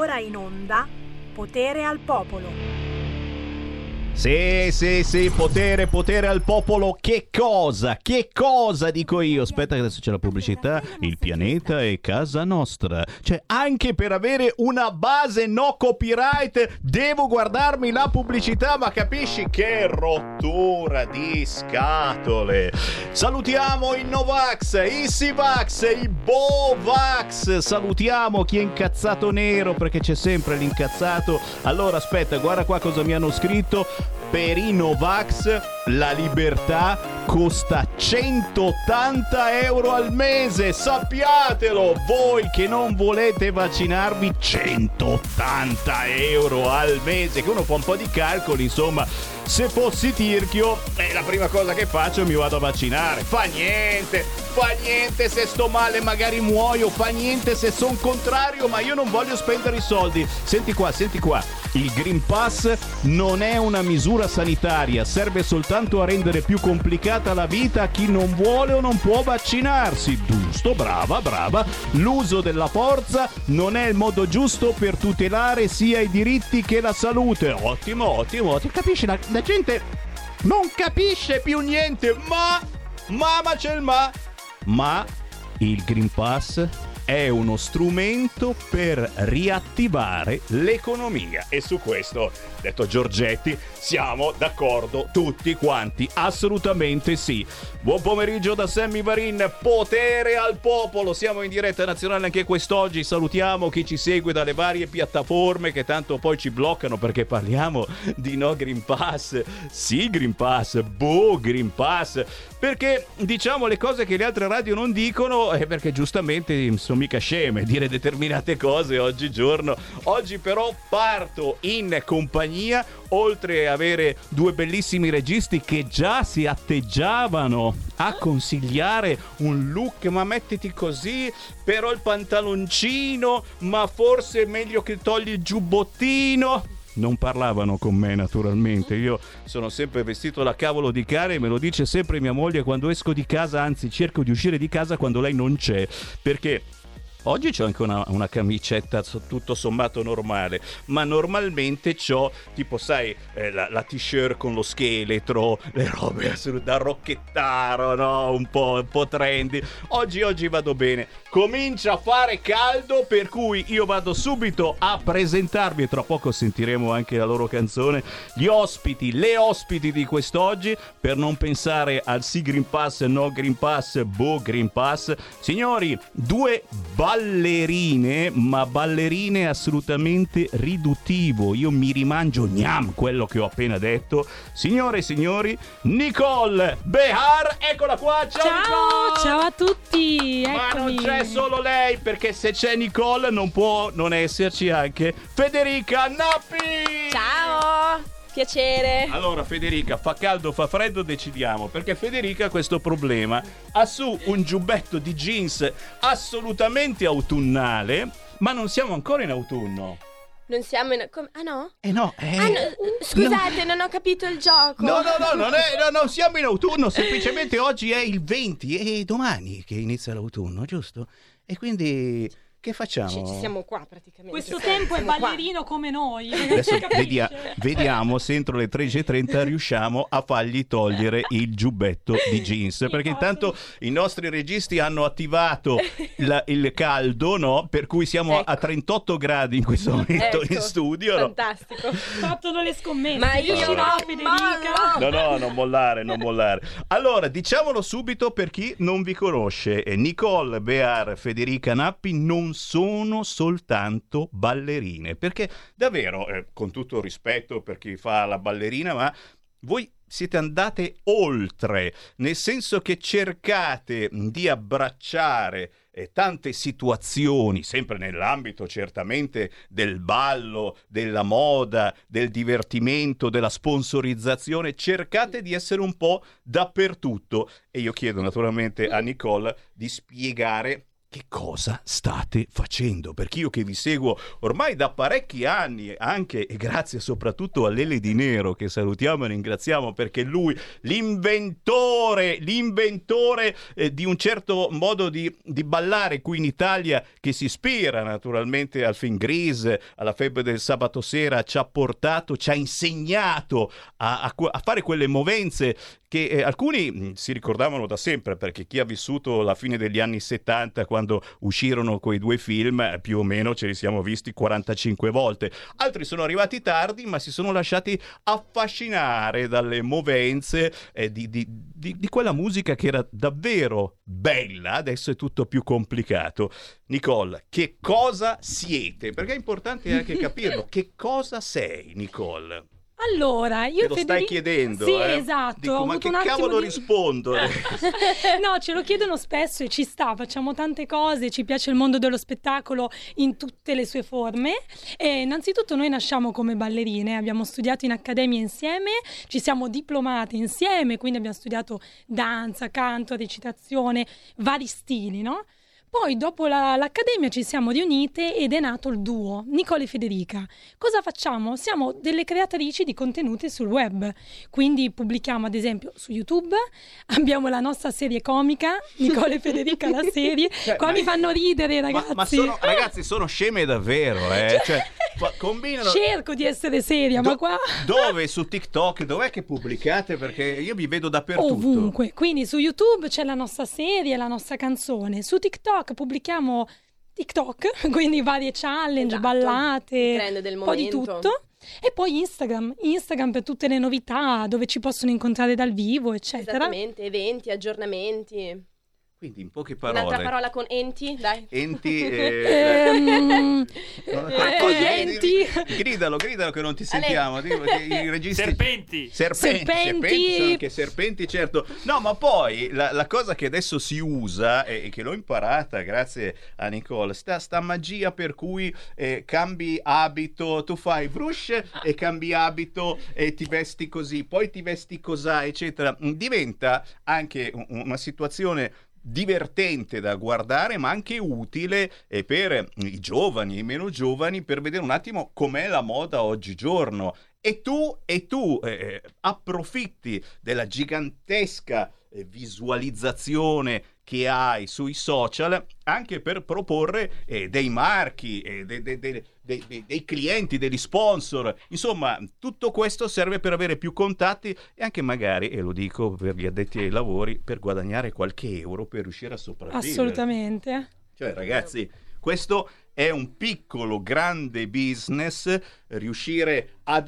ora in onda Potere al Popolo. Sì, potere al popolo. Che cosa dico io? Aspetta che adesso c'è la pubblicità. Il pianeta è casa nostra. Cioè, anche per avere una base no copyright devo guardarmi la pubblicità, ma capisci che rottura di scatole. Salutiamo i Novax, i Sivax, i Bovax. Salutiamo chi è incazzato nero, perché c'è sempre l'incazzato. Allora aspetta, guarda qua cosa mi hanno scritto. Per i Novax la libertà costa 180 euro al mese, sappiatelo, voi che non volete vaccinarvi, 180 euro al mese, che uno fa un po' di calcoli, insomma, se fossi Tirchio, la prima cosa che faccio mi vado a vaccinare, fa niente se sto male magari muoio, fa niente se sono contrario, ma io non voglio spendere i soldi. Senti qua, il Green Pass non è una misura sanitaria, serve soltanto a rendere più complicata la vita a chi non vuole o non può vaccinarsi. Giusto, brava. L'uso della forza non è il modo giusto per tutelare sia i diritti che la salute. Ottimo. Capisci? La gente non capisce più niente, ma c'è il ma il Green Pass è uno strumento per riattivare l'economia, e su questo, detto Giorgetti, siamo d'accordo tutti quanti, assolutamente sì. Buon pomeriggio da Sammy Varin, potere al popolo, siamo in diretta nazionale anche quest'oggi. Salutiamo chi ci segue dalle varie piattaforme che tanto poi ci bloccano perché parliamo di no Green Pass, sì Green Pass, Green Pass, perché diciamo le cose che le altre radio non dicono, perché giustamente sono mica sceme dire determinate cose oggigiorno. Oggi però parto in compagnia, oltre a avere due bellissimi registi che già si atteggiavano a consigliare un look, ma mettiti così, però il pantaloncino, ma forse è meglio che togli il giubbottino. Non parlavano con me, naturalmente. Io sono sempre vestito da cavolo di cane, me lo dice sempre mia moglie quando esco di casa, anzi cerco di uscire di casa quando lei non c'è, perché oggi c'ho anche una camicetta tutto sommato normale, ma normalmente c'ho tipo, sai, la t-shirt con lo scheletro, le robe assolutamente da rocchettaro, no? Un po' trendy. Oggi vado bene. Comincia a fare caldo, per cui io vado subito a presentarvi, e tra poco sentiremo anche la loro canzone, le ospiti di quest'oggi, per non pensare al sì Green Pass, no Green Pass, Green Pass. Signori, due ballerine, ma ballerine assolutamente riduttivo. Io mi rimangio quello che ho appena detto. Signore e signori, Nicole Behar, eccola qua. Ciao Nicole. Ciao a tutti. Ma Eccomi. non c'è solo lei, perché se c'è Nicole non può non esserci anche Federica Nappi. Ciao, piacere. Allora Federica, fa caldo, fa freddo, decidiamo, perché Federica ha questo problema, ha su un giubbetto di jeans assolutamente autunnale, ma non siamo ancora in autunno. Non siamo in... Ah no? No. Scusate, non ho capito il gioco. No, non siamo in autunno, semplicemente oggi è il 20 e domani che inizia l'autunno, giusto? E quindi che facciamo? Ci siamo qua praticamente. Questo tempo è ballerino come noi. Adesso vediamo se entro le 13:30 riusciamo a fargli togliere il giubbetto di jeans, perché intanto i nostri registi hanno attivato il caldo, no? Per cui siamo a 38 gradi in questo momento in studio. Fantastico. Fatto le scommesse. Ma io riuscirò, Federica? No, non mollare. Allora, diciamolo subito per chi non vi conosce. Nicole Behar, Federica Nappi non sono soltanto ballerine, perché davvero, con tutto il rispetto per chi fa la ballerina, ma voi siete andate oltre, nel senso che cercate di abbracciare tante situazioni, sempre nell'ambito certamente del ballo, della moda, del divertimento, della sponsorizzazione, cercate di essere un po' dappertutto, e io chiedo naturalmente a Nicole di spiegare che cosa state facendo? Perché io che vi seguo ormai da parecchi anni, anche e grazie soprattutto a Lele Di Nero, che salutiamo e ringraziamo perché lui, l'inventore di un certo modo di ballare qui in Italia, che si ispira naturalmente al film Grease, alla febbre del sabato sera, ci ha portato, ci ha insegnato a fare quelle movenze che alcuni si ricordavano da sempre, perché chi ha vissuto la fine degli anni 70, quando uscirono quei due film, più o meno ce li siamo visti 45 volte. Altri sono arrivati tardi, ma si sono lasciati affascinare dalle movenze di quella musica che era davvero bella. Adesso è tutto più complicato. Nicole, che cosa siete? Perché è importante anche capirlo. Che cosa sei, Nicole? Allora, io Te lo stai chiedendo, Sì, esatto. Dico, ho ma avuto che un attimo cavolo di... rispondo? No, ce lo chiedono spesso e ci sta, facciamo tante cose, ci piace il mondo dello spettacolo in tutte le sue forme. E innanzitutto noi nasciamo come ballerine, abbiamo studiato in accademia insieme, ci siamo diplomate insieme, quindi abbiamo studiato danza, canto, recitazione, vari stili, no? Poi dopo l'accademia ci siamo riunite ed è nato il duo Nicole e Federica. Cosa facciamo? Siamo delle creatrici di contenuti sul web, quindi pubblichiamo ad esempio su YouTube, abbiamo la nostra serie comica, Nicole e Federica la serie, qua mi fanno ridere ragazzi. Ragazzi, sono sceme davvero, cioè, combinano... Cerco di essere seria, ma qua... Dove? Su TikTok? Dov'è che pubblicate? Perché io vi vedo dappertutto. Ovunque, quindi su YouTube c'è la nostra serie, la nostra canzone, su TikTok pubblichiamo TikTok, quindi varie challenge, Esatto. ballate, Trend del un po' di momento. tutto. E poi Instagram per tutte le novità, dove ci possono incontrare dal vivo, eccetera. Esattamente, eventi, aggiornamenti. Quindi in poche Un'altra parole... parola con enti, dai. Enti... Enti. Gridalo che non ti sentiamo. I registi... Serpenti. Serpenti sono anche serpenti, certo. No, ma poi la cosa che adesso si usa e che l'ho imparata grazie a Nicole, sta magia per cui cambi abito, tu fai brush e cambi abito e ti vesti così, poi ti vesti cosà, eccetera. Diventa anche una situazione divertente da guardare, ma anche utile per i giovani e i meno giovani, per vedere un attimo com'è la moda oggigiorno. E tu approfitti della gigantesca visualizzazione che hai sui social anche per proporre dei marchi, dei clienti, degli sponsor. Insomma, tutto questo serve per avere più contatti e anche magari, e lo dico per gli addetti ai lavori, per guadagnare qualche euro per riuscire a sopravvivere. Assolutamente. Cioè, ragazzi, questo è un piccolo grande business, riuscire ad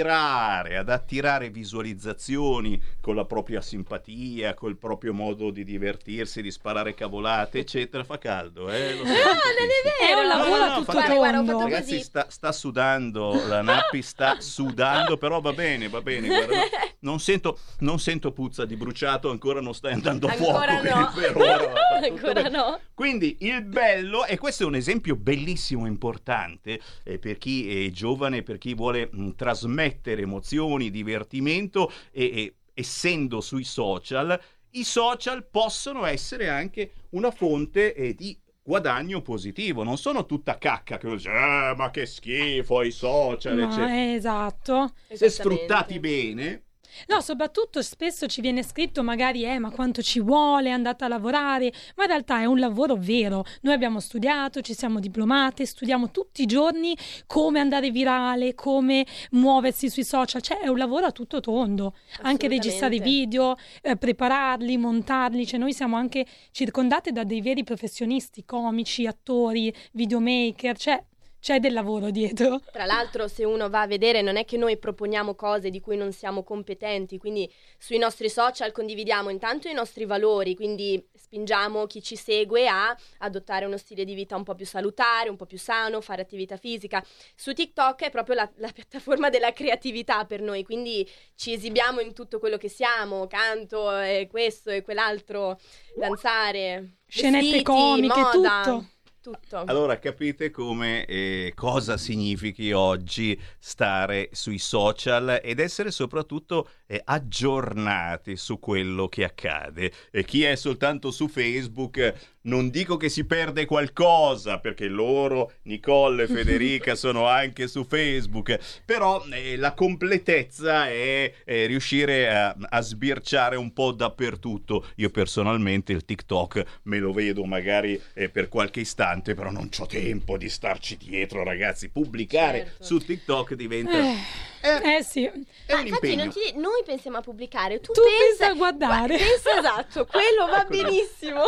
attirare visualizzazioni con la propria simpatia, col proprio modo di divertirsi, di sparare cavolate, eccetera. Fa caldo, lo so. Non è vero, È un lavoro a tutto guarda, ho tondo. fatto Ragazzi, così. sta sudando, la Nappi sta sudando, però va bene, guarda, non sento puzza di bruciato, ancora non stai andando a fuoco. Ancora no. quindi per ora va tutto Ancora bene. no. Quindi il bello, e questo è un esempio bellissimo, importante per chi è giovane, per chi vuole trasmettere emozioni, divertimento, e essendo sui social, i social possono essere anche una fonte di guadagno positivo, non sono tutta cacca che dice ma che schifo i social, eccetera. Esatto. Se Esattamente. sfruttati bene. No, soprattutto spesso ci viene scritto magari ma quanto ci vuole, è andata a lavorare, ma in realtà è un lavoro vero. Noi abbiamo studiato, ci siamo diplomate, studiamo tutti i giorni come andare virale, come muoversi sui social, cioè è un lavoro a tutto tondo, anche registrare video, prepararli, montarli, cioè noi siamo anche circondate da dei veri professionisti, comici, attori, videomaker, cioè c'è del lavoro dietro. Tra l'altro, se uno va a vedere, non è che noi proponiamo cose di cui non siamo competenti, quindi sui nostri social condividiamo intanto i nostri valori, quindi spingiamo chi ci segue a adottare uno stile di vita un po' più salutare, un po' più sano, fare attività fisica. Su TikTok è proprio la piattaforma della creatività per noi, quindi ci esibiamo in tutto quello che siamo, canto e questo e quell'altro, danzare, Scenette vestiti, comiche, moda. tutto. Tutto. Allora capite come cosa significhi oggi stare sui social ed essere soprattutto aggiornati su quello che accade. E chi è soltanto su Facebook, non dico che si perde qualcosa, perché loro, Nicole e Federica, sono anche su Facebook, però la completezza è riuscire a sbirciare un po' dappertutto. Io personalmente il TikTok me lo vedo magari per qualche istante, però non c'ho tempo di starci dietro, ragazzi. Pubblicare su TikTok diventa... sì. È un infatti impegno. noi pensiamo a pubblicare, tu pensa a guardare. Pensa, esatto, quello va Ecco, benissimo.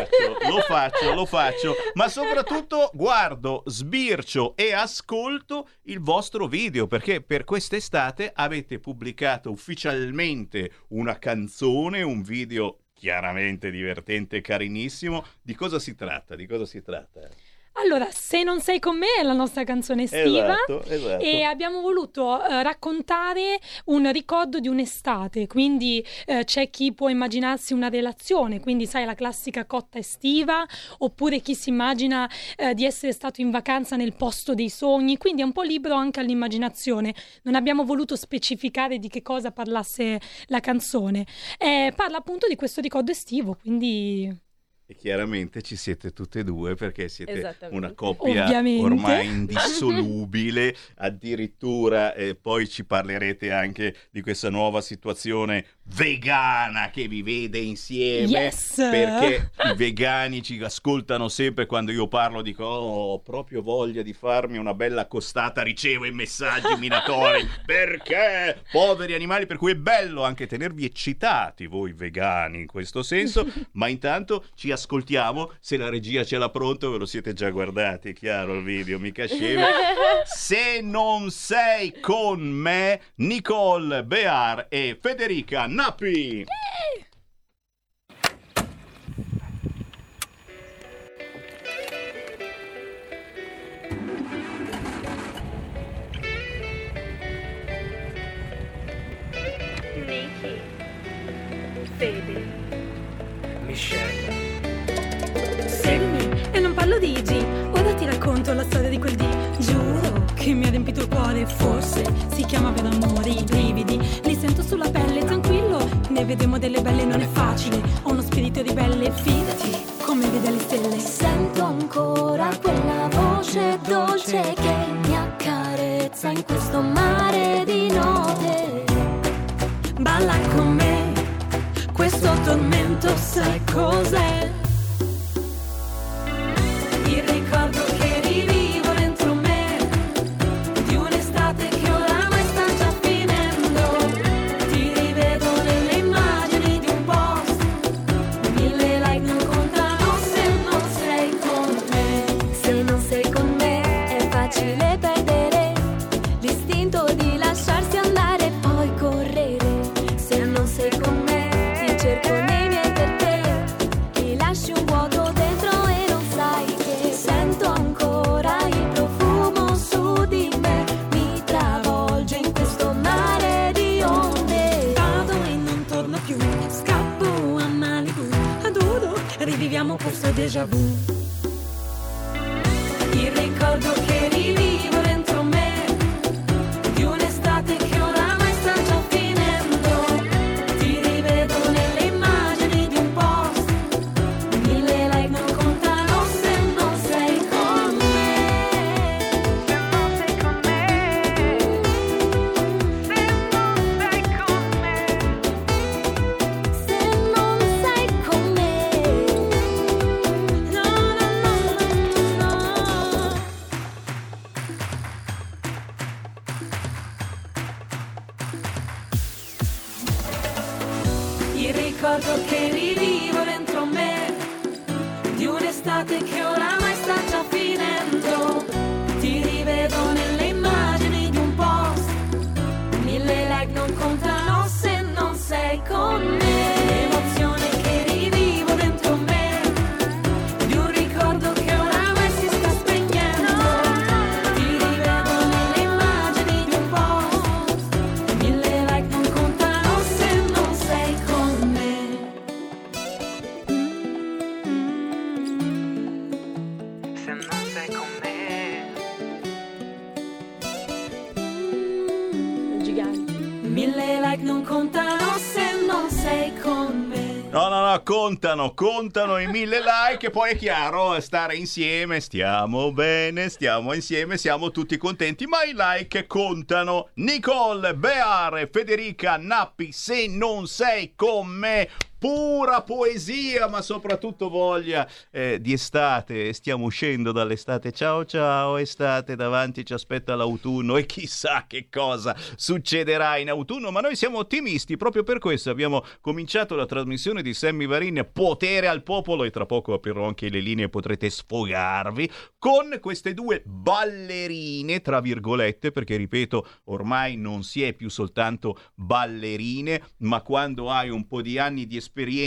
Lo faccio, ma soprattutto guardo, sbircio e ascolto il vostro video, perché per quest'estate avete pubblicato ufficialmente una canzone, un video chiaramente divertente e carinissimo. Di cosa si tratta? Allora, Se non sei con me è la nostra canzone estiva. Esatto. E abbiamo voluto raccontare un ricordo di un'estate, quindi c'è chi può immaginarsi una relazione, quindi sai, la classica cotta estiva, oppure chi si immagina di essere stato in vacanza nel posto dei sogni, quindi è un po' libero anche all'immaginazione. Non abbiamo voluto specificare di che cosa parlasse la canzone, parla appunto di questo ricordo estivo, quindi... E chiaramente ci siete tutte e due, perché siete una coppia Ovviamente. ormai indissolubile, addirittura poi ci parlerete anche di questa nuova situazione vegana che vi vede insieme, Yes! perché i vegani ci ascoltano sempre quando io parlo, dico ho proprio voglia di farmi una bella costata, ricevo i messaggi minatori, perché poveri animali, per cui è bello anche tenervi eccitati voi vegani in questo senso, ma intanto ci ascoltiamo, se la regia ce l'ha pronto ve lo siete già guardati, è chiaro il video, mica scemo. Se non sei con me, Nicole Bear e Federica Nappi. Nicky, Fede, Michelle. Seguimi e non parlo di G. Ora ti racconto la storia di quel D. Giuro che mi ha riempito il cuore. Forse si chiama per amore. I brividi li sento sulla pelle. Tranquillo, ne vedremo delle belle. Non è facile, ho uno spirito ribelle. Fidati, come vede le stelle. Sento ancora quella voce dolce che mi accarezza in questo mare di note. Balla con me, questo tormento sai cos'è? Il ricordo che rivivo dentro me di un'estate che oramai sta già finendo. Ti rivedo nelle immagini di un post. 1000 like non contano se non sei con me. Se non sei con me è facile perdere l'istinto di lasciarsi andare e poi correre. Se non sei con me ti cerco nei miei per te. Ti lasci un vuoto dentro e non sai che sento ancora il profumo su di me. Mi travolge in questo mare di onde. Vado e non torno più, scappo a Malibu. Adoro, riviviamo questo déjà vu. Il ricordo che rivivo dentro me di un'estate che oramai sta già finendo. Ti rivedo nelle immagini di un post. 1000 like non contano se non sei con me. Se non sei con me. Se non sei con me. Se non sei con me. No, no, no, no, no. Il ricordo che rivivo dentro me di un'estate che oramai sta già finendo. Ti rivedo nelle immagini di un post. 1000 like non contano se non sei con me. L'emozione che rivivo dentro me di un ricordo che oramai si sta spegnendo. Ti rivedo nelle immagini di un post. 1000 like non contano se non sei con me. Se non sei con me. Gigante. 1000 like non contano se non sei con me. No, contano i 1000 like e poi è chiaro, stare insieme, stiamo bene, stiamo insieme, siamo tutti contenti, ma i like contano. Nicole Beare, Federica Nappi, se non sei con me. Pura poesia, ma soprattutto voglia di estate. Stiamo uscendo dall'estate. Ciao estate, davanti ci aspetta l'autunno e chissà che cosa succederà in autunno, ma noi siamo ottimisti. Proprio per questo abbiamo cominciato la trasmissione di Sammy Varin, Potere al Popolo, e tra poco aprirò anche le linee, potrete sfogarvi con queste due ballerine, tra virgolette, perché ripeto, ormai non si è più soltanto ballerine, ma quando hai un po' di anni di esperienza,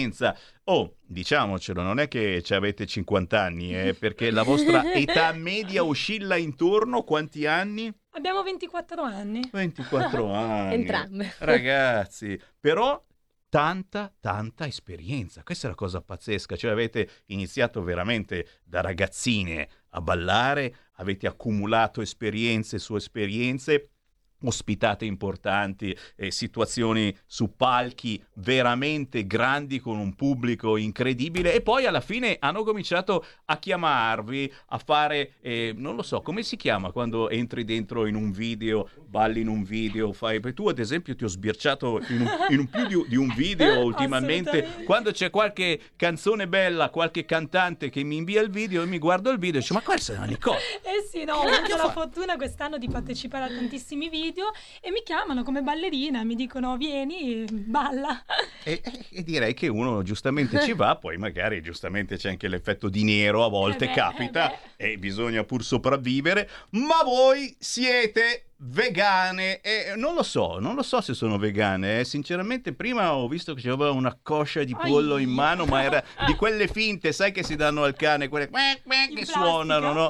diciamocelo, non è che ci avete 50 anni, perché la vostra età media oscilla intorno quanti anni? Abbiamo 24 anni. 24 anni. Entrambe. Ragazzi, però tanta esperienza. Questa è la cosa pazzesca, cioè avete iniziato veramente da ragazzine a ballare, avete accumulato esperienze su esperienze, ospitate importanti, situazioni su palchi veramente grandi con un pubblico incredibile, e poi alla fine hanno cominciato a chiamarvi a fare, non lo so, come si chiama quando entri dentro in un video, balli in un video, tu ad esempio ti ho sbirciato in un più di un video ultimamente, quando c'è qualche canzone bella, qualche cantante che mi invia il video e mi guardo il video e dico, ma questa è una Nicole. Sì, no, ho avuto la fortuna quest'anno di partecipare a tantissimi video e mi chiamano come ballerina, mi dicono vieni, balla. E direi che uno giustamente ci va, poi magari giustamente c'è anche l'effetto di nero, a volte capita e bisogna pur sopravvivere, ma voi siete vegane e non lo so se sono vegane, sinceramente prima ho visto che c'aveva una coscia di pollo in mano, ma era di quelle finte, sai, che si danno al cane, quelle che suonano, no?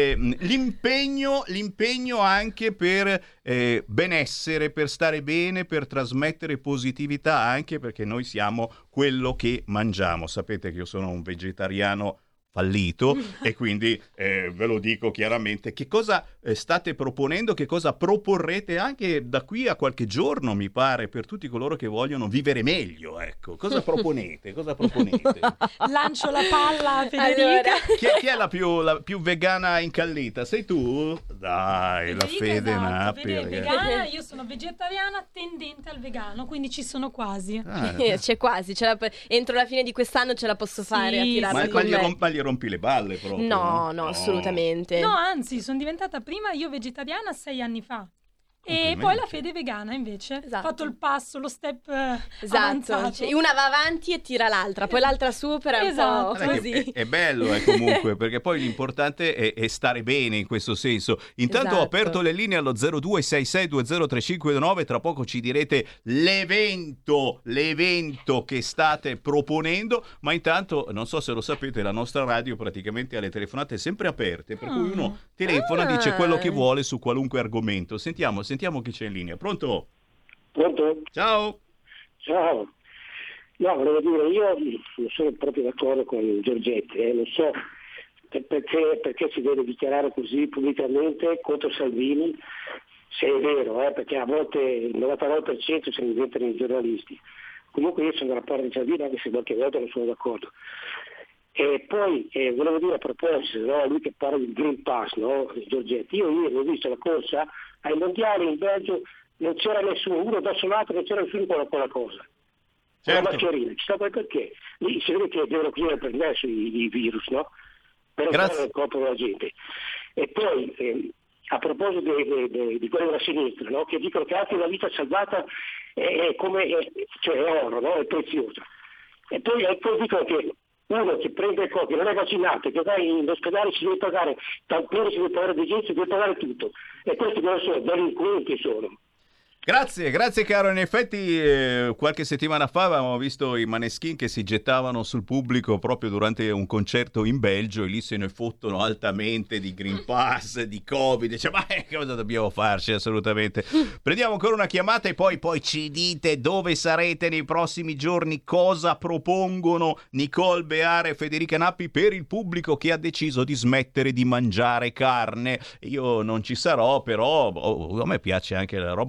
L'impegno anche per benessere, per stare bene, per trasmettere positività, anche perché noi siamo quello che mangiamo. Sapete che io sono un vegetariano fallito e quindi ve lo dico chiaramente. Che cosa state proponendo, che cosa proporrete anche da qui a qualche giorno, mi pare, per tutti coloro che vogliono vivere meglio, ecco, cosa proponete? Lancio la palla a Federica. Allora. Chi è la più vegana incallita? Sei tu? Dai, la Fede Nappi, Fede è vegana, io sono vegetariana tendente al vegano, quindi ci sono quasi. C'è quasi, entro la fine di quest'anno ce la posso fare a tirarla con me. Ma gli rompi le balle proprio? No, assolutamente. No, anzi, sono diventata prima io vegetariana 6 anni fa. E poi la Fede vegana invece, ha fatto il passo, lo step avanzato. Cioè, una va avanti e tira l'altra, poi l'altra supera, un po' così. È bello comunque, perché poi l'importante è stare bene in questo senso. Intanto ho aperto le linee allo 0266203529, tra poco ci direte l'evento che state proponendo, ma intanto non so se lo sapete, la nostra radio praticamente ha le telefonate sempre aperte, per cui uno telefona, dice quello che vuole su qualunque argomento. Sentiamo chi c'è in linea. Pronto? Ciao. No, volevo dire, io non sono proprio d'accordo con Giorgetti, non so perché si deve dichiarare così pubblicamente contro Salvini, se è vero, perché a volte il 99% se ne diventano i giornalisti. Comunque io sono dalla parte di Salvini, anche se qualche volta non sono d'accordo. E poi volevo dire a proposito, no, lui che parla del Green Pass, no, Giorgetti, io ieri ho visto la corsa ai mondiali in Belgio, non c'era nessuno, uno verso l'altro, non c'era nessuno con quella cosa. Certo. La mascherina, chissà poi perché. Lì si vede che devono chiudere per adesso i virus, no? Per entrare nel corpo della gente. E poi, a proposito di quelli della sinistra, no? Che dicono che anche una vita salvata è come, cioè è oro, no? È preziosa. E poi dicono che uno che prende il Covid, che non è vaccinato, che va in ospedale, si deve pagare tamponi, si deve pagare degenze, si deve pagare tutto. E questi non sono delinquenti, sono. Grazie caro, in effetti qualche settimana fa avevamo visto i Maneskin che si gettavano sul pubblico proprio durante un concerto in Belgio e lì se ne fottono altamente di Green Pass, di Covid, dice ma cosa dobbiamo farci assolutamente. Prendiamo ancora una chiamata e poi ci dite dove sarete nei prossimi giorni, cosa propongono Nicole Beare e Federica Nappi per il pubblico che ha deciso di smettere di mangiare carne. Io non ci sarò, però a me piace anche la roba vegetariana,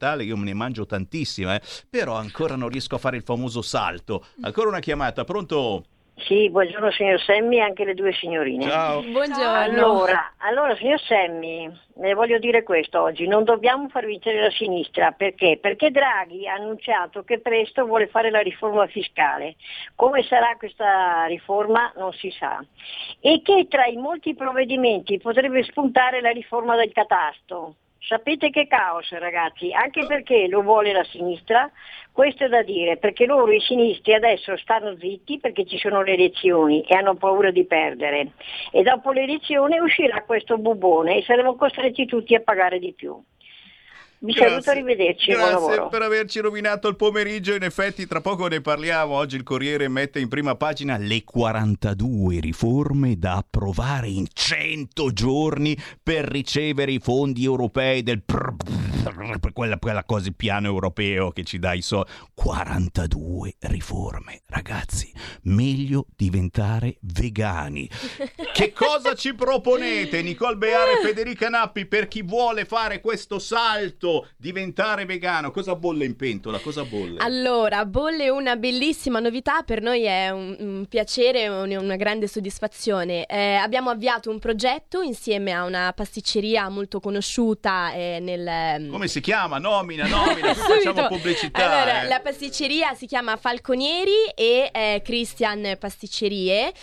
vegetale, io me ne mangio tantissime, però ancora non riesco a fare il famoso salto. Ancora una chiamata, pronto? Sì, buongiorno signor Semmi e anche le due signorine. Ciao. Buongiorno. Allora signor Semmi, voglio dire questo oggi, non dobbiamo far vincere la sinistra, perché? Perché Draghi ha annunciato che presto vuole fare la riforma fiscale. Come sarà questa riforma non si sa. E che tra i molti provvedimenti potrebbe spuntare la riforma del catasto. Sapete che caos, ragazzi, anche perché lo vuole la sinistra, questo è da dire, perché loro i sinistri adesso stanno zitti perché ci sono le elezioni e hanno paura di perdere, e dopo le elezioni uscirà questo bubone e saremo costretti tutti a pagare di più. Vi saluto, arrivederci, buon Grazie lavoro. per averci rovinato il pomeriggio. In effetti tra poco ne parliamo. Oggi il Corriere mette in prima pagina le 42 riforme da approvare in 100 giorni per ricevere i fondi europei del quella cosa, il piano europeo che ci dà i soldi. 42 riforme, ragazzi, meglio diventare vegani. Che cosa ci proponete, Nicole Beare e Federica Nappi, per chi vuole fare questo salto, diventare vegano? Cosa bolle in pentola? Cosa bolle? Allora, bolle una bellissima novità, per noi è un piacere, una grande soddisfazione. Abbiamo avviato un progetto insieme a una pasticceria molto conosciuta Come si chiama? Nomina, qui facciamo pubblicità. Allora, la pasticceria si chiama Falconieri e Christian Pasticcerie.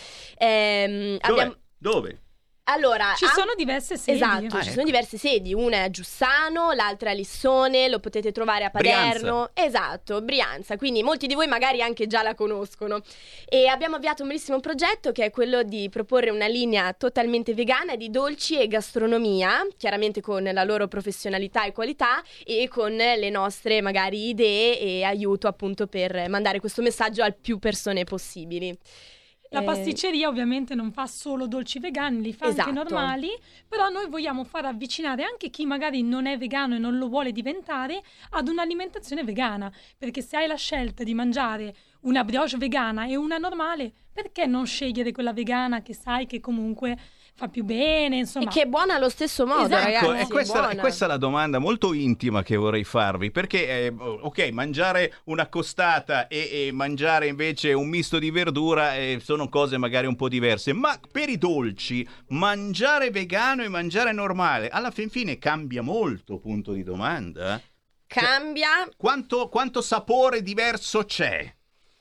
Dove? Allora, Ci sono diverse sedi. Esatto, ci sono diverse sedi, una è a Giussano, l'altra a Lissone, lo potete trovare a Paderno. Brianza. Esatto, Brianza, quindi molti di voi magari anche già la conoscono. E abbiamo avviato un bellissimo progetto che è quello di proporre una linea totalmente vegana di dolci e gastronomia, chiaramente con la loro professionalità e qualità e con le nostre magari idee e aiuto appunto per mandare questo messaggio a più persone possibili. La pasticceria ovviamente non fa solo dolci vegani, li fa anche Esatto. normali, però noi vogliamo far avvicinare anche chi magari non è vegano e non lo vuole diventare ad un'alimentazione vegana, perché se hai la scelta di mangiare una brioche vegana e una normale, perché non scegliere quella vegana che sai che comunque fa più bene, insomma. E che è buona allo stesso modo, Esatto. ragazzi. E questa buona. è la domanda molto intima che vorrei farvi, perché ok, mangiare una costata e mangiare invece un misto di verdura sono cose magari un po' diverse, ma per i dolci mangiare vegano e mangiare normale alla fin fine cambia molto, punto di domanda. Cambia. Quanto sapore diverso c'è?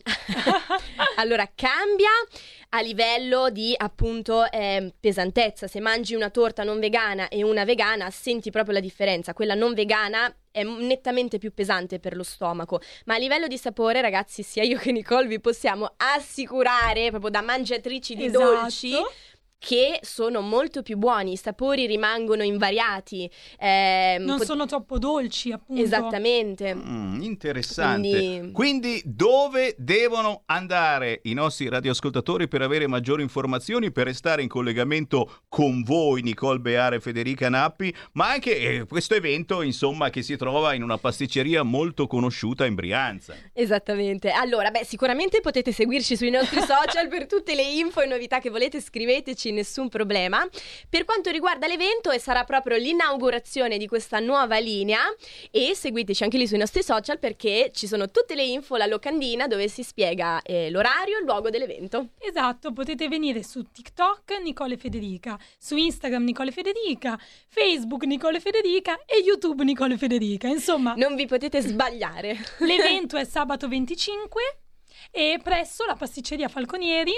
Allora, cambia a livello di appunto pesantezza. Se mangi una torta non vegana e una vegana senti proprio la differenza. Quella non vegana è nettamente più pesante per lo stomaco, ma a livello di sapore, ragazzi, sia io che Nicole vi possiamo assicurare, proprio da mangiatrici di Esatto. dolci, che sono molto più buoni, i sapori rimangono invariati, non sono troppo dolci, appunto. Esattamente. Interessante. Quindi dove devono andare i nostri radioascoltatori per avere maggiori informazioni, per restare in collegamento con voi, Nicole Beare e Federica Nappi, ma anche questo evento, insomma, che si trova in una pasticceria molto conosciuta in Brianza? Esattamente. Allora, sicuramente potete seguirci sui nostri social per tutte le info e novità che volete, scriveteci, nessun problema. Per quanto riguarda l'evento, sarà proprio l'inaugurazione di questa nuova linea, e seguiteci anche lì sui nostri social perché ci sono tutte le info, la locandina dove si spiega l'orario e il luogo dell'evento. Esatto, potete venire su TikTok Nicole Federica, su Instagram Nicole Federica, Facebook Nicole Federica e YouTube Nicole Federica, insomma. Non vi potete sbagliare. L'evento è sabato 25 e presso la pasticceria Falconieri.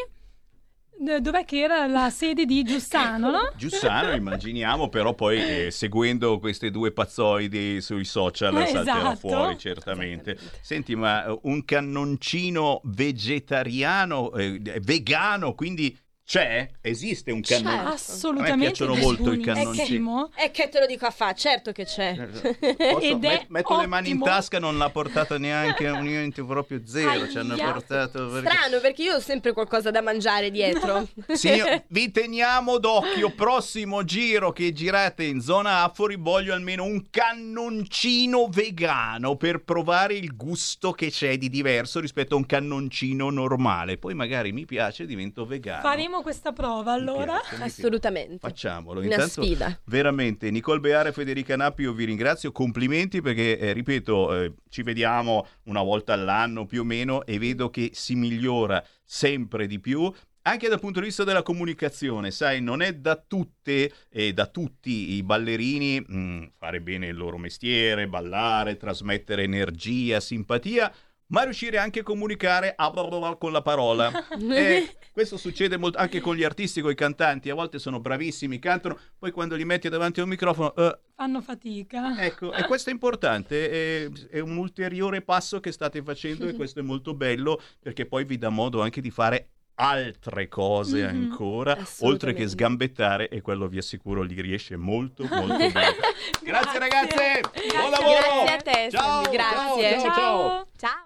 Dov'è che era la sede di Giussano, no? Giussano, immaginiamo, però poi seguendo queste due pazzoidi sui social salterà Esatto. fuori certamente. Senti, ma un cannoncino vegetariano, vegano, quindi esiste un cannoncino? Assolutamente. A me piacciono molto i cannoncini. buonissimo. E che te lo dico a fa, certo che c'è. Ed è metto le mani in ottimo. tasca, non l'ha portata neanche niente, proprio zero. Ci hanno Aia. portato Strano, perché io ho sempre qualcosa da mangiare dietro. Signor, vi teniamo d'occhio. Prossimo giro che girate in zona Affori, voglio almeno un cannoncino vegano per provare il gusto che c'è di diverso rispetto a un cannoncino normale. Poi magari mi piace e divento vegano. Faremo Facciamo questa prova allora. Mi piace. Assolutamente. Facciamolo. Una Intanto, sfida. veramente, Nicole Beare e Federica Nappi, io vi ringrazio, complimenti perché, ripeto, ci vediamo una volta all'anno più o meno e vedo che si migliora sempre di più. Anche dal punto di vista della comunicazione, sai, non è da tutte e da tutti i ballerini fare bene il loro mestiere, ballare, trasmettere energia, simpatia, ma riuscire anche a comunicare con la parola. E questo succede molto anche con gli artisti, con i cantanti. A volte sono bravissimi, cantano, poi quando li metti davanti a un microfono Fanno fatica. ecco, e questo è importante, è un ulteriore passo che state facendo e questo è molto bello perché poi vi dà modo anche di fare altre cose ancora, oltre che sgambettare, e quello vi assicuro li riesce molto molto bene. Grazie ragazze, buon lavoro. Grazie a te, Ciao, Sammy, grazie. ciao. Ciao.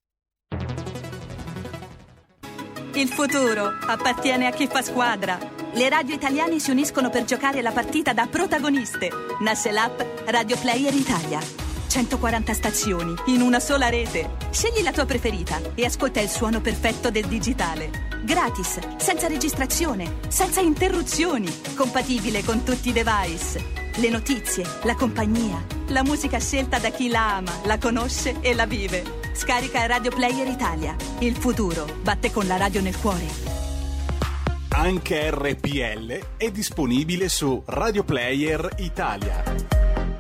Il futuro appartiene a chi fa squadra. Le radio italiane si uniscono per giocare la partita da protagoniste. Nasce l'app Radio Player Italia. 140 stazioni in una sola rete. Scegli la tua preferita e ascolta il suono perfetto del digitale. Gratis, senza registrazione, senza interruzioni, compatibile con tutti i device. Le notizie, la compagnia, la musica scelta da chi la ama, la conosce e la vive. Scarica Radio Player Italia. Il futuro batte con la radio nel cuore. Anche RPL è disponibile su Radio Player Italia.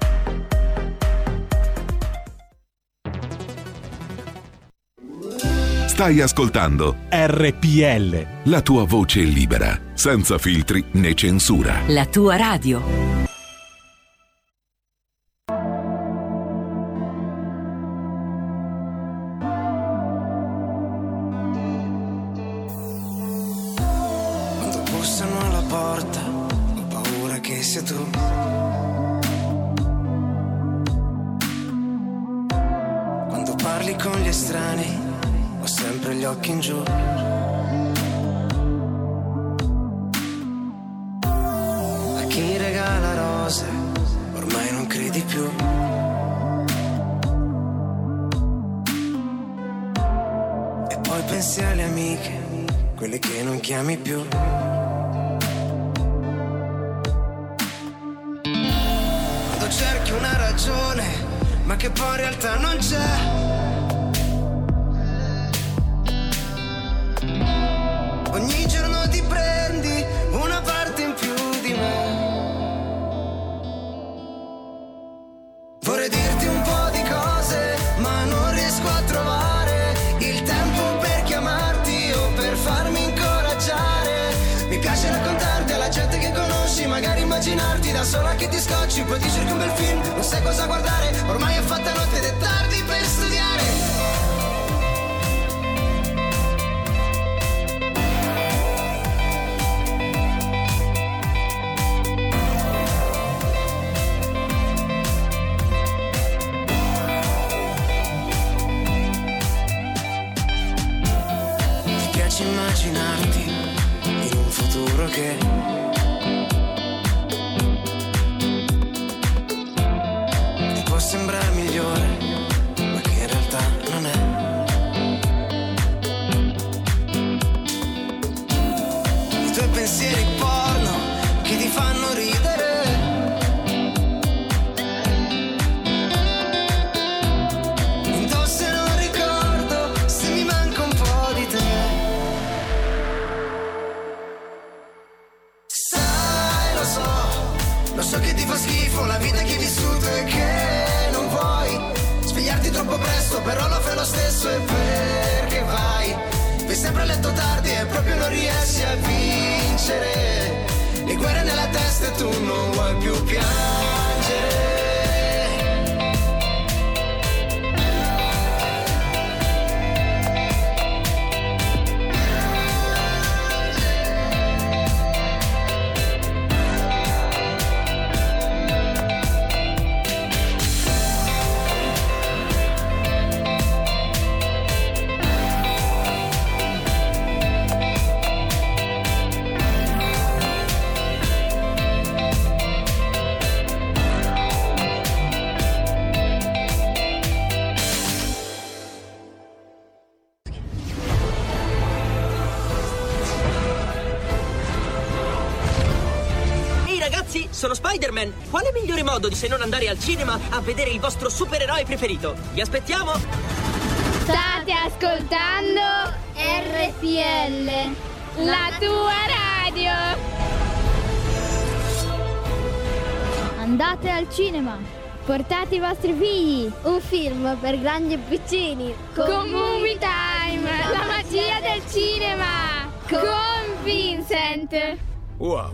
Stai ascoltando RPL. la tua voce libera, senza filtri né censura. La tua radio. Quando bussano alla porta, ho paura che sia tu. Quando parli con gli estranei, ho sempre gli occhi in giù. A chi regala rose, ormai non credi più. E poi pensi alle amiche, quelle che non chiami più. Quando cerchi una ragione, ma che poi in realtà non c'è. Ogni giorno ti prendi una parte in più di me. Vorrei dirti un po' di cose, ma non riesco a trovare il tempo per chiamarti o per farmi incoraggiare. Mi piace raccontarti alla gente che conosci, magari immaginarti da sola che ti scocci. Poi ti cerchi un bel film, non sai cosa guardare, ormai è fatta notte ed è tardi per studiare. Immaginarti in un futuro che ti può sembrare migliore, ma che in realtà non è. I tuoi pensieri porno che ti fanno ridere, indosso e non ricordo se mi manca un po' di te. Lo so che ti fa schifo la vita che hai vissuto e che non vuoi svegliarti troppo presto, però lo fai lo stesso. E perché vai sempre a letto tardi e proprio non riesci a vincere le guerre nella testa e tu non vuoi più piangere. sono Spider-Man. Quale migliore modo di se non andare al cinema a vedere il vostro supereroe preferito? Vi aspettiamo! State ascoltando RPL, la tua radio. Andate al cinema, portate i vostri figli. Un film per grandi e piccini. Con Movie Time, la magia del cinema. Con Vincent. Wow.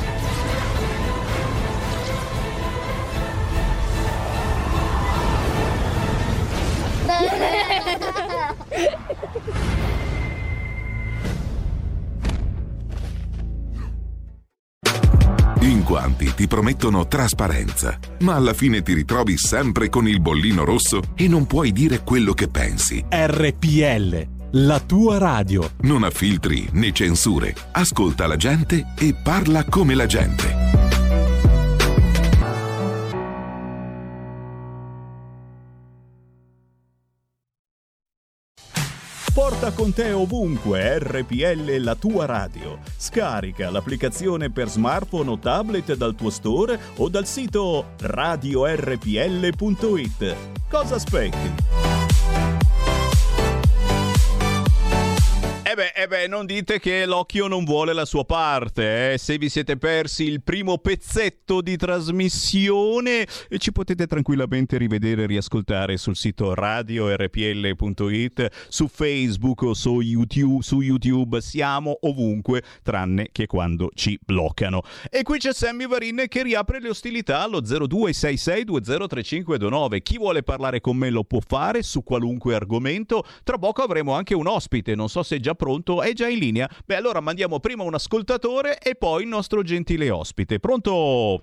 In quanti ti promettono trasparenza, ma alla fine ti ritrovi sempre con il bollino rosso e non puoi dire quello che pensi. RPL, la tua radio. Non ha filtri né censure. Ascolta la gente e parla come la gente. Porta con te ovunque RPL, la tua radio. Scarica l'applicazione per smartphone o tablet dal tuo store o dal sito radiorpl.it. Cosa aspetti? Non dite che l'occhio non vuole la sua parte, eh? Se vi siete persi il primo pezzetto di trasmissione, ci potete tranquillamente rivedere e riascoltare sul sito radiorpl.it, su Facebook o su YouTube, siamo ovunque, tranne che quando ci bloccano. E qui c'è Sammy Varin che riapre le ostilità allo 0266203529. Chi vuole parlare con me lo può fare su qualunque argomento. Tra poco avremo anche un ospite, non so se è già pronto, è già in linea? Beh, allora mandiamo prima un ascoltatore e poi il nostro gentile ospite. Pronto?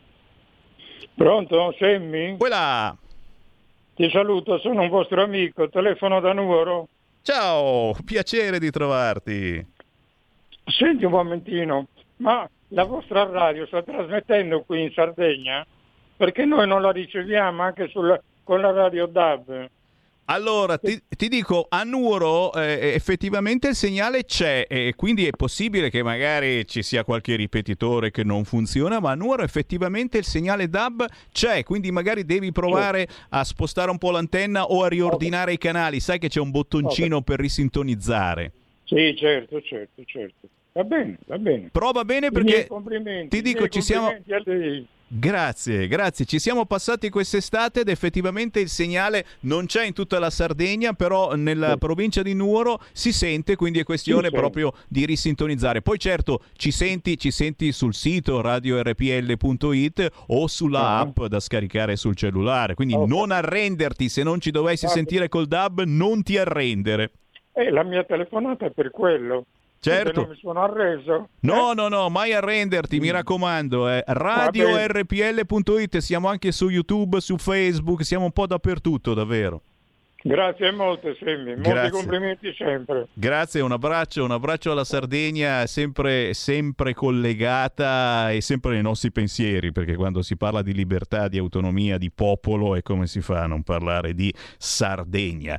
Pronto, Semmi? Quella. Ti saluto, sono un vostro amico, telefono da Nuoro. Ciao, piacere di trovarti. Senti un momentino, ma la vostra radio sta trasmettendo qui in Sardegna? Perché noi non la riceviamo anche con la radio DAB? Allora, ti dico, a Nuoro effettivamente il segnale c'è, e quindi è possibile che magari ci sia qualche ripetitore che non funziona, ma a Nuoro effettivamente il segnale DAB c'è, quindi magari devi provare a spostare un po' l'antenna o a riordinare i canali, sai che c'è un bottoncino per risintonizzare. Sì, certo. Va bene. Prova bene perché ti dico ci siamo... Grazie, ci siamo passati quest'estate ed effettivamente il segnale non c'è in tutta la Sardegna, però nella provincia di Nuoro si sente, quindi è questione proprio di risintonizzare. Poi certo ci senti sul sito radiorpl.it o sulla app da scaricare sul cellulare, quindi non arrenderti, se non ci dovessi sentire col DAB non ti arrendere. La mia telefonata è per quello. Certo. Non mi sono arreso. No, mai arrenderti, mi raccomando. RadioRPL.it, siamo anche su YouTube, su Facebook, siamo un po' dappertutto, davvero. Grazie molte, Semmi. Molti complimenti sempre. Grazie, un abbraccio alla Sardegna, sempre collegata e sempre nei nostri pensieri, perché quando si parla di libertà, di autonomia, di popolo, è come si fa a non parlare di Sardegna.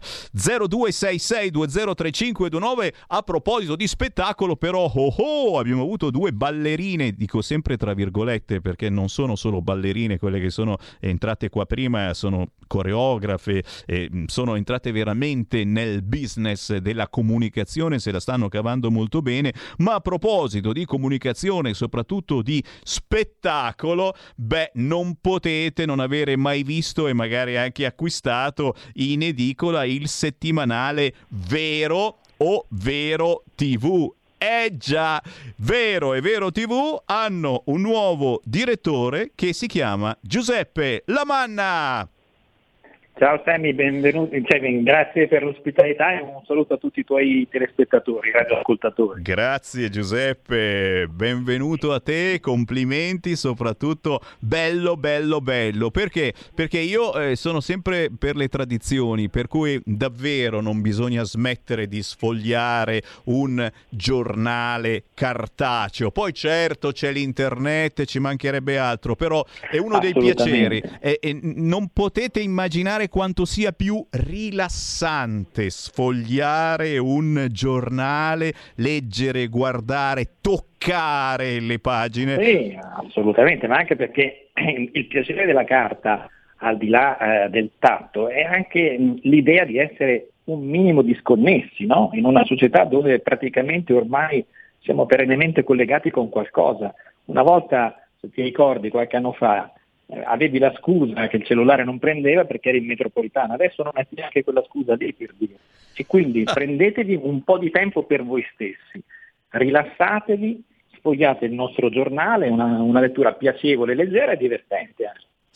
0266203529. A proposito di spettacolo, però, abbiamo avuto due ballerine, dico sempre tra virgolette, perché non sono solo ballerine quelle che sono entrate qua prima, sono coreografe, sono entrate veramente nel business della comunicazione, se la stanno cavando molto bene. Ma a proposito di comunicazione, soprattutto di spettacolo, non potete non avere mai visto e magari anche acquistato in edicola il settimanale Vero o Vero TV. Già, Vero e Vero TV hanno un nuovo direttore che si chiama Giuseppe Lamanna. Ciao Sammy, benvenuto, grazie per l'ospitalità e un saluto a tutti i tuoi telespettatori, radioascoltatori. Grazie Giuseppe, benvenuto a te, complimenti, soprattutto bello, perché io sono sempre per le tradizioni, per cui davvero non bisogna smettere di sfogliare un giornale cartaceo. Poi certo c'è l'internet, ci mancherebbe altro, però è uno dei piaceri e non potete immaginare ricordare quanto sia più rilassante sfogliare un giornale, leggere, guardare, toccare le pagine. Sì, assolutamente, ma anche perché il piacere della carta, al di là del tatto, è anche l'idea di essere un minimo disconnessi, no? In una società dove praticamente ormai siamo perennemente collegati con qualcosa. Una volta, se ti ricordi, qualche anno fa, avevi la scusa che il cellulare non prendeva perché eri in metropolitana, adesso non hai neanche quella scusa lì, per dire. E quindi prendetevi un po' di tempo per voi stessi, rilassatevi, sfogliate il nostro giornale, una lettura piacevole, leggera e divertente.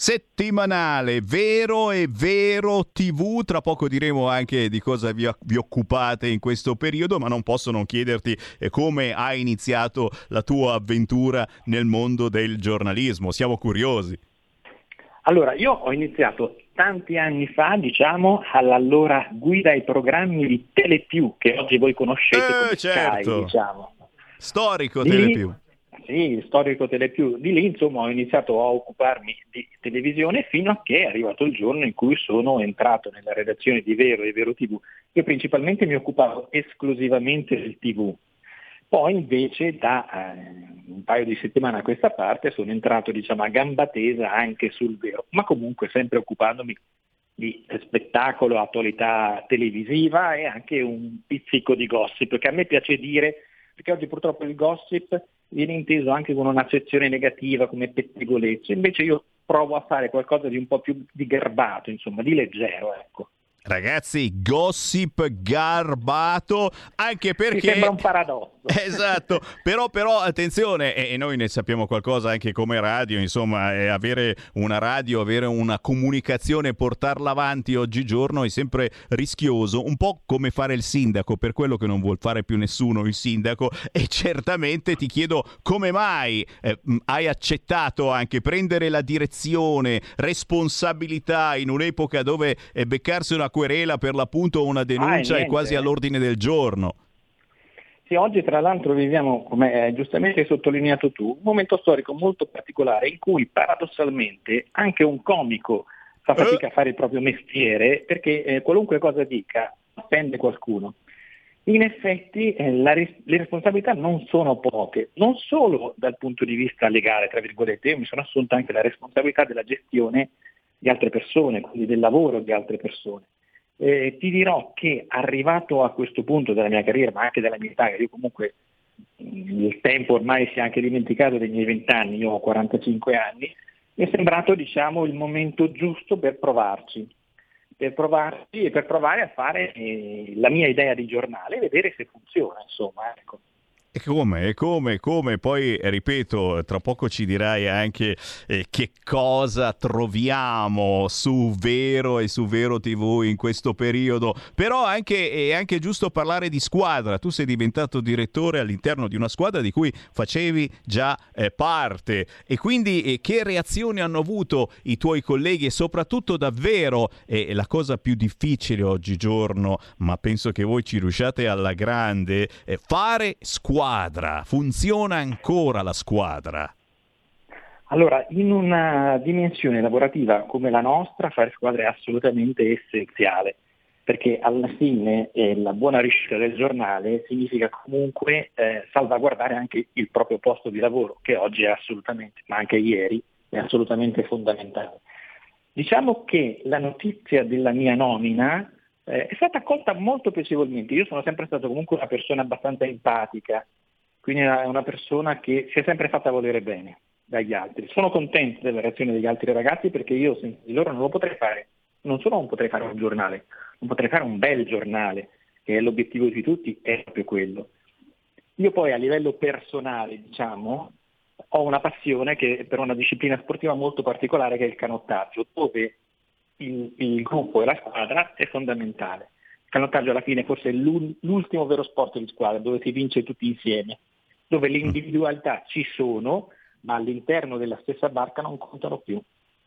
Settimanale Vero e Vero TV, tra poco diremo anche di cosa vi occupate in questo periodo, ma non posso non chiederti come hai iniziato la tua avventura nel mondo del giornalismo, siamo curiosi. Allora, io ho iniziato tanti anni fa, diciamo, all'allora guida ai programmi di Telepiù, che oggi voi conoscete come certo. Sky, diciamo. Storico Di Telepiù. Sì, storico Telepiù. Di lì, insomma, ho iniziato a occuparmi di televisione fino a che è arrivato il giorno in cui sono entrato nella redazione di Vero e Vero TV. Io principalmente mi occupavo esclusivamente del TV. Poi invece da un paio di settimane a questa parte sono entrato, diciamo, a gamba tesa anche sul Vero, ma comunque sempre occupandomi di spettacolo, attualità televisiva e anche un pizzico di gossip, che a me piace dire, perché oggi purtroppo il gossip viene inteso anche con un'accezione negativa come pettegolezzo, invece io provo a fare qualcosa di un po' più di garbato, insomma, di leggero, ecco. Ragazzi, gossip garbato, anche perché... Mi sembra un paradosso. Esatto, però attenzione, e noi ne sappiamo qualcosa anche come radio, insomma, avere una radio, avere una comunicazione, portarla avanti oggigiorno è sempre rischioso, un po' come fare il sindaco, per quello che non vuol fare più nessuno il sindaco, e certamente ti chiedo come mai hai accettato anche prendere la direzione, responsabilità in un'epoca dove beccarsi una querela per l'appunto o una denuncia è quasi all'ordine del giorno. Sì, oggi tra l'altro viviamo, come hai giustamente sottolineato tu, un momento storico molto particolare in cui paradossalmente anche un comico fa fatica a fare il proprio mestiere perché qualunque cosa dica offende qualcuno. In effetti le responsabilità non sono poche, non solo dal punto di vista legale, tra virgolette, io mi sono assunta anche la responsabilità della gestione di altre persone, quindi del lavoro di altre persone. Ti dirò che arrivato a questo punto della mia carriera, ma anche della mia età, io comunque il tempo ormai si è anche dimenticato dei miei 20 anni, io ho 45 anni, mi è sembrato, diciamo, il momento giusto per provarci e per provare a fare la mia idea di giornale e vedere se funziona, insomma, ecco. E come, poi ripeto, tra poco ci dirai anche che cosa troviamo su Vero e su Vero TV in questo periodo, però è anche giusto parlare di squadra. Tu sei diventato direttore all'interno di una squadra di cui facevi già parte, e quindi che reazioni hanno avuto i tuoi colleghi e soprattutto davvero la cosa più difficile oggigiorno, ma penso che voi ci riusciate alla grande, fare squadra. Funziona ancora la squadra? Allora, in una dimensione lavorativa come la nostra, fare squadra è assolutamente essenziale, perché alla fine la buona riuscita del giornale significa comunque salvaguardare anche il proprio posto di lavoro, che oggi è assolutamente, ma anche ieri, è assolutamente fondamentale. Diciamo che la notizia della mia nomina è stata accolta molto piacevolmente. Io sono sempre stato comunque una persona abbastanza empatica, quindi una persona che si è sempre fatta volere bene dagli altri. Sono contento della reazione degli altri ragazzi perché io senza di loro non lo potrei fare. Non solo non potrei fare un giornale, non potrei fare un bel giornale, che è l'obiettivo di tutti, è proprio quello. Io poi a livello personale, diciamo, ho una passione che per una disciplina sportiva molto particolare che è il canottaggio, dove il gruppo e la squadra è fondamentale. Il canottaggio alla fine forse è l'ultimo vero sport di squadra, dove si vince tutti insieme, dove le individualità ci sono, ma all'interno della stessa barca non contano più.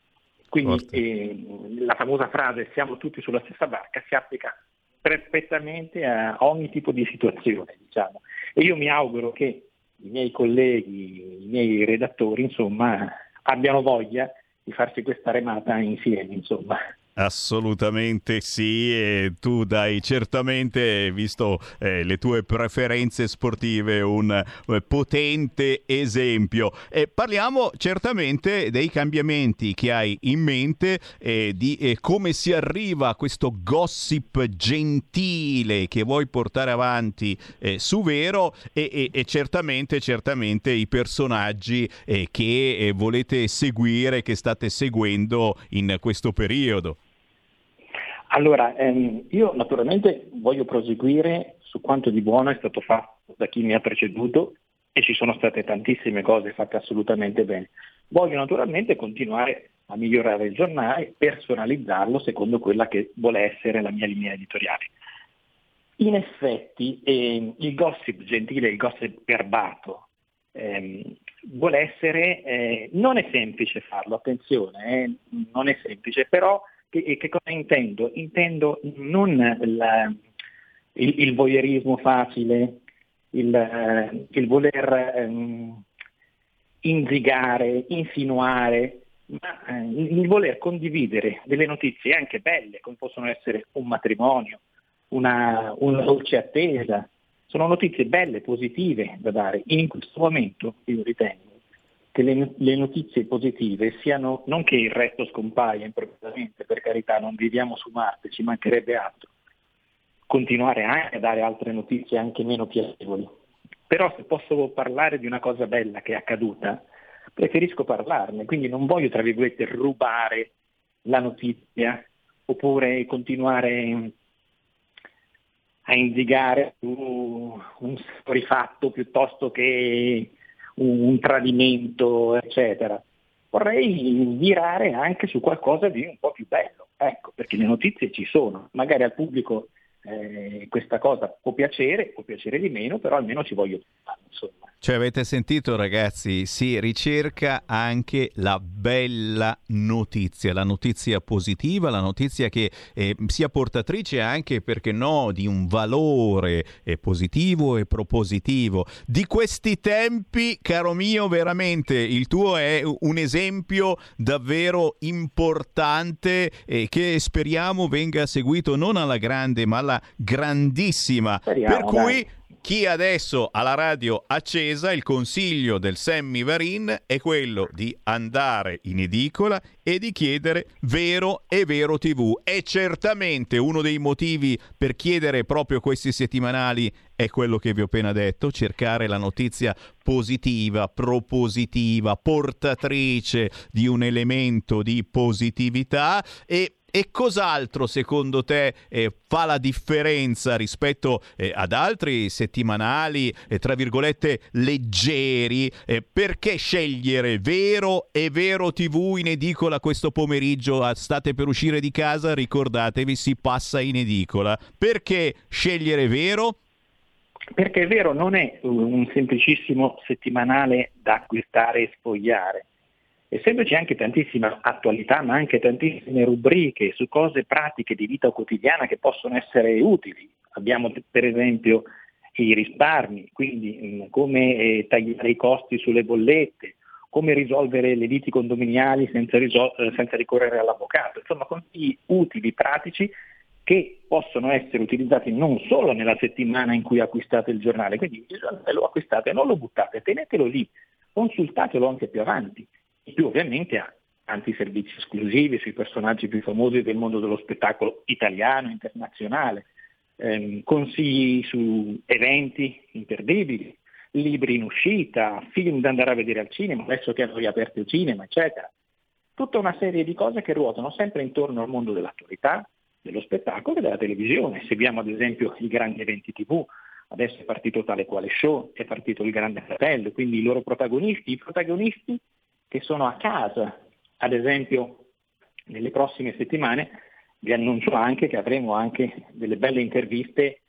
Quindi la famosa frase "siamo tutti sulla stessa barca" si applica perfettamente a ogni tipo di situazione, diciamo. E io mi auguro che i miei colleghi, i miei redattori, insomma, abbiano voglia di farsi questa remata insieme, insomma. Assolutamente sì, e tu dai certamente, visto le tue preferenze sportive, un potente esempio. Parliamo certamente dei cambiamenti che hai in mente, di come si arriva a questo gossip gentile che vuoi portare avanti su Vero, e certamente i personaggi che volete seguire, che state seguendo in questo periodo. Allora, io naturalmente voglio proseguire su quanto di buono è stato fatto da chi mi ha preceduto, e ci sono state tantissime cose fatte assolutamente bene. Voglio naturalmente continuare a migliorare il giornale, personalizzarlo secondo quella che vuole essere la mia linea editoriale. In effetti il gossip gentile, il gossip garbato, vuole essere, non è semplice farlo, attenzione, non è semplice, però che cosa intendo? Intendo non il voyeurismo facile, il voler inzigare, insinuare, ma il voler condividere delle notizie anche belle, come possono essere un matrimonio, una dolce attesa. Sono notizie belle, positive da dare. In questo momento io ritengo che le notizie positive siano, non che il resto scompaia improvvisamente, per carità, non viviamo su Marte, ci mancherebbe altro, continuare anche a dare altre notizie anche meno piacevoli. Però se posso parlare di una cosa bella che è accaduta, preferisco parlarne, quindi non voglio, tra virgolette, rubare la notizia oppure continuare a inzigare su un rifatto piuttosto che un tradimento, eccetera. Vorrei virare anche su qualcosa di un po' più bello, ecco, perché le notizie ci sono, magari al pubblico questa cosa può piacere di meno, però almeno ci voglio pensare, insomma. Cioè, avete sentito, ragazzi, si ricerca anche la bella notizia, la notizia positiva, la notizia che sia portatrice anche, perché no, di un valore positivo e propositivo. Di questi tempi, caro mio, veramente il tuo è un esempio davvero importante, che speriamo venga seguito non alla grande ma alla grandissima. Speriamo, per cui dai. Chi adesso ha la radio accesa, il consiglio del Sammy Varin è quello di andare in edicola e di chiedere Vero e Vero TV. E certamente uno dei motivi per chiedere proprio questi settimanali è quello che vi ho appena detto: cercare la notizia positiva, propositiva, portatrice di un elemento di positività. E cos'altro secondo te fa la differenza rispetto ad altri settimanali, tra virgolette, leggeri? Perché scegliere Vero e Vero TV in edicola questo pomeriggio? State per uscire di casa, ricordatevi, si passa in edicola. Perché scegliere Vero? Perché Vero non è un semplicissimo settimanale da acquistare e sfogliare. Essendoci anche tantissima attualità, ma anche tantissime rubriche su cose pratiche di vita quotidiana che possono essere utili. Abbiamo per esempio i risparmi, quindi come tagliare i costi sulle bollette, come risolvere le liti condominiali senza ricorrere all'avvocato. Insomma, consigli utili, pratici, che possono essere utilizzati non solo nella settimana in cui acquistate il giornale, quindi il giornale lo acquistate, non lo buttate, tenetelo lì, consultatelo anche più avanti. In più ovviamente ha tanti servizi esclusivi sui personaggi più famosi del mondo dello spettacolo italiano, internazionale, consigli su eventi imperdibili, libri in uscita, film da andare a vedere al cinema, adesso che hanno riaperto il cinema, eccetera. Tutta una serie di cose che ruotano sempre intorno al mondo dell'attualità, dello spettacolo e della televisione. Seguiamo ad esempio i grandi eventi TV, adesso è partito Tale Quale Show, è partito Il Grande Fratello, quindi i loro protagonisti, che sono a casa. Ad esempio nelle prossime settimane vi annuncio anche che avremo anche delle belle interviste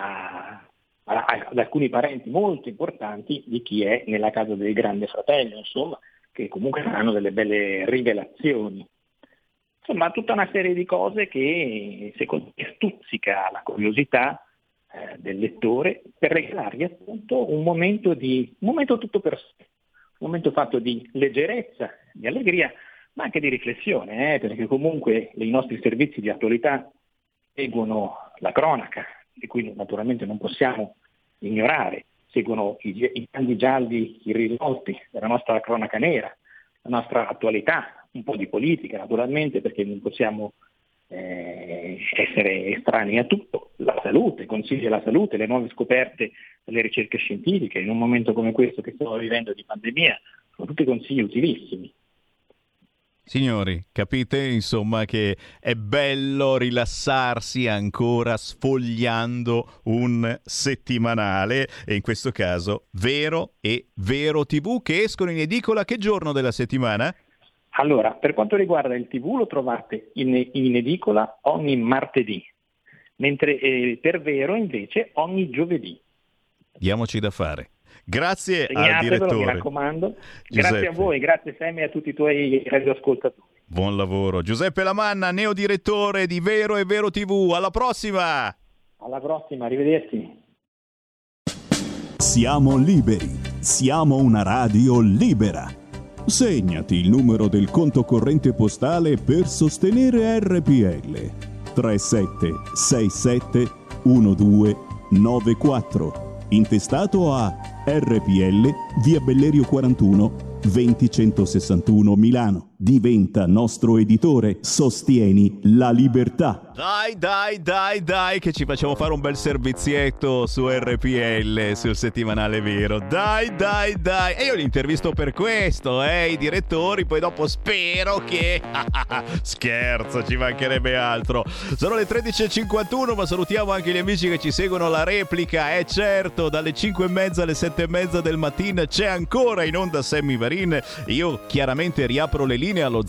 ad alcuni parenti molto importanti di chi è nella casa del Grande Fratello, insomma, che comunque faranno delle belle rivelazioni. Insomma, tutta una serie di cose che secondo me stuzzica la curiosità del lettore, per regalargli appunto un momento tutto per sé. Un momento fatto di leggerezza, di allegria, ma anche di riflessione, perché comunque i nostri servizi di attualità seguono la cronaca, di cui naturalmente non possiamo ignorare, seguono i grandi gialli irrisolti della nostra cronaca nera, la nostra attualità, un po' di politica naturalmente, perché non possiamo essere estranei a tutto, la salute, consigli della salute, le nuove scoperte delle ricerche scientifiche in un momento come questo che stiamo vivendo di pandemia, sono tutti consigli utilissimi. Signori, capite insomma che è bello rilassarsi ancora sfogliando un settimanale, e in questo caso Vero e Vero TV, che escono in edicola che giorno della settimana? Allora, per quanto riguarda il TV lo trovate in edicola ogni martedì, mentre per Vero invece ogni giovedì. Diamoci da fare. Grazie al Segnatevelo, direttore. mi raccomando. Giuseppe. Grazie a voi, grazie Sammy e a tutti i tuoi radioascoltatori. Buon lavoro. Giuseppe Lamanna, neodirettore di Vero e Vero TV. Alla prossima! Alla prossima, arrivederci. Siamo liberi, siamo una radio libera. Segnati il numero del conto corrente postale per sostenere RPL. 37671294. Intestato a RPL, via Bellerio 41, 20161 Milano. Diventa nostro editore. Sostieni la libertà. Dai, che ci facciamo fare un bel servizietto su RPL, sul settimanale Vero. Dai. E io li intervisto per questo, i direttori, poi dopo spero che... Scherzo, ci mancherebbe altro. Sono le 13.51, ma salutiamo anche gli amici che ci seguono la replica. Certo, dalle 5:30 alle 7:30 del mattino c'è ancora in onda Sammy Varin. Io chiaramente riapro le linee allo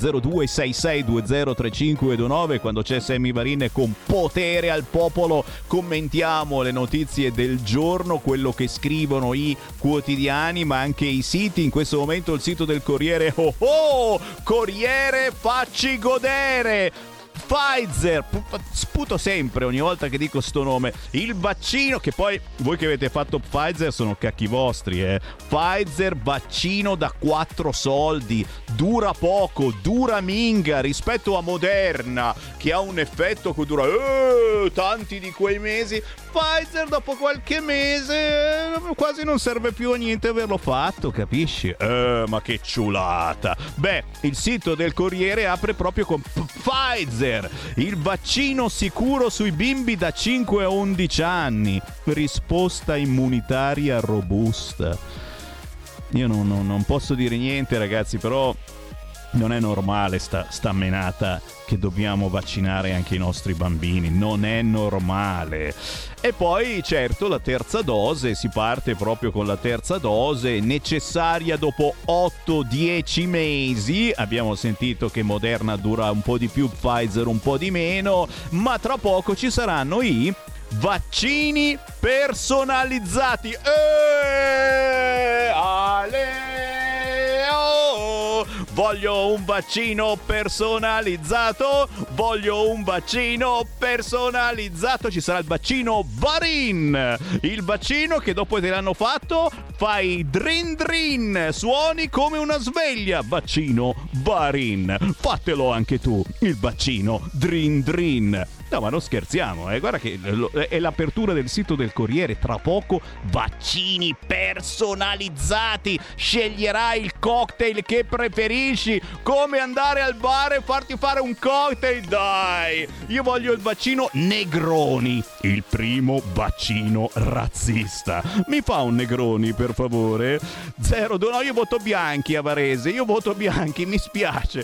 0266203529 quando c'è Sammy Varin con Potere al Popolo. Commentiamo le notizie del giorno, quello che scrivono i quotidiani ma anche i siti. In questo momento il sito del Corriere, Corriere facci godere. Pfizer, sputo sempre ogni volta che dico sto nome, il vaccino, che poi voi che avete fatto Pfizer sono cacchi vostri, Pfizer, vaccino da 4 soldi, dura poco, dura minga rispetto a Moderna che ha un effetto che dura tanti di quei mesi. Pfizer dopo qualche mese quasi non serve più a niente averlo fatto, capisci? Ma che ciulata. Beh, il sito del Corriere apre proprio con Pfizer, il vaccino sicuro sui bimbi da 5 a 11 anni, risposta immunitaria robusta. Io non posso dire niente, ragazzi, però non è normale sta menata che dobbiamo vaccinare anche i nostri bambini, non è normale. E poi certo la terza dose, si parte proprio con la terza dose necessaria dopo 8-10 mesi. Abbiamo sentito che Moderna dura un po' di più, Pfizer un po' di meno, ma tra poco ci saranno i vaccini personalizzati. Voglio un vaccino personalizzato. Ci sarà il vaccino Varin, il vaccino che dopo che l'hanno fatto fai drin drin, suoni come una sveglia. Vaccino Varin, fatelo anche tu, il vaccino drin drin. No, ma non scherziamo, guarda che è l'apertura del sito del Corriere. Tra poco vaccini personalizzati. Sceglierai il cocktail che preferisci, come andare al bar e farti fare un cocktail. Dai, io voglio il vaccino Negroni, il primo vaccino razzista. Mi fa un Negroni, per favore? No, io voto Bianchi a Varese, mi spiace.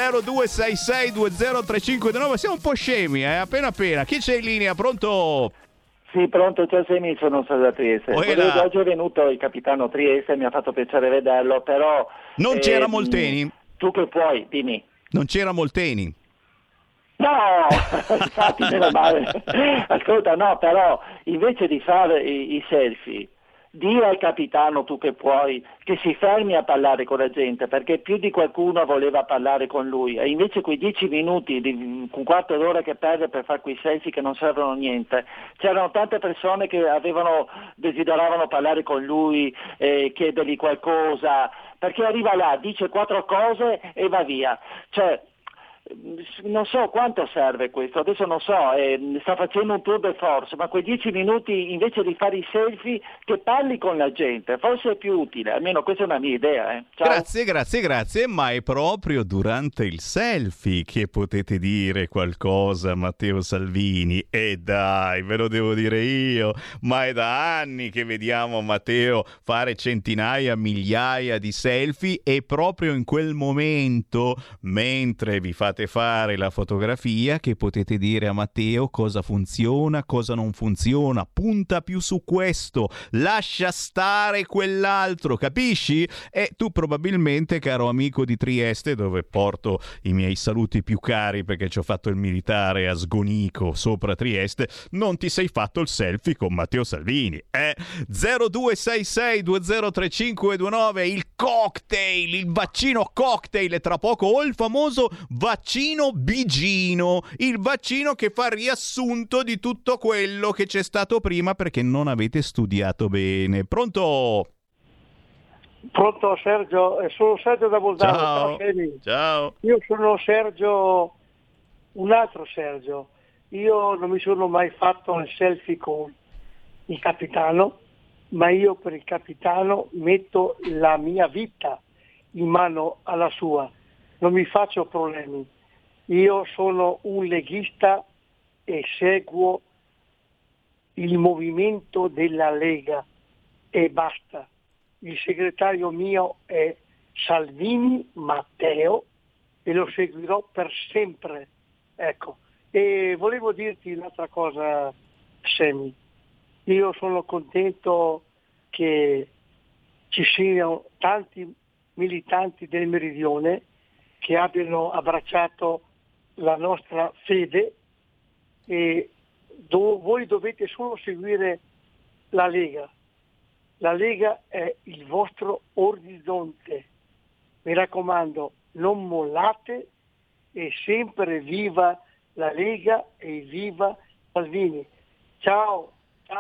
0266203529. Siamo un po' scemi, appena. Chi c'è in linea? Pronto? Sì, pronto, ciao Semi, sono da Trieste. Oggi è venuto il capitano Trieste, mi ha fatto piacere vederlo, però... Non c'era Molteni? Tu che puoi, dimmi. Non c'era Molteni? No, infatti meno male. Ascolta, no, però invece di fare i selfie Di al capitano, tu che puoi, che si fermi a parlare con la gente, perché più di qualcuno voleva parlare con lui, e invece quei 10 minuti, un quarto d'ora che perde per fare quei selfie che non servono a niente. C'erano tante persone che desideravano parlare con lui, chiedergli qualcosa, perché arriva là, dice 4 cose e va via. Cioè, non so quanto serve questo, adesso non so, sta facendo un tour de force, ma quei 10 minuti invece di fare i selfie, che parli con la gente, forse è più utile, almeno questa è una mia idea. Ciao. Grazie, ma è proprio durante il selfie che potete dire qualcosa, Matteo Salvini. E dai, ve lo devo dire io, ma è da anni che vediamo Matteo fare centinaia, migliaia di selfie, e proprio in quel momento, mentre vi fate fare la fotografia, che potete dire a Matteo cosa funziona, cosa non funziona, punta più su questo, lascia stare quell'altro, capisci? E tu probabilmente, caro amico di Trieste, dove porto i miei saluti più cari perché ci ho fatto il militare a Sgonico sopra Trieste, non ti sei fatto il selfie con Matteo Salvini. 0266203529, il cocktail, il vaccino cocktail, e tra poco o il famoso vaccino bigino, il vaccino che fa riassunto di tutto quello che c'è stato prima perché non avete studiato bene. Pronto? Pronto Sergio, sono Sergio da Bolzano. Ciao. Io sono Sergio, un altro Sergio. Io non mi sono mai fatto il selfie con il capitano, ma io per il capitano metto la mia vita in mano alla sua, non mi faccio problemi. Io sono un leghista e seguo il movimento della Lega e basta. Il segretario mio è Salvini Matteo e lo seguirò per sempre. Ecco. E volevo dirti un'altra cosa, Semi. Io sono contento che ci siano tanti militanti del Meridione che abbiano abbracciato la nostra fede, e voi dovete solo seguire la Lega. La Lega è il vostro orizzonte. Mi raccomando, non mollate, e sempre viva la Lega e viva Salvini. Ciao.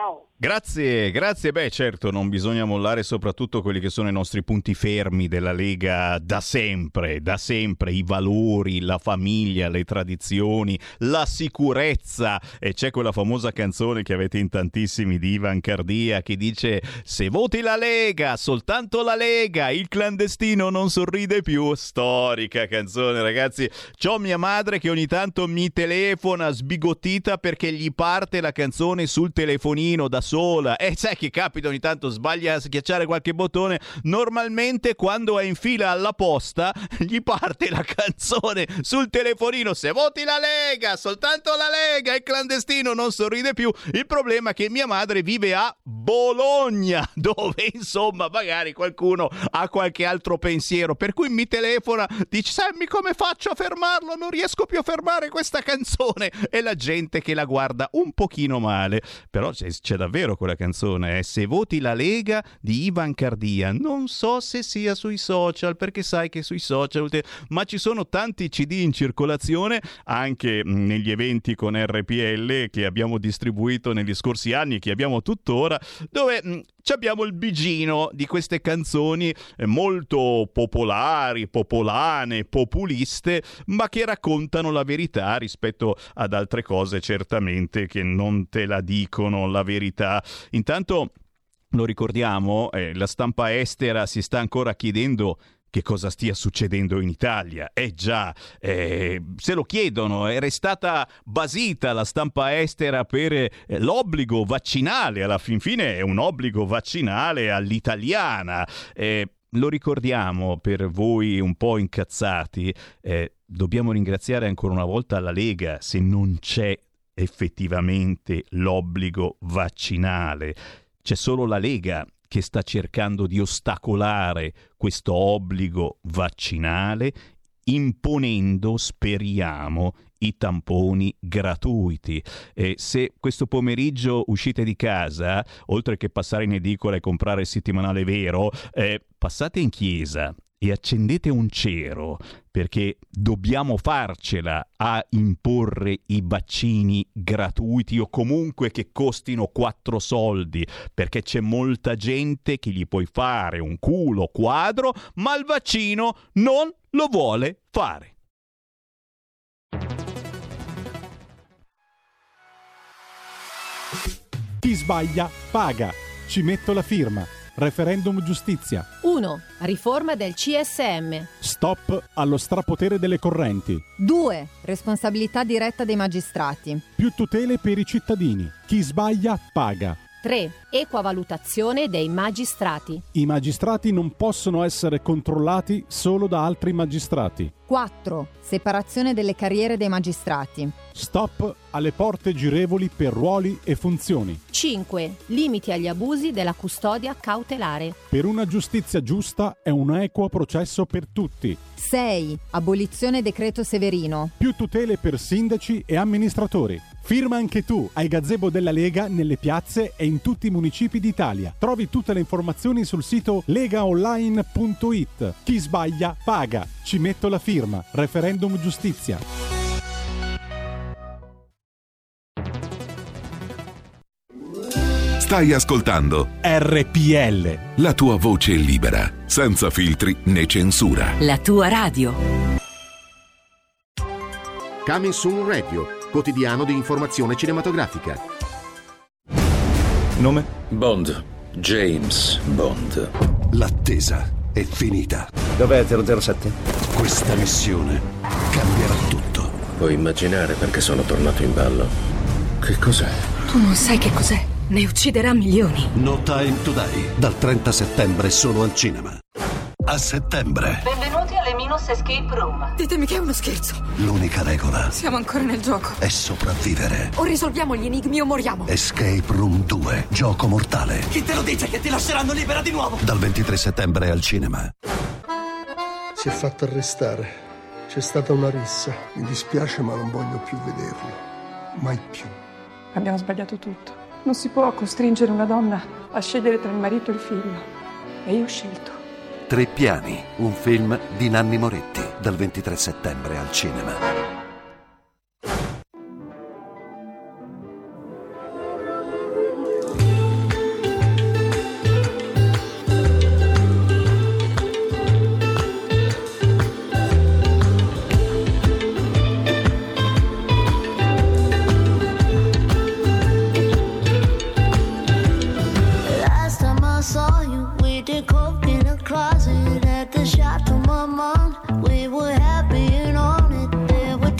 Grazie. Beh, certo, non bisogna mollare soprattutto quelli che sono i nostri punti fermi della Lega da sempre, i valori, la famiglia, le tradizioni, la sicurezza. E c'è quella famosa canzone che avete in tantissimi di Ivan Cardia che dice: se voti la Lega, soltanto la Lega, il clandestino non sorride più. Storica canzone, ragazzi. C'ho mia madre che ogni tanto mi telefona sbigottita perché gli parte la canzone sul telefonino da sola, e sai che capita ogni tanto, sbaglia a schiacciare qualche bottone, normalmente quando è in fila alla posta gli parte la canzone sul telefonino: se voti la Lega, soltanto la Lega, il clandestino non sorride più. Il problema è che mia madre vive a Bologna, dove insomma magari qualcuno ha qualche altro pensiero, per cui mi telefona, dice: Sammy, come faccio a fermarlo? Non riesco più a fermare questa canzone. E la gente che la guarda un pochino male. Però c'è davvero quella canzone, Se voti la Lega di Ivan Cardia. Non so se sia sui social, perché sai che sui social, ma ci sono tanti CD in circolazione anche negli eventi con RPL che abbiamo distribuito negli scorsi anni e che abbiamo tuttora, dove abbiamo il bigino di queste canzoni molto popolari, popolane, populiste, ma che raccontano la verità rispetto ad altre cose certamente che non te la dicono la verità. Intanto lo ricordiamo, la stampa estera si sta ancora chiedendo che cosa stia succedendo in Italia. Già, se lo chiedono. È restata basita la stampa estera per l'obbligo vaccinale. Alla fin fine è un obbligo vaccinale all'italiana. Lo ricordiamo per voi un po' incazzati. Dobbiamo ringraziare ancora una volta la Lega se non c'è effettivamente l'obbligo vaccinale. C'è solo la Lega che sta cercando di ostacolare questo obbligo vaccinale, imponendo, speriamo, i tamponi gratuiti. E se questo pomeriggio uscite di casa, oltre che passare in edicola e comprare il settimanale Vero, passate in chiesa e accendete un cero, perché dobbiamo farcela a imporre i vaccini gratuiti o comunque che costino 4 soldi, perché c'è molta gente che gli puoi fare un culo quadro, ma il vaccino non lo vuole fare. Chi sbaglia paga. Ci metto la firma. Referendum giustizia. 1. Riforma del CSM. Stop allo strapotere delle correnti. 2. Responsabilità diretta dei magistrati. Più tutele per i cittadini. Chi sbaglia paga. 3. Equa valutazione dei magistrati. I magistrati non possono essere controllati solo da altri magistrati. 4. Separazione delle carriere dei magistrati. Stop alle porte girevoli per ruoli e funzioni. 5. Limiti agli abusi della custodia cautelare. Per una giustizia giusta è un equo processo per tutti. 6. Abolizione decreto Severino. Più tutele per sindaci e amministratori. Firma anche tu ai gazebo della Lega nelle piazze e in tutti i municipi d'Italia. Trovi tutte le informazioni sul sito legaonline.it. Chi sbaglia paga. Ci metto la firma. Referendum giustizia. Stai ascoltando RPL. La tua voce libera, senza filtri né censura. La tua radio. Coming Soon Radio, quotidiano di informazione cinematografica. Nome? Bond. James Bond. L'attesa è finita. Dov'è 007? Questa missione cambierà tutto. Puoi immaginare perché sono tornato in ballo. Che cos'è? Tu non sai che cos'è. Ne ucciderà milioni. No Time to Die, dal 30 settembre solo al cinema. A settembre. Benvenuti alle Minus Escape Room. Ditemi che è uno scherzo. L'unica regola Siamo ancora nel gioco. è sopravvivere. O risolviamo gli enigmi o moriamo. Escape Room 2, gioco mortale. Chi te lo dice che ti lasceranno libera di nuovo? Dal 23 settembre al cinema. Si è fatto arrestare. C'è stata una rissa. Mi dispiace ma non voglio più vederlo. Mai più. Abbiamo sbagliato tutto. Non si può costringere una donna a scegliere tra il marito e il figlio. E io ho scelto. 3 piani, un film di Nanni Moretti, dal 23 settembre al cinema. Closet at the shop to my mom. We were happy and on it. There were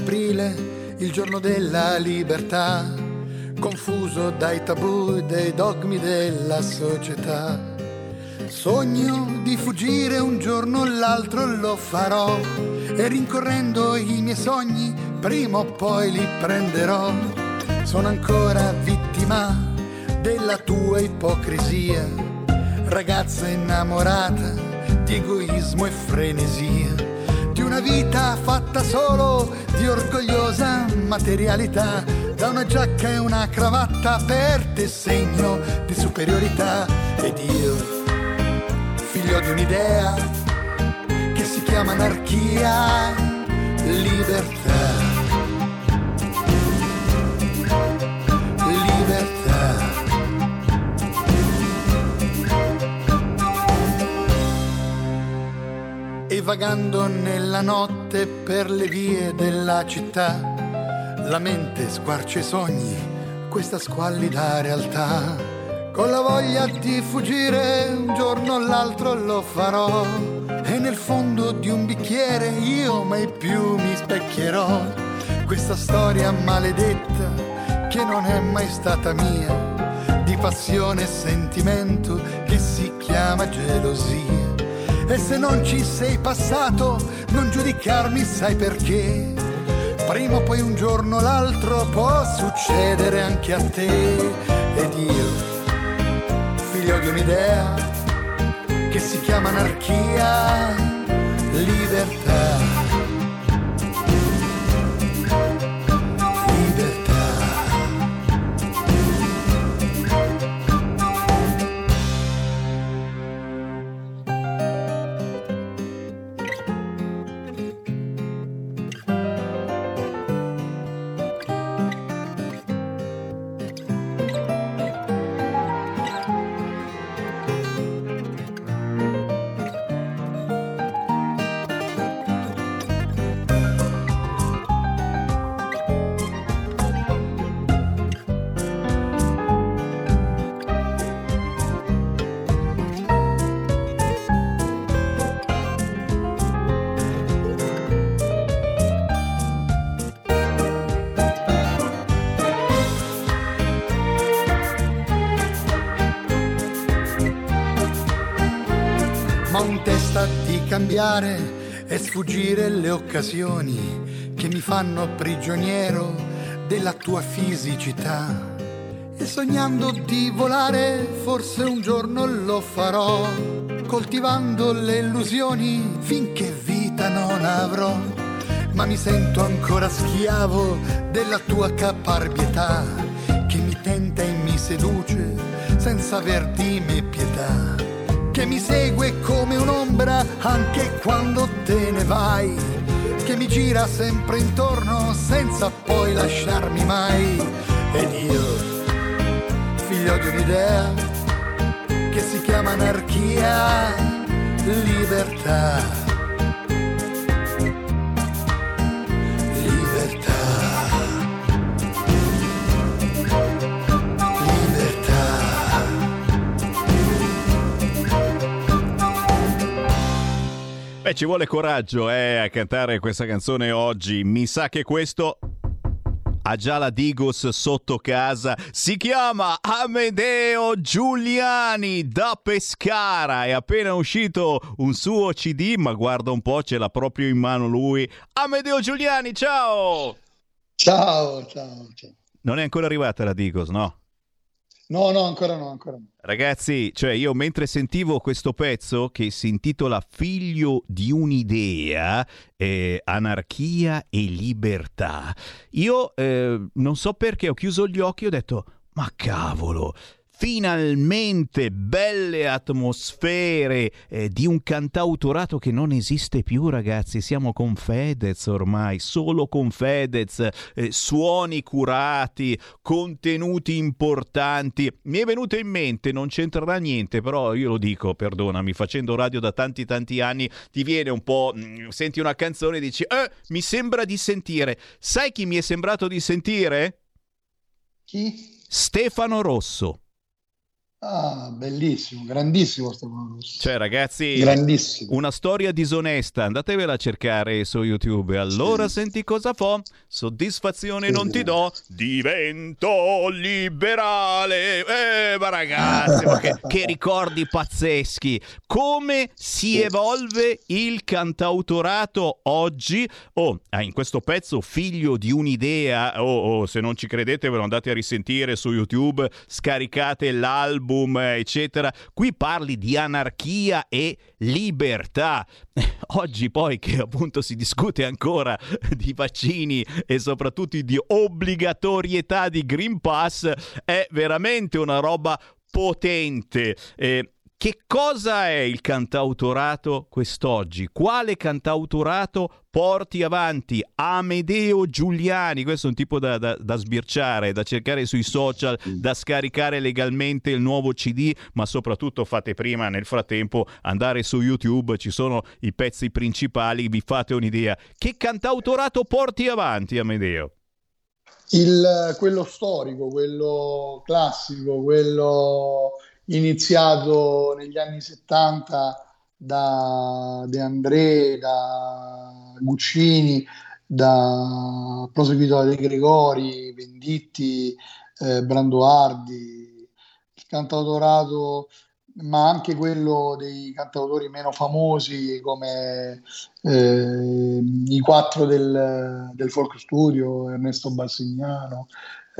aprile, il giorno della libertà, confuso dai tabù e dai dogmi della società. Sogno di fuggire un giorno o l'altro, lo farò, e rincorrendo i miei sogni prima o poi li prenderò. Sono ancora vittima della tua ipocrisia, ragazza innamorata di egoismo e frenesia, di una vita fatta solo di orgogliosa materialità, da una giacca e una cravatta per te segno di superiorità. Ed io, figlio di un'idea che si chiama anarchia, libertà. E vagando nella notte per le vie della città, la mente squarcia i sogni, questa squallida realtà. Con la voglia di fuggire un giorno o l'altro lo farò, e nel fondo di un bicchiere io mai più mi specchierò. Questa storia maledetta che non è mai stata mia, di passione e sentimento che si chiama gelosia. E se non ci sei passato, non giudicarmi, sai perché? Prima o poi un giorno o l'altro può succedere anche a te. Ed io, figlio di un'idea che si chiama anarchia, libertà. Ma ho in testa di cambiare e sfuggire le occasioni che mi fanno prigioniero della tua fisicità. E sognando di volare forse un giorno lo farò, coltivando le illusioni finché vita non avrò. Ma mi sento ancora schiavo della tua caparbietà, che mi tenta e mi seduce senza aver di me pietà, che mi segue come un'ombra anche quando te ne vai, che mi gira sempre intorno senza poi lasciarmi mai. Ed io, figlio di un'idea che si chiama anarchia, libertà. Beh, ci vuole coraggio a cantare questa canzone oggi. Mi sa che questo ha già la Digos sotto casa. Si chiama Amedeo Giuliani da Pescara. È appena uscito un suo CD, ma guarda un po', ce l'ha proprio in mano lui. Amedeo Giuliani, ciao! Ciao. Non è ancora arrivata la Digos, no? No, ancora no. Ragazzi, cioè io mentre sentivo questo pezzo che si intitola Figlio di un'idea, anarchia e libertà, io non so perché ho chiuso gli occhi e ho detto, ma cavolo, finalmente belle atmosfere di un cantautorato che non esiste più, ragazzi. Siamo con Fedez ormai, solo con Fedez, suoni curati, contenuti importanti. Mi è venuto in mente, non c'entrerà niente, però io lo dico, perdonami, facendo radio da tanti anni ti viene un po', senti una canzone e dici mi sembra di sentire. Sai chi mi è sembrato di sentire? Chi? Stefano Rosso. Bellissimo, grandissimo Stefano Rossi. Cioè, ragazzi, grandissimo. Una storia disonesta, andatevela a cercare su YouTube. Allora senti cosa fa? Soddisfazione non ti do, divento liberale. Ma ragazzi, ma che ricordi pazzeschi. Come si evolve il cantautorato oggi? In questo pezzo, figlio di un'idea, se non ci credete ve lo andate a risentire su YouTube, scaricate l'album, eccetera. Qui parli di anarchia e libertà. Oggi poi che appunto si discute ancora di vaccini e soprattutto di obbligatorietà di Green Pass, è veramente una roba potente. Che cosa è il cantautorato quest'oggi? Quale cantautorato porti avanti? Amedeo Giuliani, questo è un tipo da sbirciare, da cercare sui social, da scaricare legalmente il nuovo CD, ma soprattutto fate prima, nel frattempo, andare su YouTube, ci sono i pezzi principali, vi fate un'idea. Che cantautorato porti avanti, Amedeo? Quello storico, quello classico, quello iniziato negli anni 70 da De André, da Guccini, proseguito da De Gregori, Venditti, Branduardi, il cantautorato, ma anche quello dei cantautori meno famosi come i quattro del Folk Studio, Ernesto Bassignano,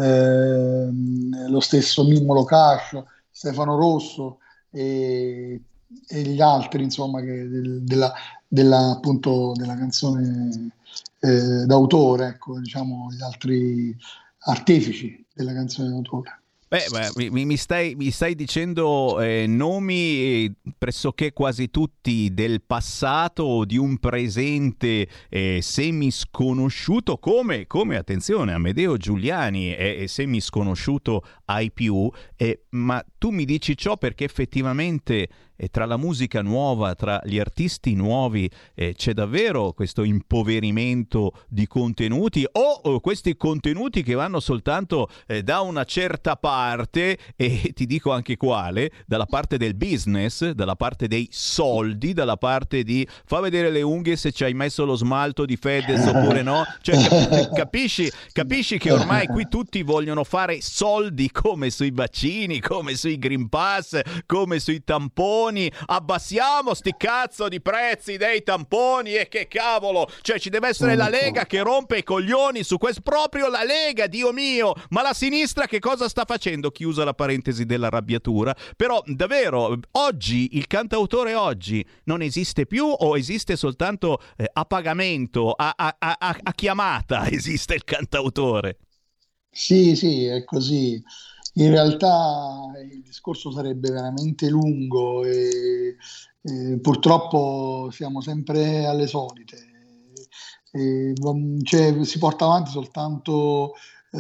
lo stesso Mimmo Locascio, Stefano Rosso e gli altri, insomma, appunto della canzone d'autore, ecco, diciamo, gli altri artefici della canzone d'autore. Mi stai dicendo nomi pressoché quasi tutti del passato o di un presente semi sconosciuto, come attenzione, Amedeo Giuliani è semi sconosciuto ai più, ma tu mi dici ciò perché effettivamente tra la musica nuova, tra gli artisti nuovi, c'è davvero questo impoverimento di contenuti o questi contenuti che vanno soltanto da una certa parte, e ti dico anche quale, dalla parte del business, dalla parte dei soldi, dalla parte di fa vedere le unghie se ci hai messo lo smalto di Fedez oppure no, cioè capisci che ormai qui tutti vogliono fare soldi, come sui vaccini, come sui Green Pass, come sui tamponi. Abbassiamo sti cazzo di prezzi dei tamponi e che cavolo, cioè ci deve essere la Lega che rompe i coglioni su questo, proprio la Lega, Dio mio, ma la sinistra che cosa sta facendo? Chiusa la parentesi dell'arrabbiatura, però davvero oggi il cantautore oggi non esiste più o esiste soltanto a pagamento, a chiamata esiste il cantautore? Sì, è così. In realtà il discorso sarebbe veramente lungo e purtroppo siamo sempre alle solite. Si porta avanti soltanto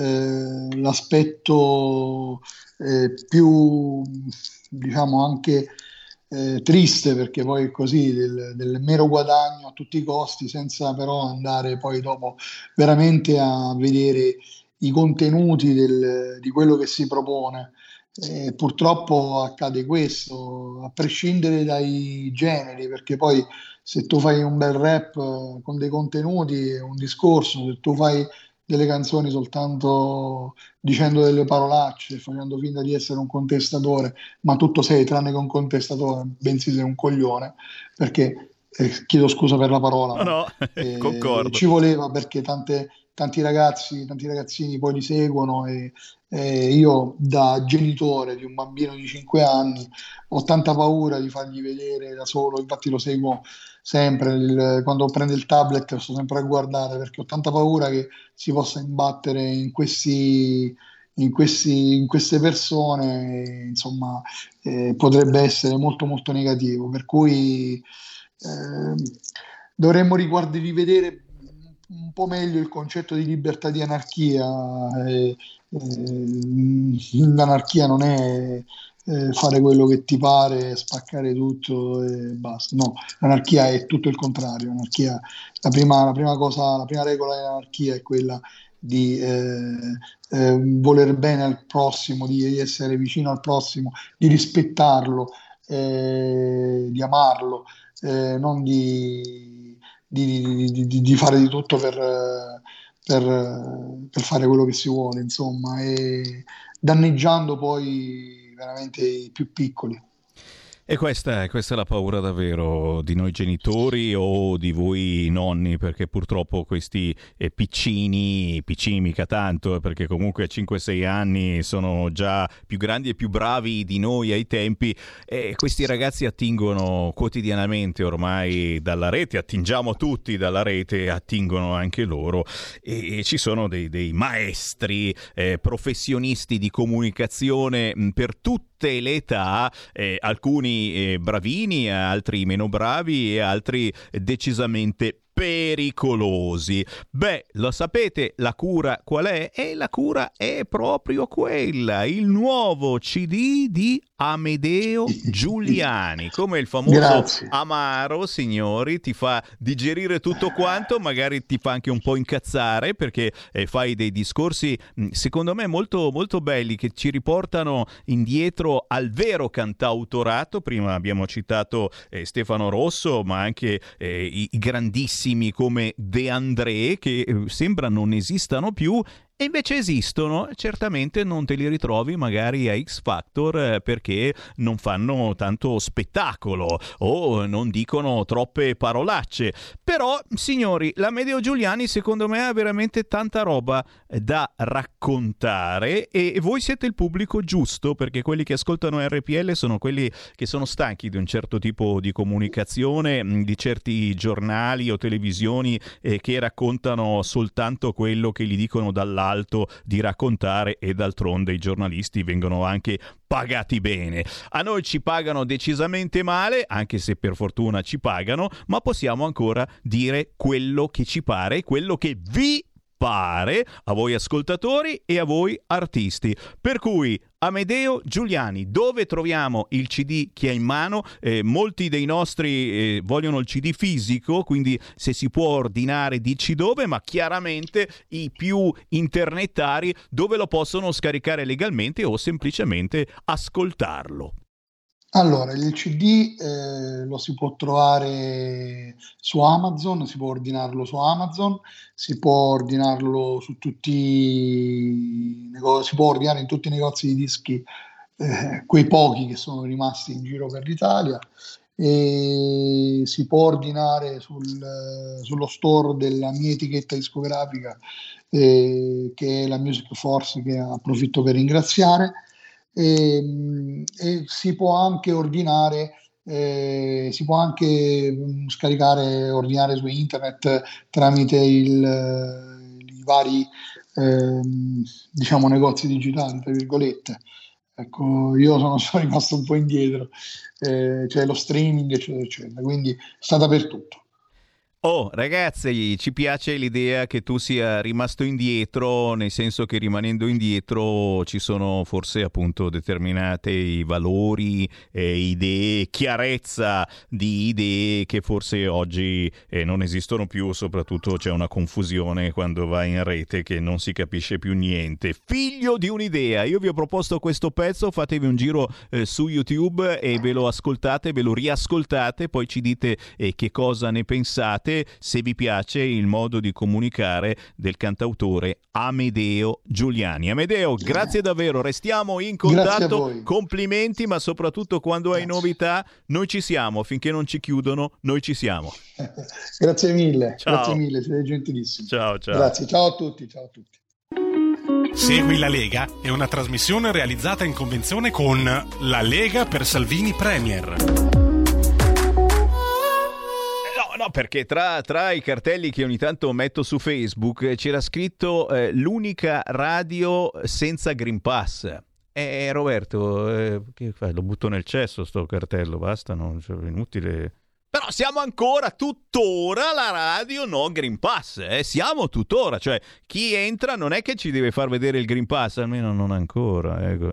l'aspetto più, diciamo, anche triste, perché poi è così, del mero guadagno a tutti i costi, senza però andare poi dopo veramente a vedere i contenuti di quello che si propone. Purtroppo accade questo, a prescindere dai generi, perché poi se tu fai un bel rap con dei contenuti è un discorso, se tu fai delle canzoni soltanto dicendo delle parolacce, facendo finta di essere un contestatore, ma tutto sei tranne che un contestatore, bensì sei un coglione, perché chiedo scusa per la parola, no, concordo. Ci voleva, perché tanti ragazzini poi li seguono e io da genitore di un bambino di 5 anni ho tanta paura di fargli vedere da solo, infatti lo seguo sempre, quando prende il tablet sto sempre a guardare, perché ho tanta paura che si possa imbattere in queste persone, insomma, potrebbe essere molto molto negativo, per cui dovremmo rivedere un po' meglio il concetto di libertà di anarchia. L'anarchia non è fare quello che ti pare, spaccare tutto e basta. No, l'anarchia è tutto il contrario. L'anarchia, la prima regola dell'anarchia è quella voler bene al prossimo, di essere vicino al prossimo, di rispettarlo, di amarlo, non di fare di tutto per fare quello che si vuole, insomma, e danneggiando poi veramente i più piccoli. E questa è la paura davvero di noi genitori o di voi nonni, perché purtroppo questi piccini mica tanto, perché comunque a 5-6 anni sono già più grandi e più bravi di noi ai tempi, e questi ragazzi attingono quotidianamente ormai dalla rete, attingiamo tutti dalla rete, attingono anche loro, e ci sono dei maestri, professionisti di comunicazione per tutte le età, alcuni bravini, altri meno bravi e altri decisamente pericolosi. Beh, lo sapete la cura qual è? E la cura è proprio quella, il nuovo CD di Amedeo Giuliani, come il famoso Amaro, signori, ti fa digerire tutto quanto, magari ti fa anche un po' incazzare, perché fai dei discorsi secondo me molto, molto belli, che ci riportano indietro al vero cantautorato. Prima abbiamo citato Stefano Rosso, ma anche i grandissimi come De André, che sembra non esistano più, e invece esistono. Certamente non te li ritrovi magari a X Factor perché non fanno tanto spettacolo o non dicono troppe parolacce. Però, signori, l'Amedeo Giuliani secondo me ha veramente tanta roba da raccontare, e voi siete il pubblico giusto, perché quelli che ascoltano RPL sono quelli che sono stanchi di un certo tipo di comunicazione, di certi giornali o televisioni che raccontano soltanto quello che gli dicono dall'alto di raccontare, e d'altronde i giornalisti vengono anche pagati bene. A noi ci pagano decisamente male, anche se per fortuna ci pagano, ma possiamo ancora dire quello che ci pare, quello che vi pare, a voi ascoltatori e a voi artisti. Per cui Amedeo Giuliani, dove troviamo il CD che ha in mano? Molti dei nostri vogliono il CD fisico, quindi se si può ordinare dici dove, ma chiaramente i più internetari dove lo possono scaricare legalmente o semplicemente ascoltarlo. Allora, il CD lo si può trovare su Amazon, si può ordinarlo su Amazon, si può ordinarlo su tutti si può ordinare in tutti i negozi di dischi, quei pochi che sono rimasti in giro per l'Italia, e si può ordinare sullo store della mia etichetta discografica, che è la Music Force, che approfitto per ringraziare. E si può anche ordinare, si può anche scaricare, ordinare su internet tramite i vari diciamo negozi digitali, tra virgolette. Ecco, io sono rimasto un po' indietro, cioè lo streaming eccetera eccetera, quindi sta dappertutto. Oh, ragazzi, ci piace l'idea che tu sia rimasto indietro, nel senso che rimanendo indietro ci sono forse appunto determinati valori, idee, chiarezza di idee che forse oggi non esistono più, soprattutto c'è una confusione quando vai in rete che non si capisce più niente. Figlio di un'idea, io vi ho proposto questo pezzo, fatevi un giro su YouTube e ve lo ascoltate, ve lo riascoltate, poi ci dite che cosa ne pensate, se vi piace il modo di comunicare del cantautore Amedeo Giuliani. Amedeo, grazie davvero, restiamo in contatto, complimenti, ma soprattutto quando hai novità noi ci siamo, finché non ci chiudono noi ci siamo. Grazie mille, ciao. Grazie mille, siete gentilissimi. Ciao, ciao. Grazie, ciao a tutti, ciao a tutti. Segui la Lega è una trasmissione realizzata in convenzione con La Lega per Salvini Premier. No, perché tra i cartelli che ogni tanto metto su Facebook c'era scritto l'unica radio senza Green Pass. Roberto, che fai? Lo butto nel cesso sto cartello, basta, no? Cioè, inutile. Però siamo ancora tuttora la radio no Green Pass, siamo tuttora, cioè chi entra non è che ci deve far vedere il Green Pass, almeno non ancora, ecco.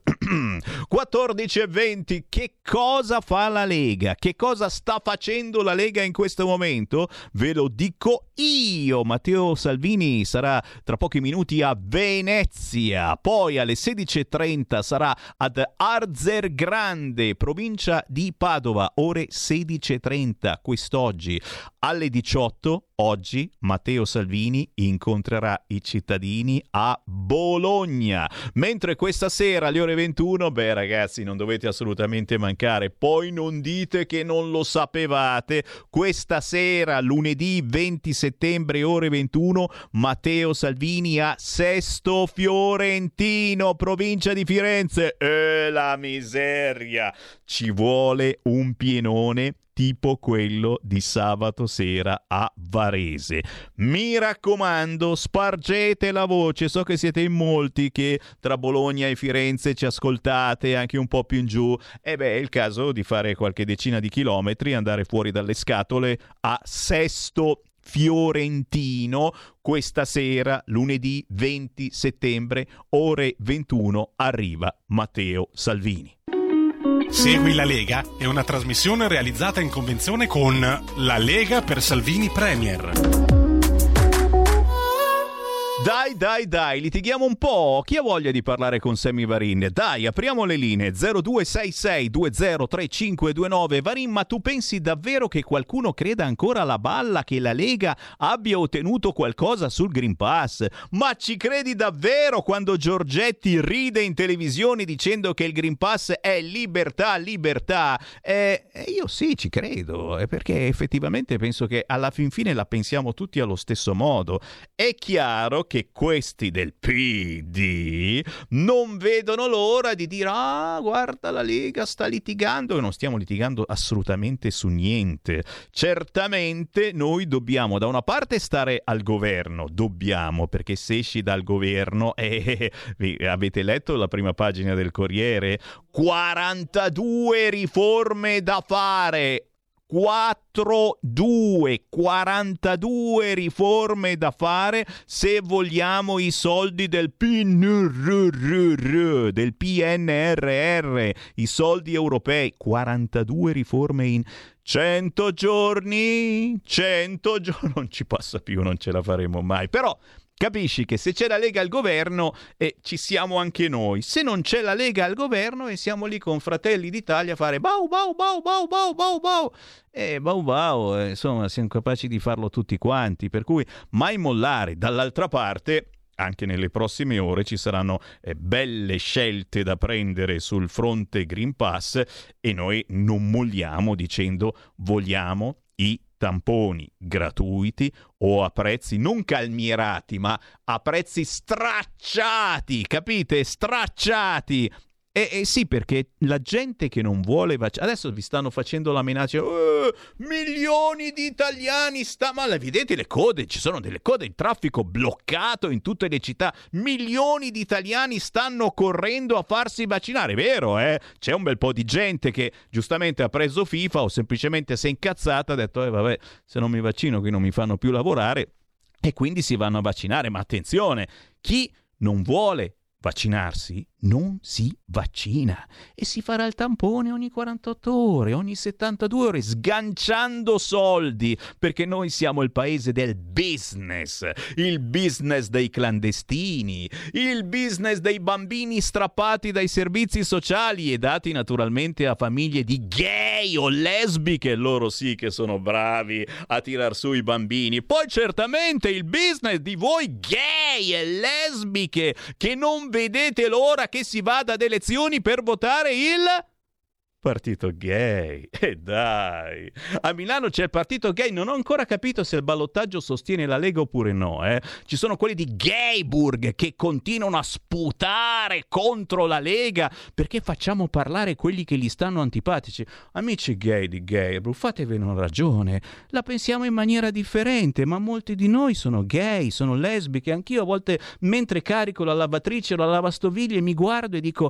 14:20, che cosa fa la Lega? Che cosa sta facendo la Lega in questo momento? Ve lo dico io. Matteo Salvini sarà tra pochi minuti a Venezia, poi alle 16:30 sarà ad Arzergrande, provincia di Padova, ore 16:30 quest'oggi. Alle 18 oggi Matteo Salvini incontrerà i cittadini a Bologna, mentre questa sera alle ore 21, ragazzi, non dovete assolutamente mancare, poi non dite che non lo sapevate, questa sera lunedì 20 settembre ore 21 Matteo Salvini a Sesto Fiorentino, provincia di Firenze. La miseria, ci vuole un pienone tipo quello di sabato sera a Varese. Mi raccomando, spargete la voce, so che siete in molti che tra Bologna e Firenze ci ascoltate anche un po' più in giù, è il caso di fare qualche decina di chilometri, andare fuori dalle scatole a Sesto Fiorentino questa sera, lunedì 20 settembre, ore 21, arriva Matteo Salvini. Segui la Lega è una trasmissione realizzata in convenzione con La Lega per Salvini Premier. Dai, litighiamo un po'. Chi ha voglia di parlare con Sammy Varin? Dai, apriamo le linee. 0266203529. Varin, ma tu pensi davvero che qualcuno creda ancora alla balla che la Lega abbia ottenuto qualcosa sul Green Pass? Ma ci credi davvero quando Giorgetti ride in televisione dicendo che il Green Pass è libertà? Io sì, ci credo, perché effettivamente penso che alla fin fine la pensiamo tutti allo stesso modo. È chiaro che questi del PD non vedono l'ora di dire guarda, la Lega sta litigando, e non stiamo litigando assolutamente su niente. Certamente noi dobbiamo da una parte stare al governo, perché se esci dal governo avete letto la prima pagina del Corriere? 42 riforme da fare. 42 riforme da fare se vogliamo i soldi del PNRR, i soldi europei. 42 riforme in 100 giorni, non ci passa più, non ce la faremo mai. Però capisci che se c'è la Lega al governo ci siamo anche noi. Se non c'è la Lega al governo e siamo lì con Fratelli d'Italia a fare bau bau bau bau bau bau bau. Insomma, siamo capaci di farlo tutti quanti, per cui mai mollare. Dall'altra parte, anche nelle prossime ore ci saranno belle scelte da prendere sul fronte Green Pass e noi non molliamo dicendo vogliamo i tamponi gratuiti o a prezzi non calmierati, ma a prezzi stracciati, capite? Stracciati. Sì, perché la gente che non vuole vaccinare, adesso vi stanno facendo la minaccia, milioni di italiani ma vedete le code, ci sono delle code, il traffico bloccato in tutte le città, milioni di italiani stanno correndo a farsi vaccinare, vero? C'è un bel po' di gente che giustamente ha preso FIFA o semplicemente si è incazzata, ha detto vabbè, se non mi vaccino qui non mi fanno più lavorare, e quindi si vanno a vaccinare. Ma attenzione, chi non vuole vaccinarsi non si vaccina e si farà il tampone ogni 48 ore, ogni 72 ore, sganciando soldi, perché noi siamo il paese del business, il business dei clandestini, il business dei bambini strappati dai servizi sociali e dati naturalmente a famiglie di gay o lesbiche, loro sì che sono bravi a tirar su i bambini. Poi certamente il business di voi gay e lesbiche che non vedete l'ora che si vada ad elezioni per votare il partito gay. E dai, a Milano c'è il partito gay, non ho ancora capito se il ballottaggio sostiene la Lega oppure no, Ci sono quelli di Gayburg che continuano a sputare contro la Lega perché facciamo parlare quelli che gli stanno antipatici. Amici gay di Gayburg, fatevi una ragione, la pensiamo in maniera differente, ma molti di noi sono gay, sono lesbiche. Anch'io a volte mentre carico la lavatrice o la lavastoviglie mi guardo e dico: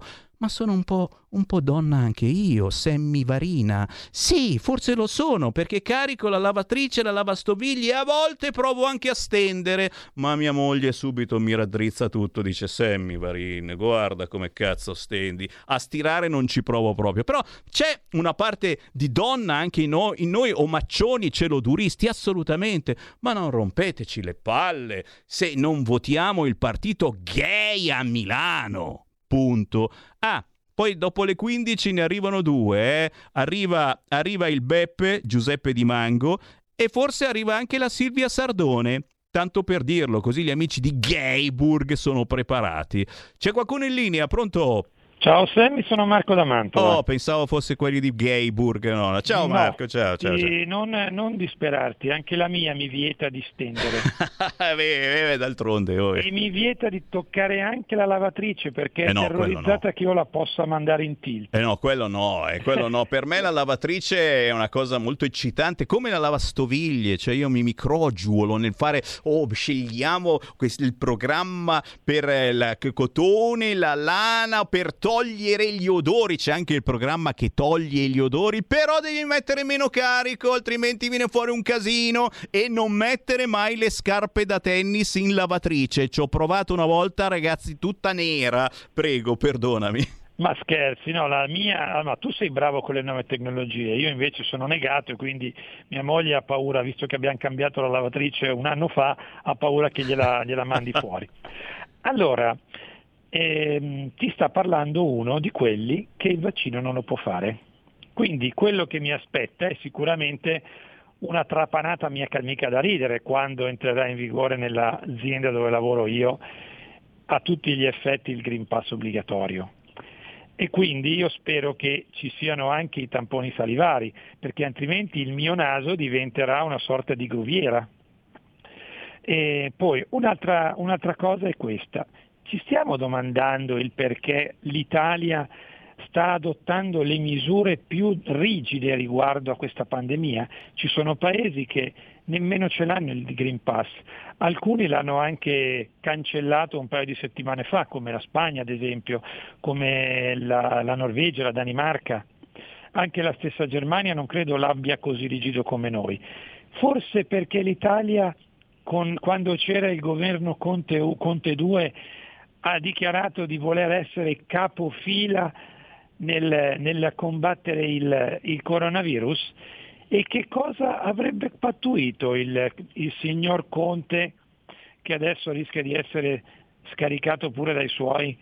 ma sono un po' donna anche io, semmivarina. Sì, forse lo sono, perché carico la lavatrice e la lavastoviglie e a volte provo anche a stendere, ma mia moglie subito mi raddrizza tutto, dice semmivarina, guarda come cazzo stendi. A stirare non ci provo proprio, però c'è una parte di donna anche in noi omaccioni celoduristi, assolutamente, ma non rompeteci le palle se non votiamo il partito gay a Milano. Punto. Poi dopo le 15 ne arrivano due. Arriva il Beppe, Giuseppe Di Mango, e forse arriva anche la Silvia Sardone. Tanto per dirlo, così gli amici di Gayburg sono preparati. C'è qualcuno in linea? Pronto? Ciao Sammy, sono Marco da Mantova. Oh, pensavo fosse quelli di Gayburg. No. Ciao Marco, ciao. Non disperarti, anche la mia mi vieta di stendere. D'altronde. E mi vieta di toccare anche la lavatrice perché è terrorizzata che io la possa mandare in tilt. No, quello no. Per me la lavatrice è una cosa molto eccitante, come la lavastoviglie, cioè io mi crogiuolo nel fare, scegliamo il programma per il cotone, la lana, per togliere gli odori, c'è anche il programma che toglie gli odori, però devi mettere meno carico, altrimenti viene fuori un casino. E non mettere mai le scarpe da tennis in lavatrice, ci ho provato una volta, ragazzi, tutta nera, prego, perdonami. Ma scherzi, no, la mia, ma tu sei bravo con le nuove tecnologie, io invece sono negato e quindi mia moglie ha paura, visto che abbiamo cambiato la lavatrice un anno fa, ha paura che gliela mandi fuori. Allora, ti sta parlando uno di quelli che il vaccino non lo può fare. Quindi quello che mi aspetta è sicuramente una trapanata mica da ridere quando entrerà in vigore nell'azienda dove lavoro io a tutti gli effetti il Green Pass obbligatorio. E quindi io spero che ci siano anche i tamponi salivari, perché altrimenti il mio naso diventerà una sorta di gruviera. E poi un'altra cosa è questa. Ci stiamo domandando il perché l'Italia sta adottando le misure più rigide riguardo a questa pandemia. Ci sono paesi che nemmeno ce l'hanno il Green Pass, alcuni l'hanno anche cancellato un paio di settimane fa, come la Spagna ad esempio, come la Norvegia, la Danimarca, anche la stessa Germania non credo l'abbia così rigido come noi. Forse perché l'Italia, quando c'era il governo Conte 2, ha dichiarato di voler essere capofila nel combattere il coronavirus. E che cosa avrebbe pattuito il signor Conte, che adesso rischia di essere scaricato pure dai suoi,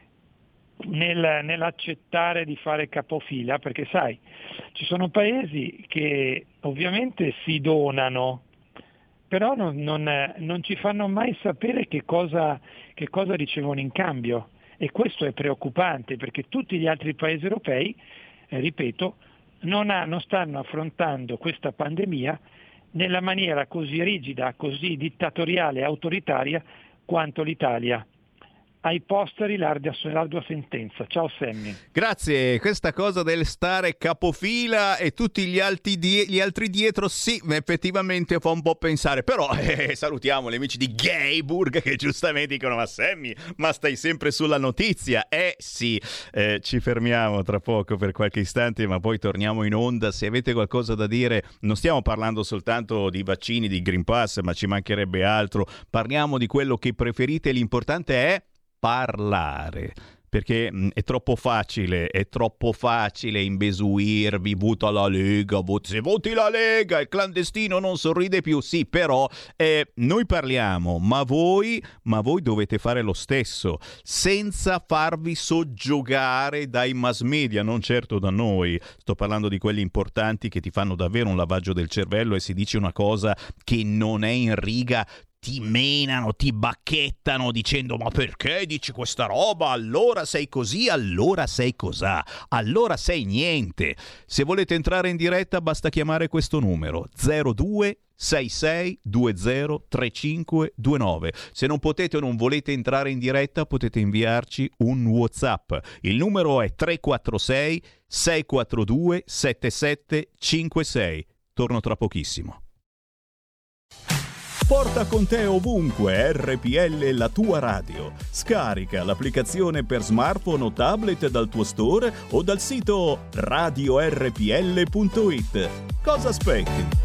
nell'accettare di fare capofila? Perché sai, ci sono paesi che ovviamente si donano, però non ci fanno mai sapere che cosa ricevono in cambio, e questo è preoccupante perché tutti gli altri paesi europei, ripeto, non stanno affrontando questa pandemia nella maniera così rigida, così dittatoriale e autoritaria quanto l'Italia. Ai posteri l'ardua sentenza. Ciao Sammy. Grazie. Questa cosa del stare capofila e tutti gli altri dietro, sì, effettivamente fa un po' pensare. Però salutiamo gli amici di Gayburg che giustamente dicono: ma Sammy, ma stai sempre sulla notizia? Sì, ci fermiamo tra poco per qualche istante, ma poi torniamo in onda. Se avete qualcosa da dire, non stiamo parlando soltanto di vaccini, di Green Pass, ma ci mancherebbe altro. Parliamo di quello che preferite, l'importante è parlare, perché è troppo facile imbesuirvi, vota la Lega, se voti la Lega il clandestino non sorride più. Sì, però noi parliamo, ma voi dovete fare lo stesso, senza farvi soggiogare dai mass media, non certo da noi. Sto parlando di quelli importanti che ti fanno davvero un lavaggio del cervello, e si dice una cosa che non è in riga, ti menano, ti bacchettano dicendo: ma perché dici questa roba? Allora sei così, allora sei cosà, allora sei niente. Se volete entrare in diretta basta chiamare questo numero 0266203529. Se non potete o non volete entrare in diretta, potete inviarci un WhatsApp. Il numero è 346 642 7756. Torno tra pochissimo. Porta con te ovunque RPL, la tua radio. Scarica l'applicazione per smartphone o tablet dal tuo store o dal sito radiorpl.it. Cosa aspetti?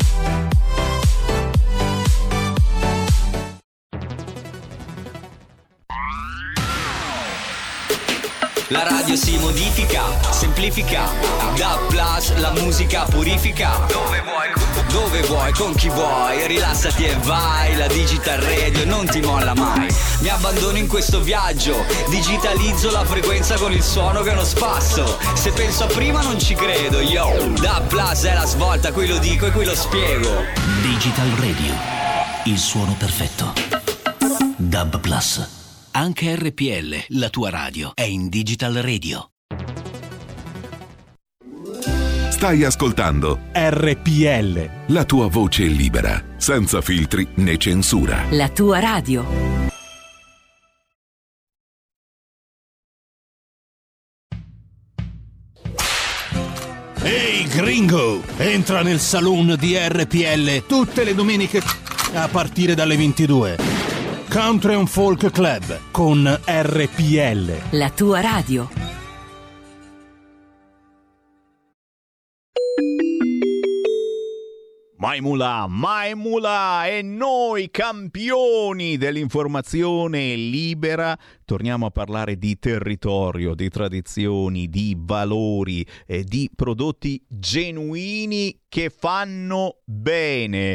La radio si modifica, semplifica, da plus la musica purifica. Dove vuoi, con chi vuoi, rilassati e vai. La Digital Radio non ti molla mai. Mi abbandono in questo viaggio, digitalizzo la frequenza con il suono che è uno spasso. Se penso a prima non ci credo, yo. Da plus è la svolta, qui lo dico e qui lo spiego. Digital Radio, il suono perfetto. DAB Plus. Anche RPL, la tua radio, è in Digital Radio. Stai ascoltando RPL, la tua voce libera, senza filtri né censura. La tua radio. Ehi gringo, entra nel saloon di RPL tutte le domeniche a partire dalle 22. Country and Folk Club con RPL. La tua radio. Maimula e noi campioni dell'informazione libera torniamo a parlare di territorio, di tradizioni, di valori, di prodotti genuini che fanno bene.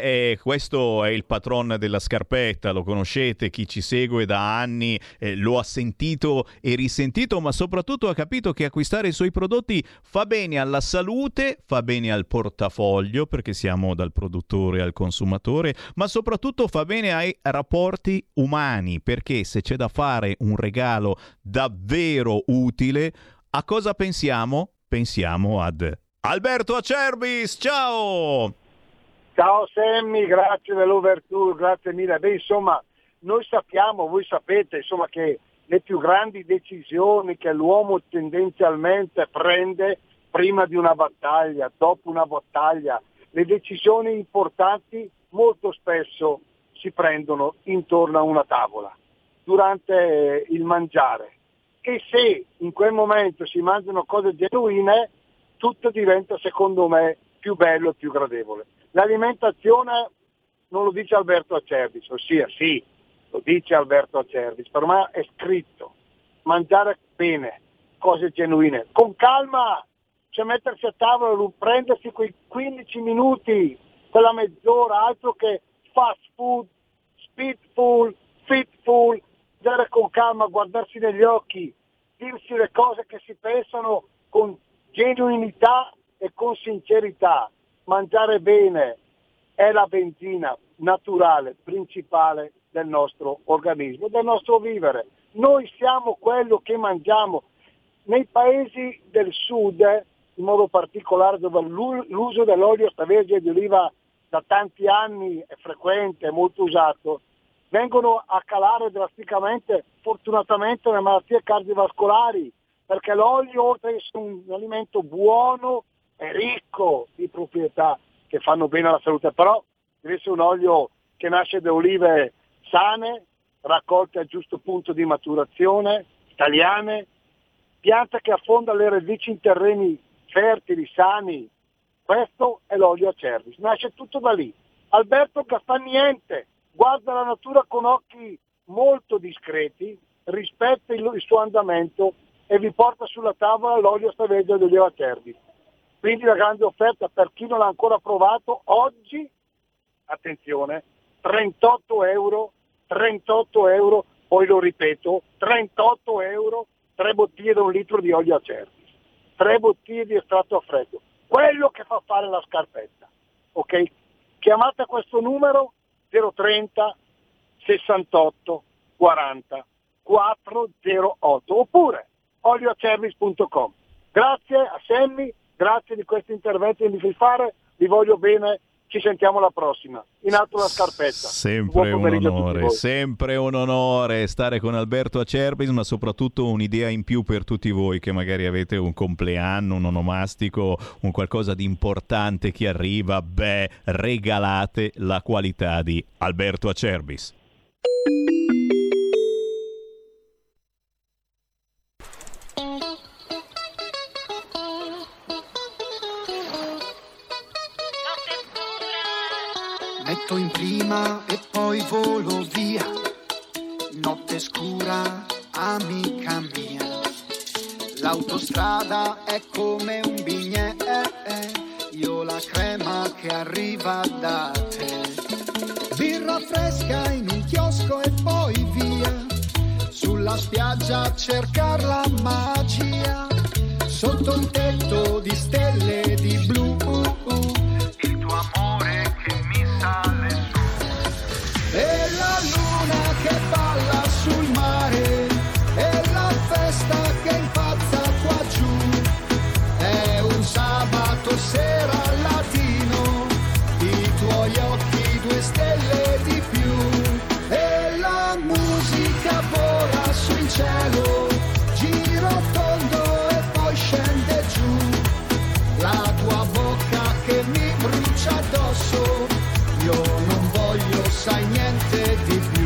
Questo è il patron della scarpetta, lo conoscete, chi ci segue da anni lo ha sentito e risentito, ma soprattutto ha capito che acquistare i suoi prodotti fa bene alla salute, fa bene al portafoglio, perché siamo dal produttore al consumatore, ma soprattutto fa bene ai rapporti umani, perché se c'è da fare un regalo davvero utile, a cosa pensiamo? Pensiamo ad Alberto Acerbis. Ciao! Ciao Sammy, grazie dell'overture, grazie mille. Insomma, noi sappiamo, voi sapete, insomma, che le più grandi decisioni che l'uomo tendenzialmente prende prima di una battaglia, dopo una battaglia, le decisioni importanti molto spesso si prendono intorno a una tavola, durante il mangiare. E se in quel momento si mangiano cose genuine, tutto diventa, secondo me, più bello e più gradevole. L'alimentazione non lo dice Alberto Acerbis, ossia sì, lo dice Alberto Acerbis, per me è scritto: mangiare bene, cose genuine, con calma, cioè mettersi a tavola, prendersi quei 15 minuti, quella mezz'ora, altro che fast food, speedful, fitful, mangiare con calma, guardarsi negli occhi, dirsi le cose che si pensano con genuinità e con sincerità. Mangiare bene è la benzina naturale, principale del nostro organismo, del nostro vivere. Noi siamo quello che mangiamo. Nei paesi del sud, in modo particolare dove l'uso dell'olio extravergine di oliva da tanti anni è frequente, è molto usato, vengono a calare drasticamente, fortunatamente, le malattie cardiovascolari, perché l'olio, oltre ad essere un alimento buono, è ricco di proprietà che fanno bene alla salute, però deve essere un olio che nasce da olive sane, raccolte al giusto punto di maturazione, italiane, pianta che affonda le radici in terreni fertili, sani. Questo è l'olio Acerbis, nasce tutto da lì. Alberto che fa niente, guarda la natura con occhi molto discreti, rispetta il suo andamento e vi porta sulla tavola l'olio extravergine di oliva Acerbis. Quindi la grande offerta per chi non l'ha ancora provato, oggi, attenzione, 38 euro, poi lo ripeto, 38 euro, 3 bottiglie da 1 litro di olio Acerbis, 3 bottiglie di estratto a freddo, quello che fa fare la scarpetta, ok? Chiamate questo numero 030 68 40 408 oppure olioacerbis.com. Grazie a Sammy, grazie di questo intervento che mi fai fare, vi voglio bene ci sentiamo la prossima. In alto la scarpetta. Sempre un onore stare con Alberto Acerbis, ma soprattutto un'idea in più per tutti voi che magari avete un compleanno, un onomastico, un qualcosa di importante che arriva. Beh, regalate la qualità di Alberto Acerbis. Metto in prima e poi volo via, notte scura, amica mia. L'autostrada è come un bignè, io la crema che arriva da te. Birra fresca in un chiosco e poi via, sulla spiaggia a cercar la magia, sotto un tetto di stelle di blu, il tuo amore che mi sale su. E la luna che balla sul mare, e la festa che impazza qua giù. È un sabato sera latino, i tuoi occhi 2 stelle di più. E la musica vola sul cielo, giro tondo e poi scende giù. La tua bocca che mi brucia addosso, io non voglio, sai, niente di più.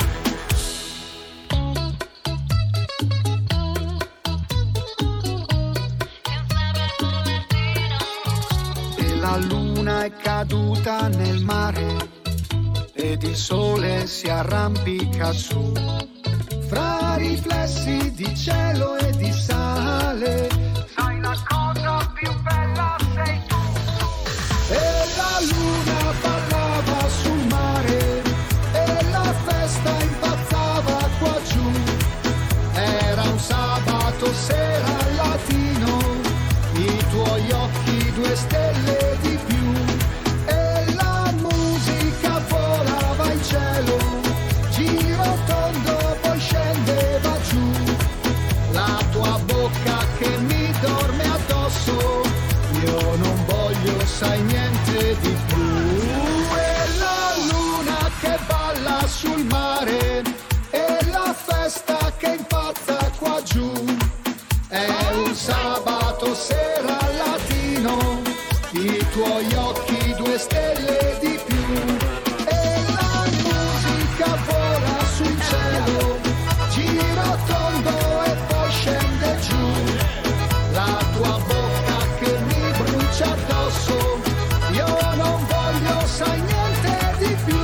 E la luna è caduta nel mare, ed il sole si arrampica su, fra riflessi di cielo e di sale. Sai, la cosa più bella sei tu. E la luna ballava sul mare, e la festa impazzava qua giù. Era un sabato sera latino, i tuoi occhi 2 stelle di più. E la musica volava in cielo, giro tondo poi scendeva giù. La tua bocca che mi dorme addosso, io non voglio, sai, niente di più. E la luna che balla sul mare, e la festa che impazza qua giù. È un sabato sera latino, i tuoi occhi 2 stelle di più. E la musica vola sul cielo, gira tondo e poi scende giù. La tua bocca che mi brucia addosso, io non voglio, sai, niente di più.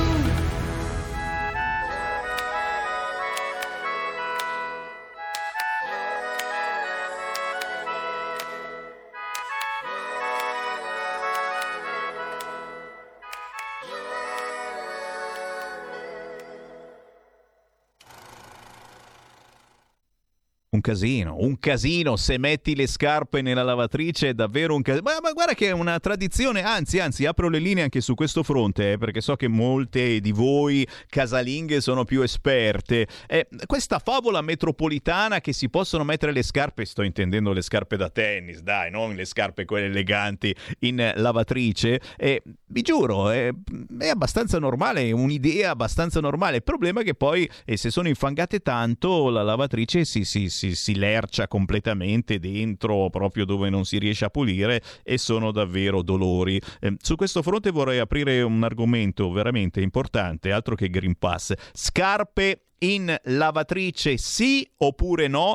Un casino, se metti le scarpe nella lavatrice è davvero un casino. Ma guarda che è una tradizione, anzi apro le linee anche su questo fronte, perché so che molte di voi casalinghe sono più esperte. Questa favola metropolitana che si possono mettere le scarpe, sto intendendo le scarpe da tennis, dai, non le scarpe quelle eleganti in lavatrice, vi giuro, è abbastanza normale, è un'idea abbastanza normale. Il problema è che poi, se sono infangate tanto, la lavatrice si lercia completamente dentro, proprio dove non si riesce a pulire, e sono davvero dolori. Su questo fronte vorrei aprire un argomento veramente importante, altro che Green Pass. Scarpe in lavatrice sì oppure no?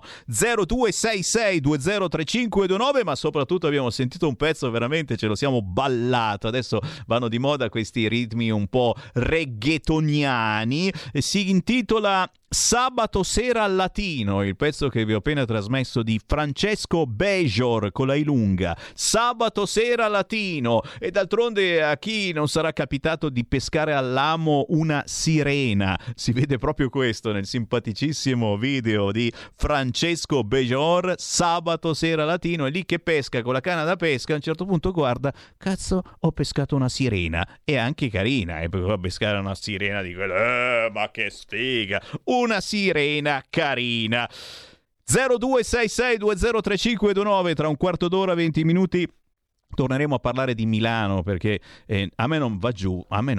0266203529. Ma soprattutto abbiamo sentito un pezzo, veramente ce lo siamo ballato. Adesso vanno di moda questi ritmi un po' reggaetoniani, si intitola Sabato sera latino, il pezzo che vi ho appena trasmesso di Francesco Bejor con la I lunga. Sabato sera latino. E d'altronde, a chi non sarà capitato di pescare all'amo una sirena? Si vede proprio questo nel simpaticissimo video di Francesco Bejor, Sabato sera latino. È lì che pesca con la canna da pesca, a un certo punto guarda, cazzo, ho pescato una sirena. E anche carina, perché pescare una sirena di quella, ma che sfiga, una sirena carina. 0266203529. Tra un quarto d'ora, 20 minuti Torneremo a parlare di Milano perché a me non va giù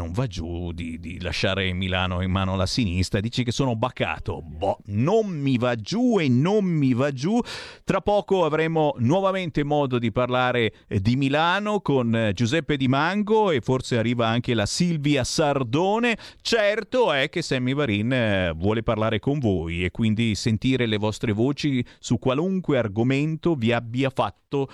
di lasciare Milano in mano alla sinistra. Dici che sono bacato? Boh, non mi va giù e non mi va giù. Tra poco avremo nuovamente modo di parlare di Milano con Giuseppe Di Mango e forse arriva anche la Silvia Sardone. Certo è che Sammy Varin vuole parlare con voi e quindi sentire le vostre voci su qualunque argomento vi abbia fatto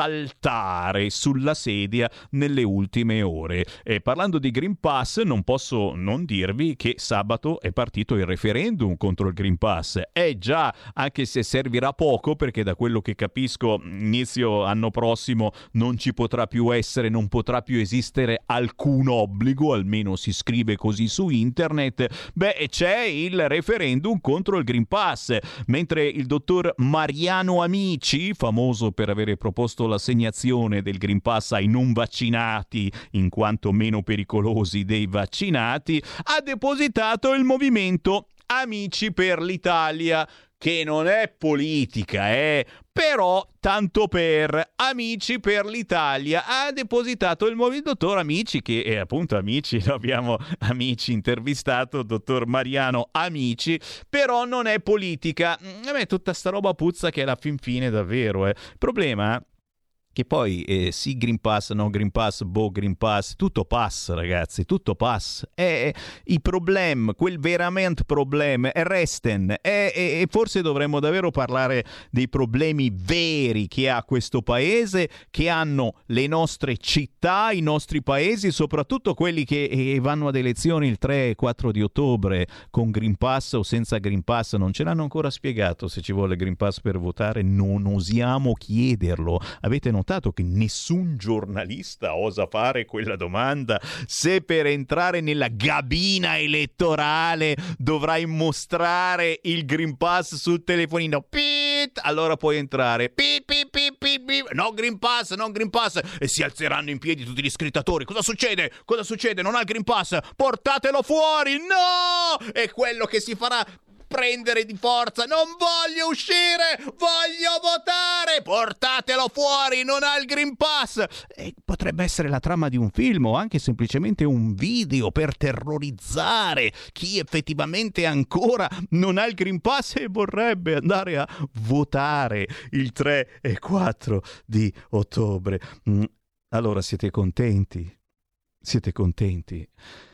saltare sulla sedia nelle ultime ore. E parlando di Green Pass, non posso non dirvi che sabato è partito il referendum contro il Green Pass. Già, anche se servirà poco, perché da quello che capisco inizio anno prossimo non ci potrà più essere, non potrà più esistere alcun obbligo, almeno si scrive così su internet. Beh, c'è il referendum contro il Green Pass, mentre il dottor Mariano Amici, famoso per avere proposto l'assegnazione del Green Pass ai non vaccinati in quanto meno pericolosi dei vaccinati, ha depositato il movimento Amici per l'Italia, che non è politica, però tanto per Amici per l'Italia ha depositato il dottor Amici, che è appunto Amici, lo abbiamo Amici intervistato, dottor Mariano Amici, però non è politica. A me tutta sta roba puzza che alla fin fine davvero il problema che poi sì Green Pass, no Green Pass, Green Pass, tutto pass ragazzi, tutto pass. I problemi, quel veramente problema, resten. E forse dovremmo davvero parlare dei problemi veri che ha questo paese, che hanno le nostre città, i nostri paesi, soprattutto quelli che vanno ad elezioni il 3 e 4 di ottobre, con Green Pass o senza Green Pass. Non ce l'hanno ancora spiegato se ci vuole Green Pass per votare, non osiamo chiederlo. Avete notato che nessun giornalista osa fare quella domanda? Se per entrare nella cabina elettorale dovrai mostrare il Green Pass sul telefonino, pit, allora puoi entrare, pit, pit, pit, pit, pit. No Green Pass, non Green Pass, e si alzeranno in piedi tutti gli scrittatori. Cosa succede? Cosa succede? Non ha il Green Pass? Portatelo fuori! No! È quello che si farà prendere di forza. Non voglio uscire, voglio votare, portatelo fuori, non ha il Green Pass. E potrebbe essere la trama di un film o anche semplicemente un video per terrorizzare chi effettivamente ancora non ha il Green Pass e vorrebbe andare a votare il 3 e 4 di ottobre. Allora siete contenti? Siete contenti?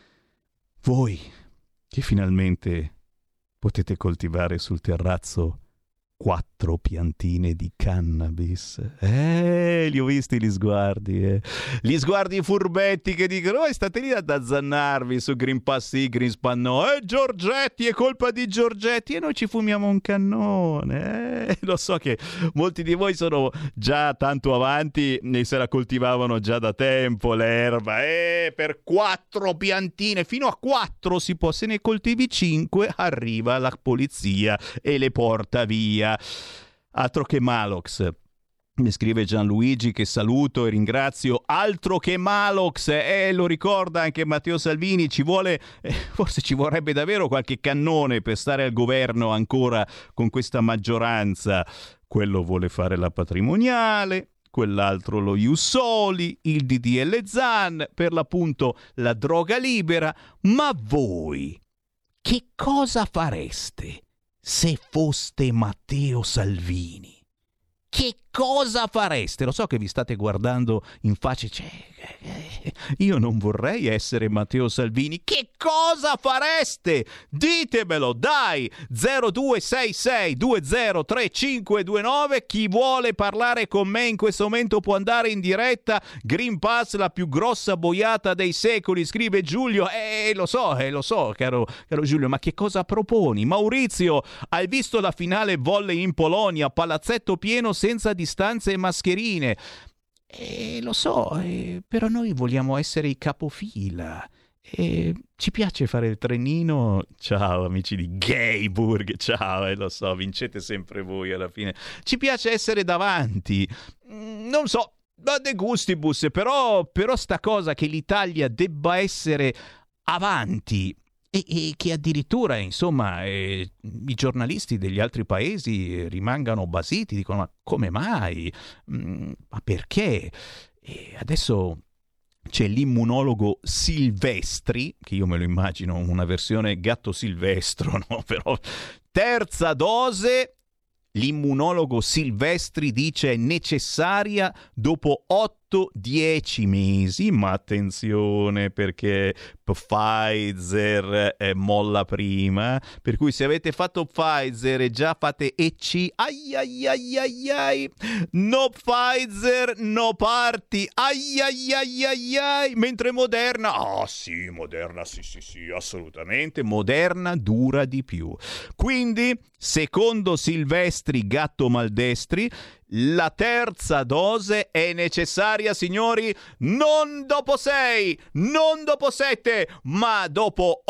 Voi che finalmente potete coltivare sul terrazzo 4 piantine di cannabis. Li ho visti gli sguardi. Gli sguardi furbetti che dicono: state lì ad azzannarvi su Green Pass sì, Green Pass no. Giorgetti, è colpa di Giorgetti. E noi ci fumiamo un cannone. Lo so che molti di voi sono già tanto avanti e se la coltivavano già da tempo l'erba. Per 4 piantine, fino a 4 si può. Se ne coltivi 5 arriva la polizia e le porta via. Altro che Malox, mi scrive Gianluigi, che saluto e ringrazio. Altro che Malox, lo ricorda anche Matteo Salvini. Ci vuole, forse ci vorrebbe davvero qualche cannone per stare al governo ancora con questa maggioranza. Quello vuole fare la patrimoniale, quell'altro lo Ius Soli, il DDL Zan, per l'appunto la droga libera. Ma voi che cosa fareste se foste Matteo Salvini? Che cosa fareste? Lo so che vi state guardando in faccia, io non vorrei essere Matteo Salvini. Che cosa fareste? Ditemelo, dai! 0266203529. Chi vuole parlare con me in questo momento può andare in diretta. Green Pass, la più grossa boiata dei secoli, scrive Giulio. Lo so, caro Giulio, ma che cosa proponi? Maurizio, hai visto la finale volley in Polonia? Palazzetto pieno senza distanze e mascherine. Lo so, però noi vogliamo essere i capofila. Ci piace fare il trenino. Ciao amici di Gayburg, ciao, lo so, vincete sempre voi alla fine. Ci piace essere davanti. Non so, de gustibus, però sta cosa che l'Italia debba essere avanti e che addirittura, insomma, i giornalisti degli altri paesi rimangano basiti, dicono: ma come mai? Ma perché? E adesso c'è l'immunologo Silvestri, che io me lo immagino una versione gatto silvestro, no? Però terza dose, l'immunologo Silvestri dice è necessaria dopo 8-10 mesi, ma attenzione perché Pfizer molla prima, per cui se avete fatto Pfizer e già fate EC, ai ai ai ai ai, no Pfizer, no party, ai ai ai ai ai, mentre Moderna, sì, Moderna, sì, assolutamente, Moderna dura di più. Quindi, secondo Silvestri, gatto maldestri, la terza dose è necessaria, signori, non dopo 6, non dopo 7, ma dopo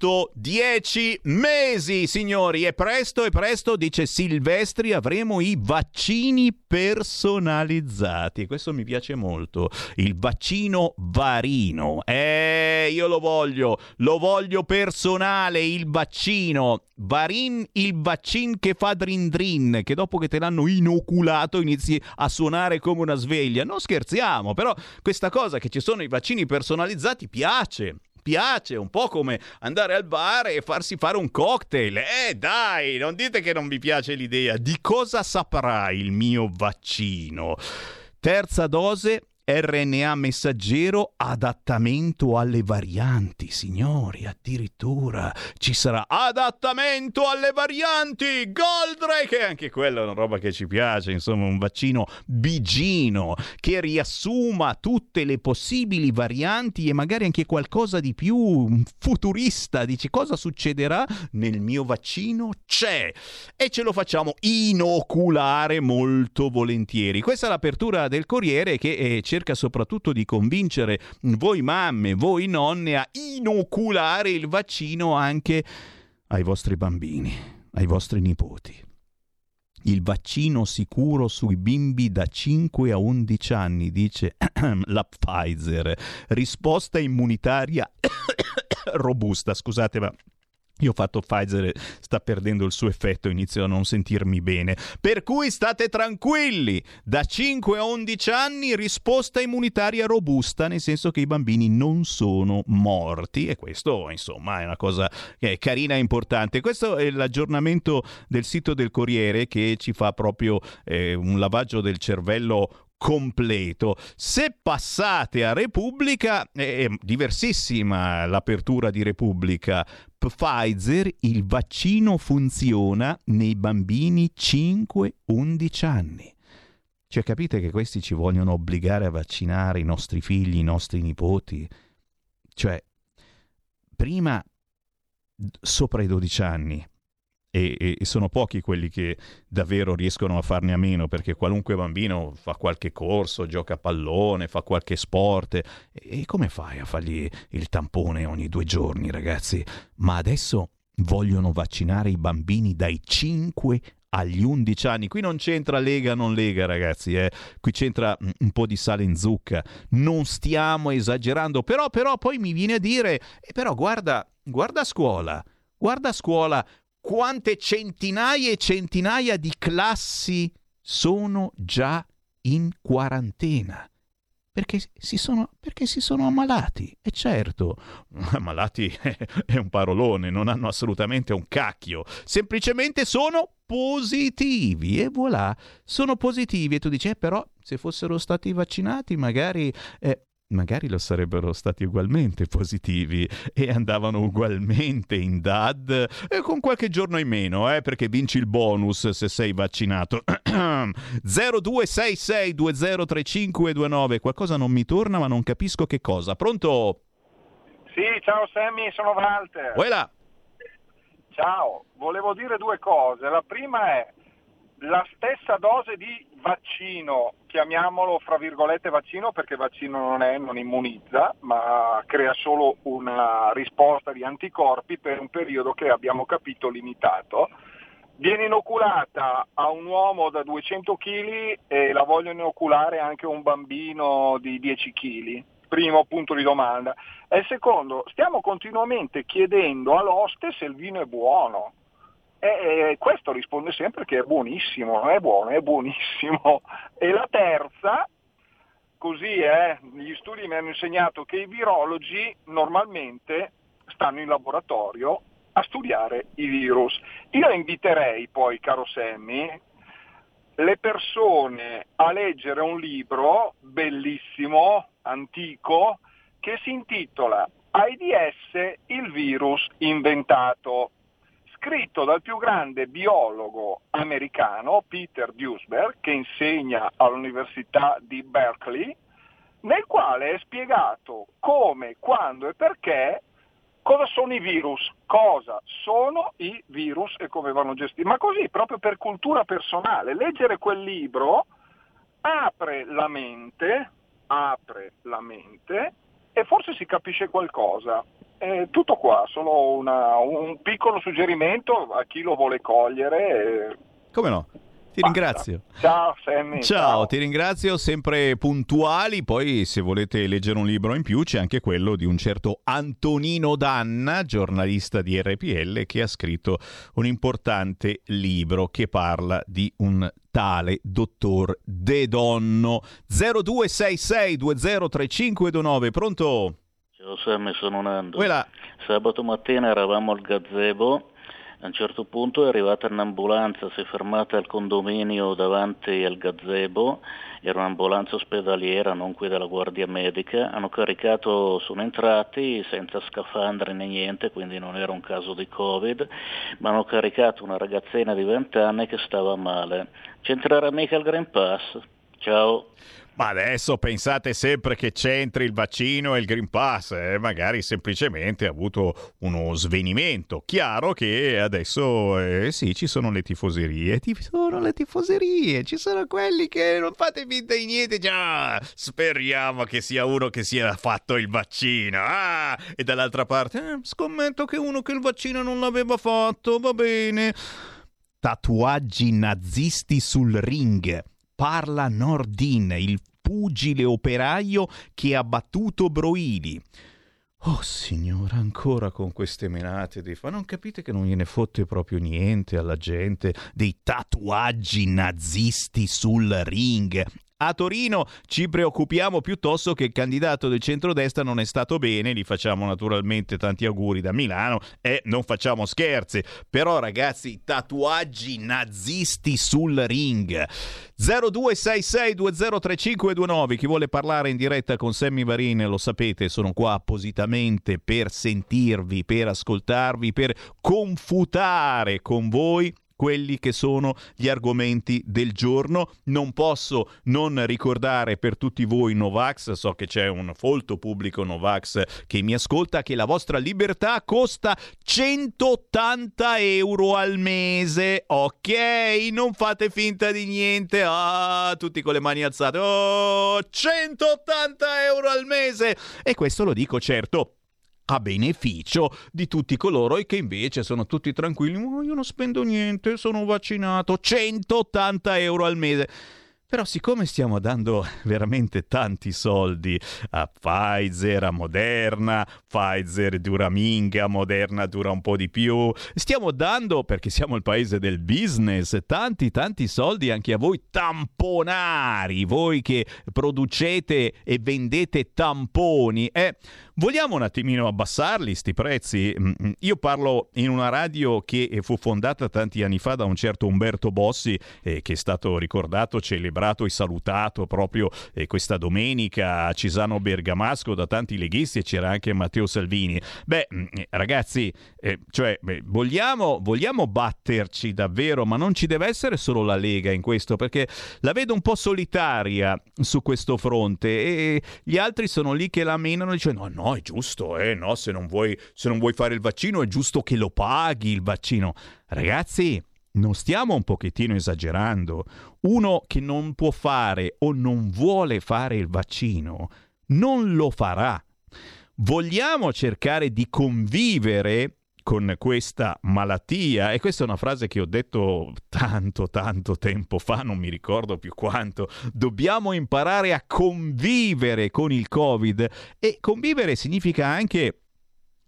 8-10 mesi, signori. E presto, dice Silvestri, avremo i vaccini personalizzati. Questo mi piace molto. Il vaccino varino. Io lo voglio personale, il vaccino. Varin, il vaccin che fa drin drin, che dopo che te l'hanno inoculato inizi a suonare come una sveglia. Non scherziamo, però questa cosa che ci sono i vaccini personalizzati piace, un po' come andare al bar e farsi fare un cocktail. Dai, non dite che non vi piace l'idea. Di cosa saprà il mio vaccino? Terza dose, RNA messaggero, adattamento alle varianti, signori, addirittura ci sarà adattamento alle varianti. Goldrake, anche quella è una roba che ci piace, insomma, un vaccino bigino che riassuma tutte le possibili varianti e magari anche qualcosa di più futurista. Dici, cosa succederà nel mio vaccino? C'è, e ce lo facciamo inoculare molto volentieri. Questa è l'apertura del Corriere, che cerca soprattutto di convincere voi mamme, voi nonne a inoculare il vaccino anche ai vostri bambini, ai vostri nipoti. Il vaccino sicuro sui bimbi da 5 a 11 anni, dice la Pfizer. Risposta immunitaria robusta. Scusate, ma io ho fatto Pfizer, sta perdendo il suo effetto, inizio a non sentirmi bene. Per cui state tranquilli, da 5 a 11 anni risposta immunitaria robusta, nel senso che i bambini non sono morti, e questo insomma è una cosa carina e importante. Questo è l'aggiornamento del sito del Corriere, che ci fa proprio un lavaggio del cervello completo. Se passate a Repubblica, è diversissima l'apertura di Repubblica. Pfizer, il vaccino funziona nei bambini 5-11 anni. Cioè, capite che questi ci vogliono obbligare a vaccinare i nostri figli, i nostri nipoti? Cioè, prima sopra i 12 anni. E sono pochi quelli che davvero riescono a farne a meno, perché qualunque bambino fa qualche corso, gioca a pallone, fa qualche sport, e come fai a fargli il tampone ogni 2 giorni, ragazzi? Ma adesso vogliono vaccinare i bambini dai 5 agli 11 anni. Qui non c'entra Lega non Lega, ragazzi, qui c'entra un po' di sale in zucca. Non stiamo esagerando, però poi mi viene a dire però guarda a scuola, quante centinaia e centinaia di classi sono già in quarantena perché si sono ammalati. E certo, ammalati è un parolone, non hanno assolutamente un cacchio, semplicemente sono positivi, e voilà, sono positivi. E tu dici però se fossero stati vaccinati magari lo sarebbero stati ugualmente positivi e andavano ugualmente in DAD, e con qualche giorno in meno, perché vinci il bonus se sei vaccinato. 0266203529. Qualcosa non mi torna, ma non capisco che cosa. Pronto? Sì, ciao Sammy, sono Walter. Voilà. Ciao, volevo dire 2 cose. La prima è la stessa dose di vaccino, chiamiamolo fra virgolette vaccino, perché vaccino non immunizza, ma crea solo una risposta di anticorpi per un periodo che abbiamo capito limitato. Viene inoculata a un uomo da 200 kg e la vogliono inoculare anche a un bambino di 10 kg. Primo punto di domanda. E il secondo, stiamo continuamente chiedendo all'oste se il vino è buono. E questo risponde sempre che è buonissimo, non è buono, è buonissimo. E la terza, così gli studi mi hanno insegnato che i virologi normalmente stanno in laboratorio a studiare i virus. Io inviterei poi, caro Sammy, le persone a leggere un libro bellissimo, antico, che si intitola AIDS, il virus inventato, scritto dal più grande biologo americano, Peter Duesberg, che insegna all'Università di Berkeley, nel quale è spiegato come, quando e perché cosa sono i virus, e come vanno gestiti, ma così proprio per cultura personale. Leggere quel libro apre la mente e forse si capisce qualcosa. Tutto qua, solo un piccolo suggerimento a chi lo vuole cogliere. Come no? Ti ringrazio. Ciao Sammy. Ciao, ti ringrazio, sempre puntuali. Poi se volete leggere un libro in più c'è anche quello di un certo Antonino Danna, giornalista di RPL, che ha scritto un importante libro che parla di un tale dottor De Donno. 0266203529. Pronto? Ciao Sammy, sono Nando. Quella. Sabato mattina eravamo al gazebo. A un certo punto è arrivata un'ambulanza, si è fermata al condominio davanti al gazebo, era un'ambulanza ospedaliera, non qui della guardia medica, hanno caricato, sono entrati senza scafandri né niente, quindi non era un caso di Covid, ma hanno caricato una ragazzina di 20 anni che stava male. C'entrerà mica il Green Pass? Ciao. Ma adesso pensate sempre che c'entri il vaccino e il Green Pass, magari semplicemente ha avuto uno svenimento. Chiaro che adesso sì, ci sono le tifoserie, ci sono quelli che non fate finta di niente, già speriamo che sia uno che sia fatto il vaccino, e dall'altra parte scommetto che uno che il vaccino non l'aveva fatto, va bene. Tatuaggi nazisti sul ring. Parla Nordin, il pugile operaio che ha battuto Broili. Oh signora, ancora con queste menate di non capite che non gliene fotte proprio niente alla gente dei tatuaggi nazisti sul ring. A Torino ci preoccupiamo piuttosto che il candidato del centrodestra non è stato bene, gli facciamo naturalmente tanti auguri da Milano e non facciamo scherzi, però ragazzi, tatuaggi nazisti sul ring. 0266203529, chi vuole parlare in diretta con Sammy Varin, lo sapete, sono qua appositamente per sentirvi, per ascoltarvi, per confutare con voi quelli che sono gli argomenti del giorno. Non posso non ricordare per tutti voi Novax, so che c'è un folto pubblico Novax che mi ascolta, che la vostra libertà costa 180 euro al mese, ok? Non fate finta di niente, tutti con le mani alzate, 180 euro al mese, e questo lo dico certo a beneficio di tutti coloro che invece sono tutti tranquilli, io non spendo niente, sono vaccinato, 180 euro al mese. Però siccome stiamo dando veramente tanti soldi a Pfizer, a Moderna, Pfizer dura minga, Moderna dura un po' di più, stiamo dando, perché siamo il paese del business, tanti soldi anche a voi tamponari, voi che producete e vendete tamponi. Vogliamo un attimino abbassarli sti prezzi? Io parlo in una radio che fu fondata tanti anni fa da un certo Umberto Bossi, che è stato ricordato, celebrato e salutato proprio questa domenica a Cesano Bergamasco da tanti leghisti, e c'era anche Matteo Salvini. Ragazzi, vogliamo batterci davvero, ma non ci deve essere solo la Lega in questo, perché la vedo un po' solitaria su questo fronte e gli altri sono lì che la menano dicendo no, è giusto, no, se non vuoi fare il vaccino è giusto che lo paghi il vaccino. Ragazzi, non stiamo un pochettino esagerando? Uno che non può fare o non vuole fare il vaccino non lo farà. Vogliamo cercare di convivere con questa malattia, e questa è una frase che ho detto tanto tempo fa, non mi ricordo più quanto. Dobbiamo imparare a convivere con il Covid, e convivere significa anche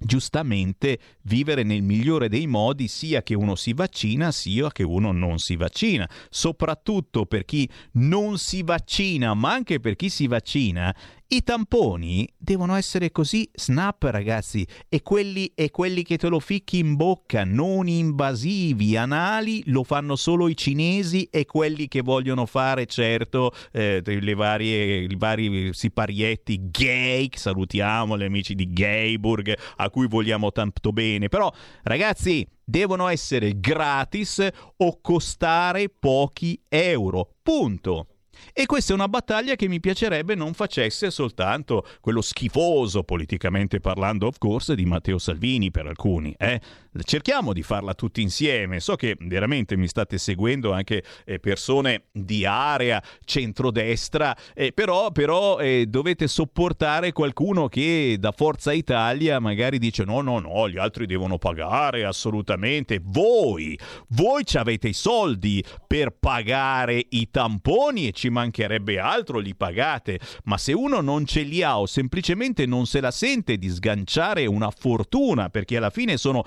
giustamente vivere nel migliore dei modi, sia che uno si vaccina sia che uno non si vaccina, soprattutto per chi non si vaccina, ma anche per chi si vaccina. I tamponi devono essere così snap, ragazzi, e quelli che te lo ficchi in bocca, non invasivi, anali, lo fanno solo i cinesi e quelli che vogliono fare, certo, i vari siparietti gay, salutiamo gli amici di Gayburg, a cui vogliamo tanto bene, però ragazzi devono essere gratis o costare pochi euro, punto. E questa è una battaglia che mi piacerebbe non facesse soltanto quello schifoso, politicamente parlando of course, di Matteo Salvini per alcuni. Cerchiamo di farla tutti insieme. So che veramente mi state seguendo anche persone di area centrodestra, però dovete sopportare qualcuno che da Forza Italia magari dice no, gli altri devono pagare assolutamente. Voi ci avete i soldi per pagare i tamponi e ci mancherebbe altro, li pagate, ma se uno non ce li ha o semplicemente non se la sente di sganciare una fortuna, perché alla fine sono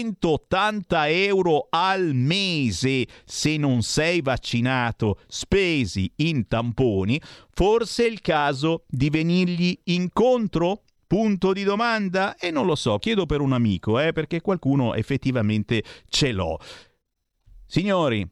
180 euro al mese se non sei vaccinato spesi in tamponi, forse è il caso di venirgli incontro? Punto di domanda? E non lo so, chiedo per un amico, perché qualcuno effettivamente ce l'ho. Signori,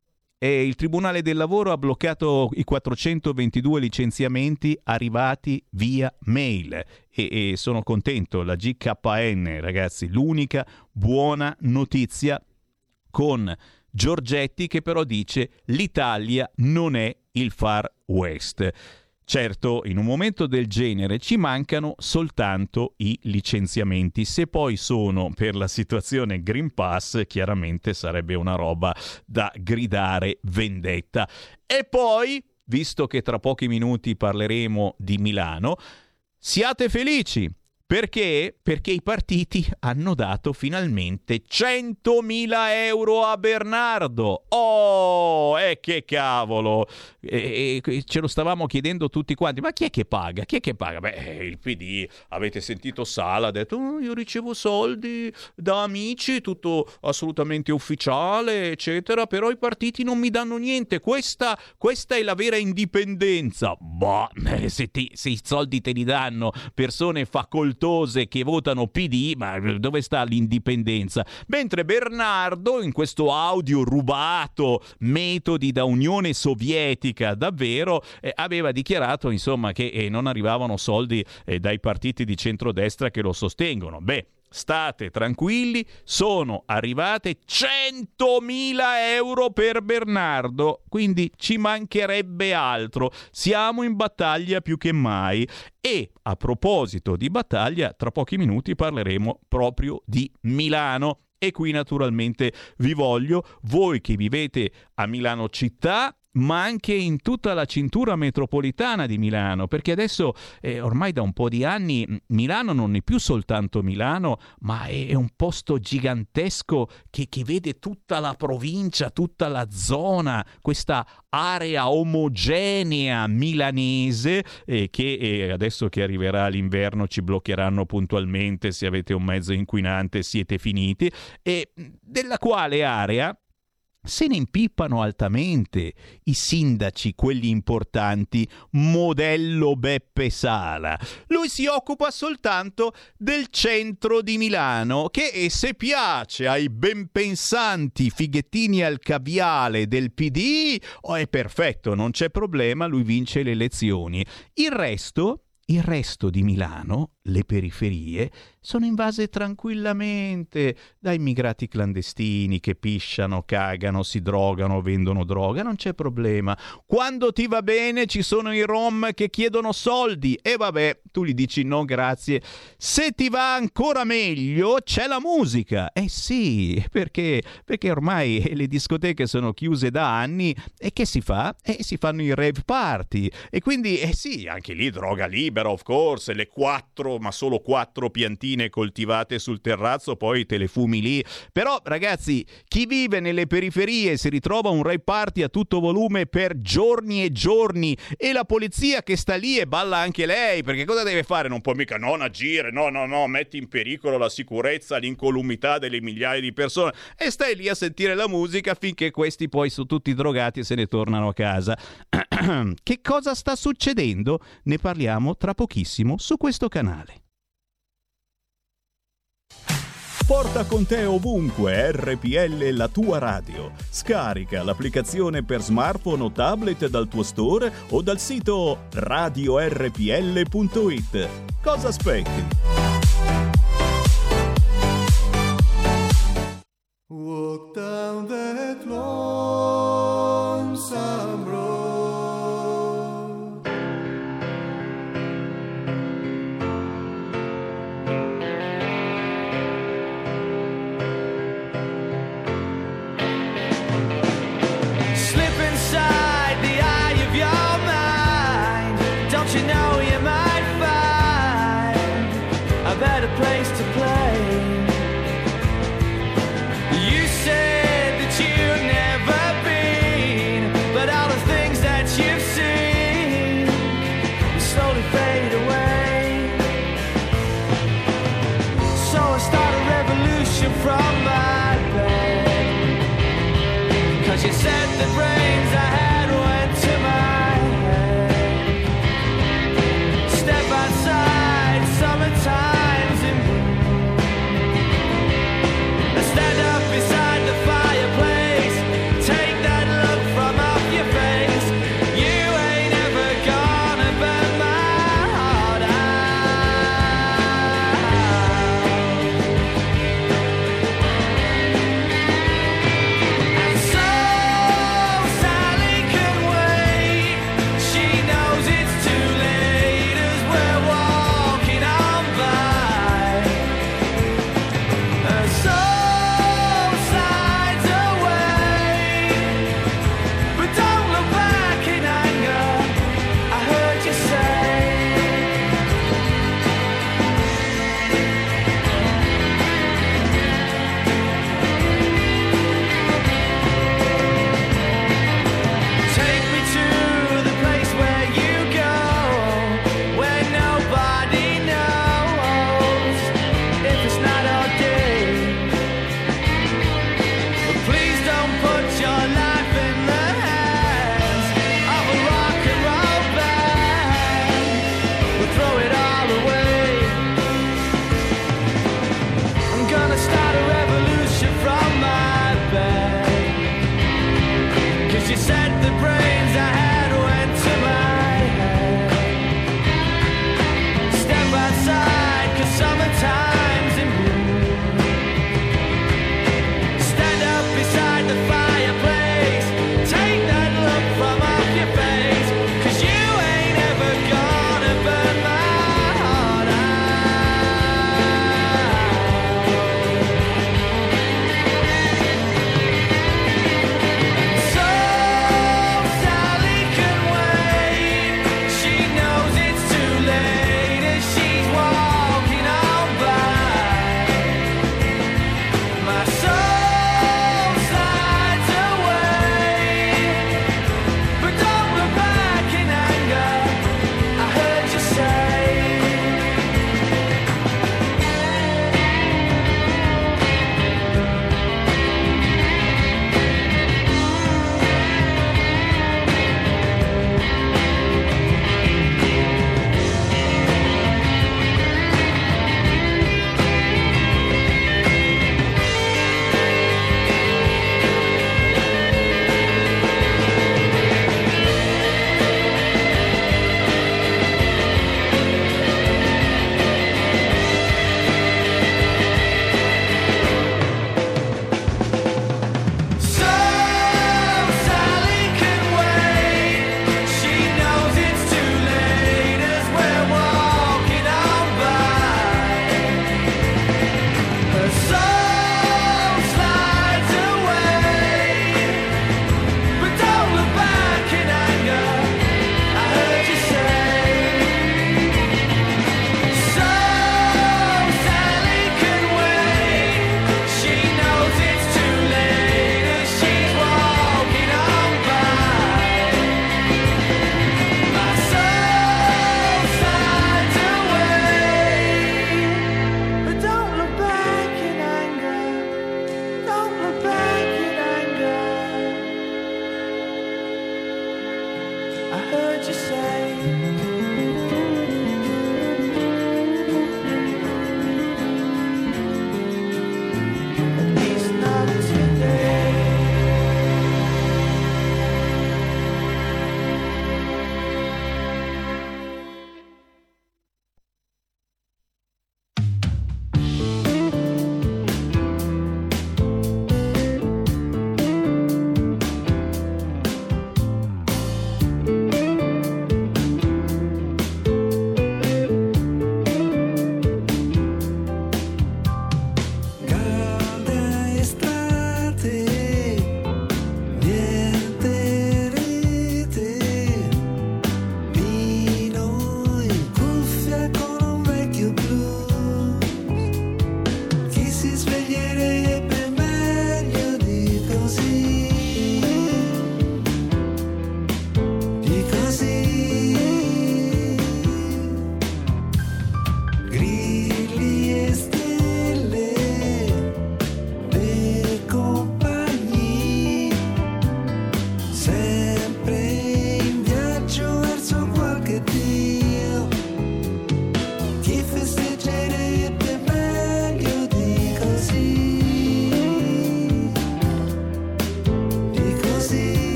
il Tribunale del Lavoro ha bloccato i 422 licenziamenti arrivati via mail e sono contento. La GKN, ragazzi, l'unica buona notizia, con Giorgetti che però dice l'Italia non è il Far West. Certo, in un momento del genere ci mancano soltanto i licenziamenti. Se poi sono per la situazione Green Pass, chiaramente sarebbe una roba da gridare vendetta. E poi, visto che tra pochi minuti parleremo di Milano, siate felici! Perché? Perché i partiti hanno dato finalmente 100.000 euro a Bernardo. Oh, che cavolo! Ce lo stavamo chiedendo tutti quanti. Ma chi è che paga? Chi è che paga? Beh, il PD. Avete sentito Sala? Ha detto, io ricevo soldi da amici, tutto assolutamente ufficiale, eccetera, però i partiti non mi danno niente. Questa è la vera indipendenza. Boh, se i soldi te li danno persone facoltose che votano PD, ma dove sta l'indipendenza? Mentre Bernardo, in questo audio rubato, metodi da Unione Sovietica davvero, aveva dichiarato insomma che non arrivavano soldi dai partiti di centrodestra che lo sostengono. Beh, state tranquilli, sono arrivate 100.000 euro per Bernardo, quindi ci mancherebbe altro. Siamo in battaglia più che mai. E a proposito di battaglia, tra pochi minuti parleremo proprio di Milano. E qui naturalmente vi voglio, voi che vivete a Milano città, ma anche in tutta la cintura metropolitana di Milano, perché adesso ormai da un po' di anni Milano non è più soltanto Milano, ma è un posto gigantesco che vede tutta la provincia, tutta la zona, questa area omogenea milanese che adesso che arriverà l'inverno ci bloccheranno puntualmente. Se avete un mezzo inquinante siete finiti, e della quale area se ne impippano altamente i sindaci, quelli importanti, modello Beppe Sala. Lui si occupa soltanto del centro di Milano, che se piace ai benpensanti fighettini al caviale del PD, è perfetto, non c'è problema, lui vince le elezioni. Il resto di Milano, le periferie, sono invase tranquillamente da immigrati clandestini che pisciano, cagano, si drogano, vendono droga, non c'è problema. Quando ti va bene ci sono i rom che chiedono soldi e vabbè, tu gli dici no grazie. Se ti va ancora meglio c'è la musica. Sì, perché ormai le discoteche sono chiuse da anni e che si fa? Si fanno i rave party e quindi sì, anche lì droga libera of course, le 4, ma solo 4 piantine patatine coltivate sul terrazzo, poi te le fumi lì. Però ragazzi, chi vive nelle periferie si ritrova un rave party a tutto volume per giorni e giorni, e la polizia che sta lì e balla anche lei, perché cosa deve fare? Non può mica non agire, no, metti in pericolo la sicurezza, l'incolumità delle migliaia di persone, e stai lì a sentire la musica finché questi poi sono tutti drogati e se ne tornano a casa. Che cosa sta succedendo? Ne parliamo tra pochissimo su questo canale. Porta con te ovunque RPL, la tua radio. Scarica l'applicazione per smartphone o tablet dal tuo store o dal sito radiorpl.it. Cosa aspetti? Walk down that lonesome road. Slip inside the eye of your mind. Don't you know you might find a better place to play? You say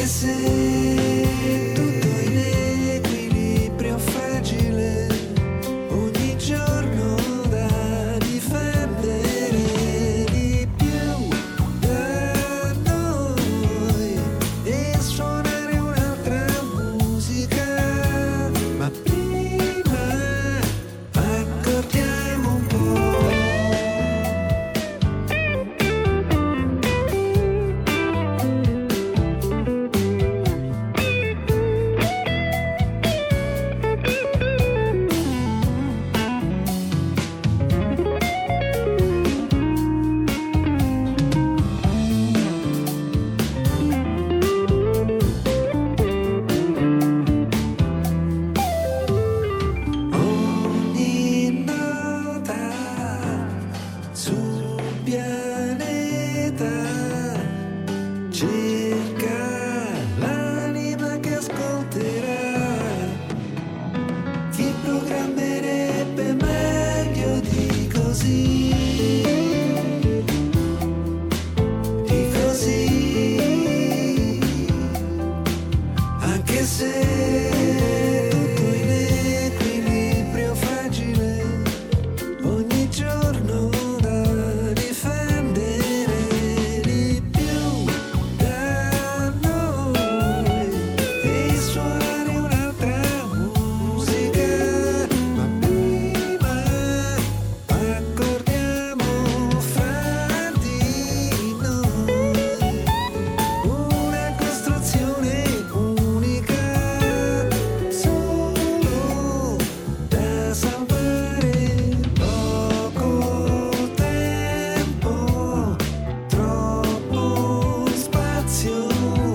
anche se tutto in equilibrio fragile, ogni giorno da difendere di più da noi e suonare un'altra musica, ma prima accordiamo un po'. Ogni nota sul pianeta cerca l'anima che ascolterà. Chi programmerebbe meglio di così? Di così, anche se tutto in equilibrio fragile, ogni giorno da difendere di più da noi e suonare un'altra musica, ma prima accordiamo fra di noi una costruzione unica, solo da salvare. Poco tempo, troppo spazio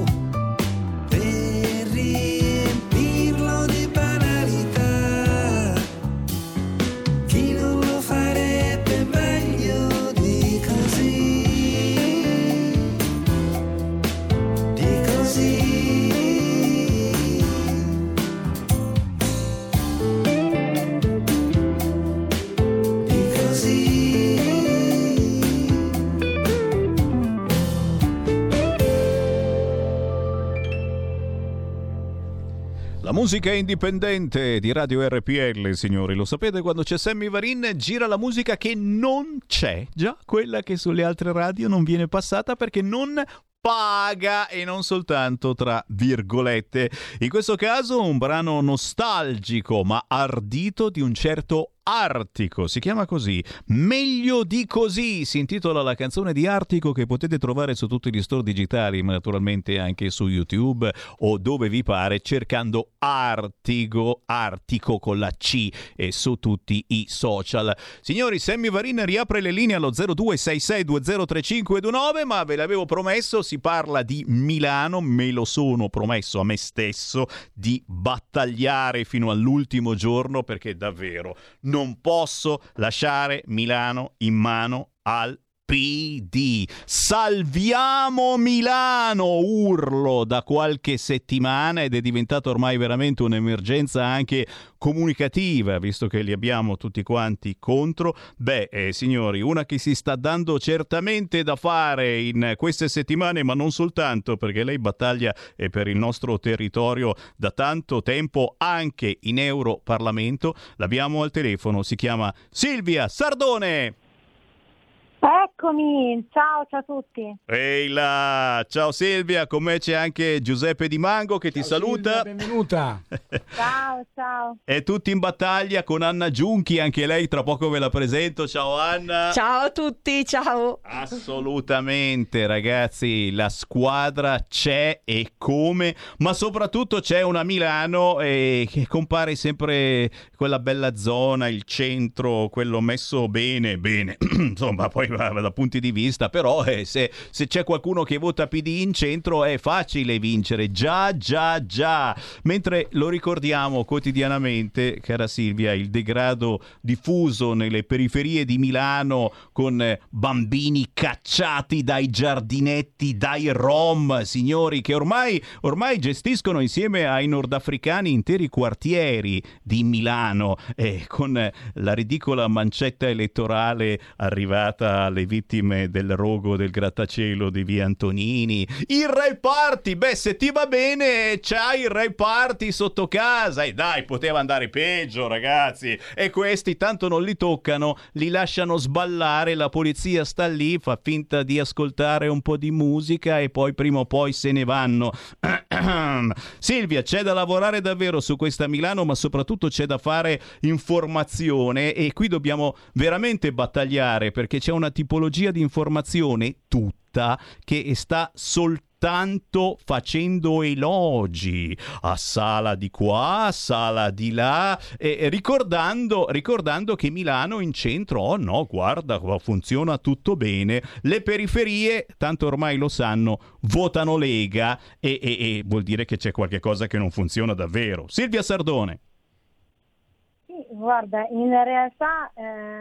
per riempirlo di banalità. Chi non lo farebbe meglio di così? Di così. Di così. La musica indipendente di Radio RPL, signori, lo sapete, quando c'è Sammy Varin gira la musica che non c'è, già quella che sulle altre radio non viene passata perché non paga, e non soltanto tra virgolette. In questo caso un brano nostalgico ma ardito di un certo Artico, si chiama così, Meglio di così si intitola la canzone di Artico, che potete trovare su tutti gli store digitali, ma naturalmente anche su YouTube o dove vi pare, cercando Artico con la C, e su tutti i social. Signori, Sammy Varin riapre le linee allo 0266203529, ma ve l'avevo promesso, si parla di Milano, me lo sono promesso a me stesso di battagliare fino all'ultimo giorno, perché davvero non posso lasciare Milano in mano al PD. Salviamo Milano, urlo da qualche settimana, ed è diventata ormai veramente un'emergenza anche comunicativa, visto che li abbiamo tutti quanti contro. Signori, una che si sta dando certamente da fare in queste settimane, ma non soltanto, perché lei battaglia per il nostro territorio da tanto tempo anche in Europarlamento. L'abbiamo al telefono, si chiama Silvia Sardone. Eccomi, ciao a tutti. Ehi là, ciao Silvia, con me c'è anche Giuseppe Di Mango che ti saluta. Silvia, benvenuta. Ciao. E tutti in battaglia con Anna Giunchi, anche lei tra poco ve la presento. Ciao Anna. Ciao a tutti, ciao. Assolutamente ragazzi, la squadra c'è e come, ma soprattutto c'è una Milano che compare sempre quella bella zona, il centro, quello messo bene, insomma poi da punti di vista, però se c'è qualcuno che vota PD in centro è facile vincere, già, mentre lo ricordiamo quotidianamente, cara Silvia, il degrado diffuso nelle periferie di Milano, con bambini cacciati dai giardinetti, dai rom, signori, che ormai gestiscono insieme ai nordafricani interi quartieri di Milano, con la ridicola mancetta elettorale arrivata alle vittime del rogo del grattacielo di via Antonini. Il Rave Party, beh, se ti va bene c'hai il Rave Party sotto casa, e dai, poteva andare peggio, ragazzi, e questi tanto non li toccano, li lasciano sballare, la polizia sta lì, fa finta di ascoltare un po' di musica e poi prima o poi se ne vanno. Silvia, c'è da lavorare davvero su questa Milano, ma soprattutto c'è da fare informazione, e qui dobbiamo veramente battagliare, perché c'è una tipologia di informazione tutta che sta soltanto facendo elogi a Sala di qua, a Sala di là, ricordando che Milano in centro, oh no, guarda, funziona tutto bene, le periferie, tanto ormai lo sanno, votano Lega, e vuol dire che c'è qualche cosa che non funziona davvero. Silvia Sardone. Sì, guarda, in realtà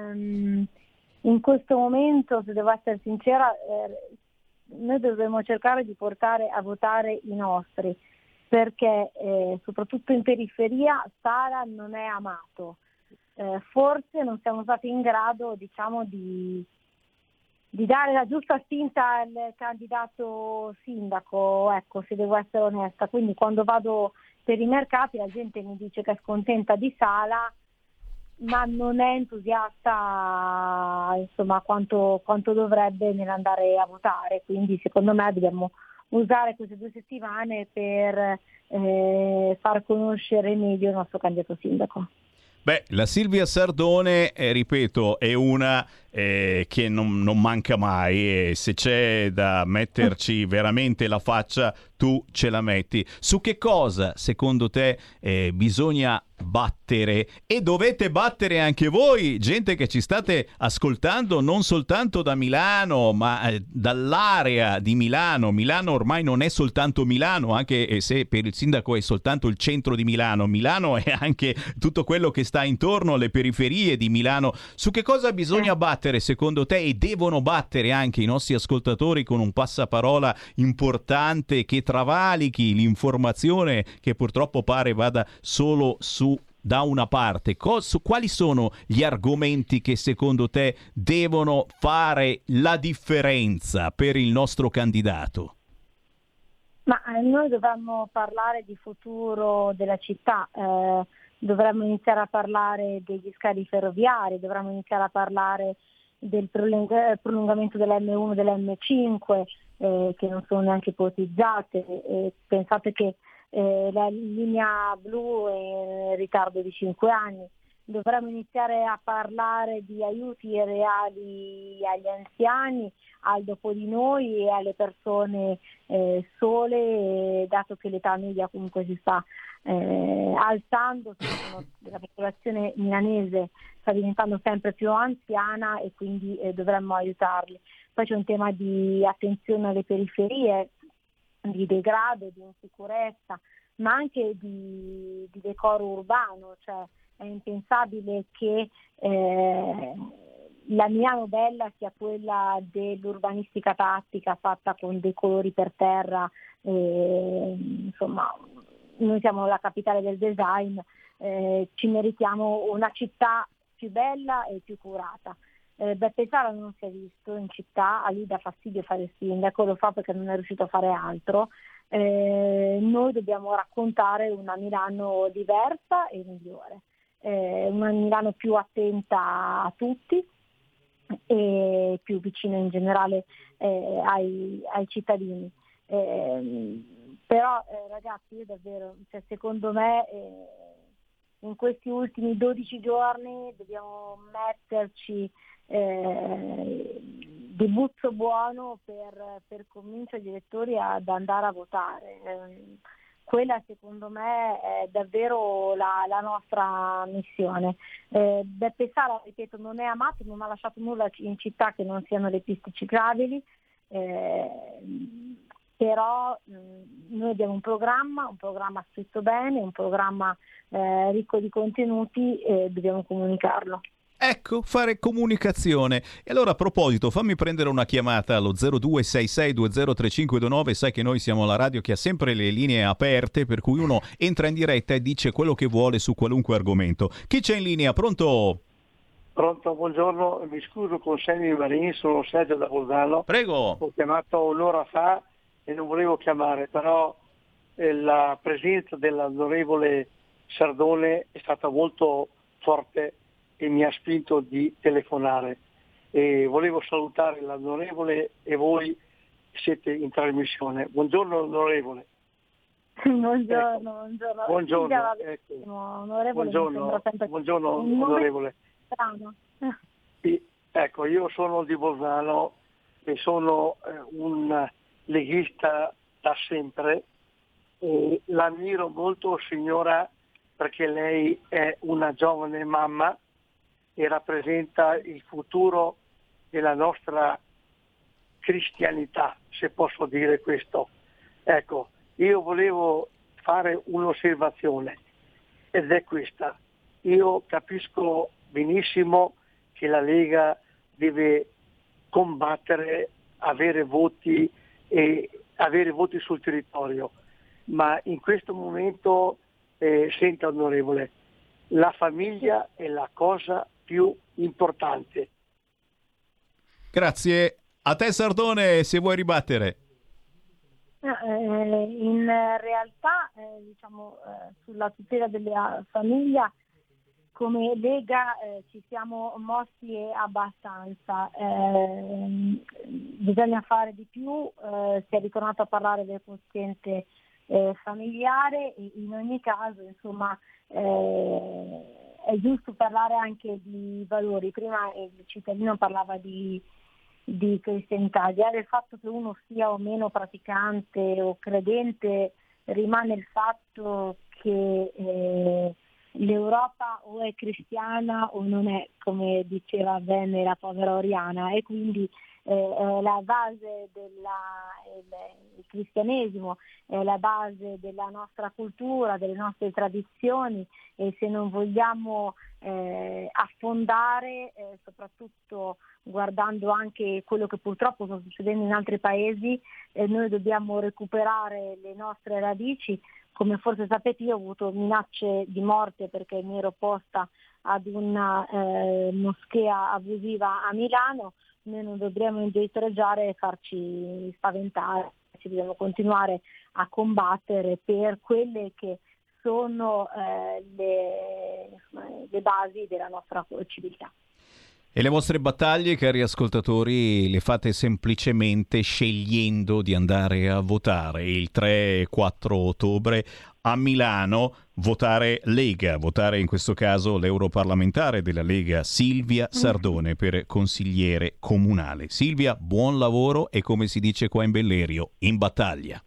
in questo momento, se devo essere sincera, noi dovremmo cercare di portare a votare i nostri, perché soprattutto in periferia Sala non è amato. Forse non siamo stati in grado, diciamo, di dare la giusta spinta al candidato sindaco, ecco, se devo essere onesta. Quindi quando vado per i mercati la gente mi dice che è scontenta di Sala, ma non è entusiasta, insomma, quanto dovrebbe nell'andare a votare. Quindi secondo me dobbiamo usare queste 2 settimane per far conoscere meglio il nostro candidato sindaco. Beh, la Silvia Sardone, ripeto, è una che non manca mai, e se c'è da metterci veramente la faccia, tu ce la metti. Su che cosa, secondo te, bisogna battere, e dovete battere anche voi, gente che ci state ascoltando non soltanto da Milano, ma dall'area di Milano. Milano ormai non è soltanto Milano, anche se per il sindaco è soltanto il centro di Milano. Milano è anche tutto quello che sta intorno alle periferie di Milano. Su che cosa bisogna battere secondo te, e devono battere anche i nostri ascoltatori con un passaparola importante che travalichi l'informazione, che purtroppo pare vada solo da una parte? Quali sono gli argomenti che secondo te devono fare la differenza per il nostro candidato? Ma noi dovremmo parlare di futuro della città, dovremmo iniziare a parlare degli scali ferroviari, dovremmo iniziare a parlare del prolungamento dell'M1 e dell'M5, che non sono neanche ipotizzate. Pensate che la linea blu è in ritardo di 5 anni. Dovremmo iniziare a parlare di aiuti reali agli anziani, al dopo di noi e alle persone sole, dato che l'età media comunque si sta alzando, la popolazione milanese sta diventando sempre più anziana, e quindi dovremmo aiutarli. Poi c'è un tema di attenzione alle periferie, di degrado, di insicurezza, ma anche di decoro urbano. Cioè è impensabile che la Milano bella sia quella dell'urbanistica tattica fatta con dei colori per terra, insomma noi siamo la capitale del design, ci meritiamo una città più bella e più curata. Beppe Sala non si è visto in città, a lui dà fastidio fare il sindaco, lo fa perché non è riuscito a fare altro. Noi dobbiamo raccontare una Milano diversa e migliore, una Milano più attenta a tutti e più vicina in generale ai cittadini. Però ragazzi, io davvero, secondo me in questi ultimi 12 giorni dobbiamo metterci di buzzo buono per convincere gli elettori ad andare a votare. Quella secondo me è davvero la nostra missione. Beppe Sala, ripeto, non è amato, non ha lasciato nulla in città che non siano le piste ciclabili, però noi abbiamo un programma scritto bene, un programma ricco di contenuti, e dobbiamo comunicarlo. Ecco, fare comunicazione. E allora, a proposito, fammi prendere una chiamata allo 0266203529. Sai che noi siamo la radio che ha sempre le linee aperte, per cui uno entra in diretta e dice quello che vuole su qualunque argomento. Chi c'è in linea? Pronto? Pronto, buongiorno, mi scuso con Sammy Marini, sono Sergio da Bolzano. Prego. Ho chiamato un'ora fa e non volevo chiamare, però la presenza dell'onorevole Sardone è stata molto forte e mi ha spinto di telefonare. E volevo salutare l'onorevole e voi siete in trasmissione. Buongiorno onorevole. Buongiorno. Buongiorno, ecco. Onorevole, buongiorno onorevole. Ecco, io sono di Bolzano e sono un leghista da sempre e l'ammiro molto signora perché lei è una giovane mamma e rappresenta il futuro della nostra cristianità, se posso dire questo. Ecco, io volevo fare un'osservazione ed è questa. Io capisco benissimo che la Lega deve combattere, avere voti sul territorio, ma in questo momento, senta onorevole, la famiglia è la cosa più importante. Grazie. A te Sardone, se vuoi ribattere. In realtà, sulla tutela della famiglia, come Lega ci siamo mossi abbastanza. Bisogna fare di più, si è ritornato a parlare del quoziente familiare e in ogni caso, insomma, è giusto parlare anche di valori. Prima il cittadino parlava di cristianità, al di là del fatto che uno sia o meno praticante o credente, rimane il fatto che l'Europa o è cristiana o non è, come diceva bene la povera Oriana, e quindi la base il cristianesimo è la base della nostra cultura, delle nostre tradizioni, e se non vogliamo affondare, soprattutto guardando anche quello che purtroppo sta succedendo in altri paesi, noi dobbiamo recuperare le nostre radici. Come forse sapete, io ho avuto minacce di morte perché mi ero opposta ad una moschea abusiva a Milano. Noi non dobbiamo indietreggiare e farci spaventare, ci dobbiamo continuare a combattere per quelle che sono le basi della nostra civiltà. E le vostre battaglie, cari ascoltatori, le fate semplicemente scegliendo di andare a votare il 3 e 4 ottobre a Milano, votare Lega, votare in questo caso l'europarlamentare della Lega Silvia Sardone per consigliere comunale. Silvia, buon lavoro e, come si dice qua in Bellerio, in battaglia.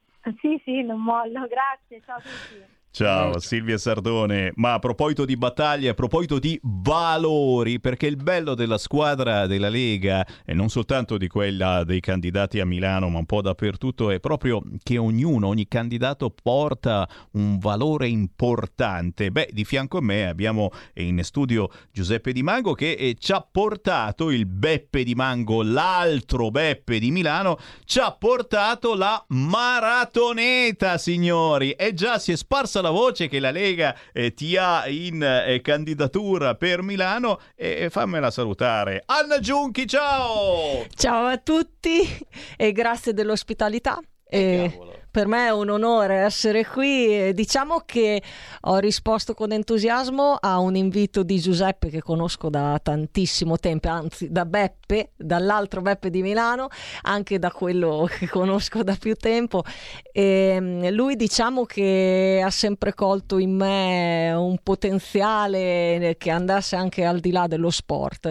Sì, non mollo, grazie, ciao a tutti. Ciao Silvia Sardone, ma a proposito di battaglie, a proposito di valori, perché il bello della squadra della Lega, e non soltanto di quella dei candidati a Milano, ma un po' dappertutto, è proprio che ogni candidato porta un valore importante. Beh, di fianco a me abbiamo in studio Giuseppe Di Mango che ci ha portato il Beppe Di Mango, l'altro Beppe di Milano, ci ha portato la maratoneta, signori, e già si è sparsa la voce che la Lega ti ha in candidatura per Milano, e fammela salutare. Anna Giunchi, ciao! Ciao a tutti e grazie dell'ospitalità. Per me è un onore essere qui. Diciamo che ho risposto con entusiasmo a un invito di Giuseppe che conosco da tantissimo tempo, anzi da Beppe, dall'altro Beppe di Milano, anche da quello che conosco da più tempo. E lui, diciamo che ha sempre colto in me un potenziale che andasse anche al di là dello sport.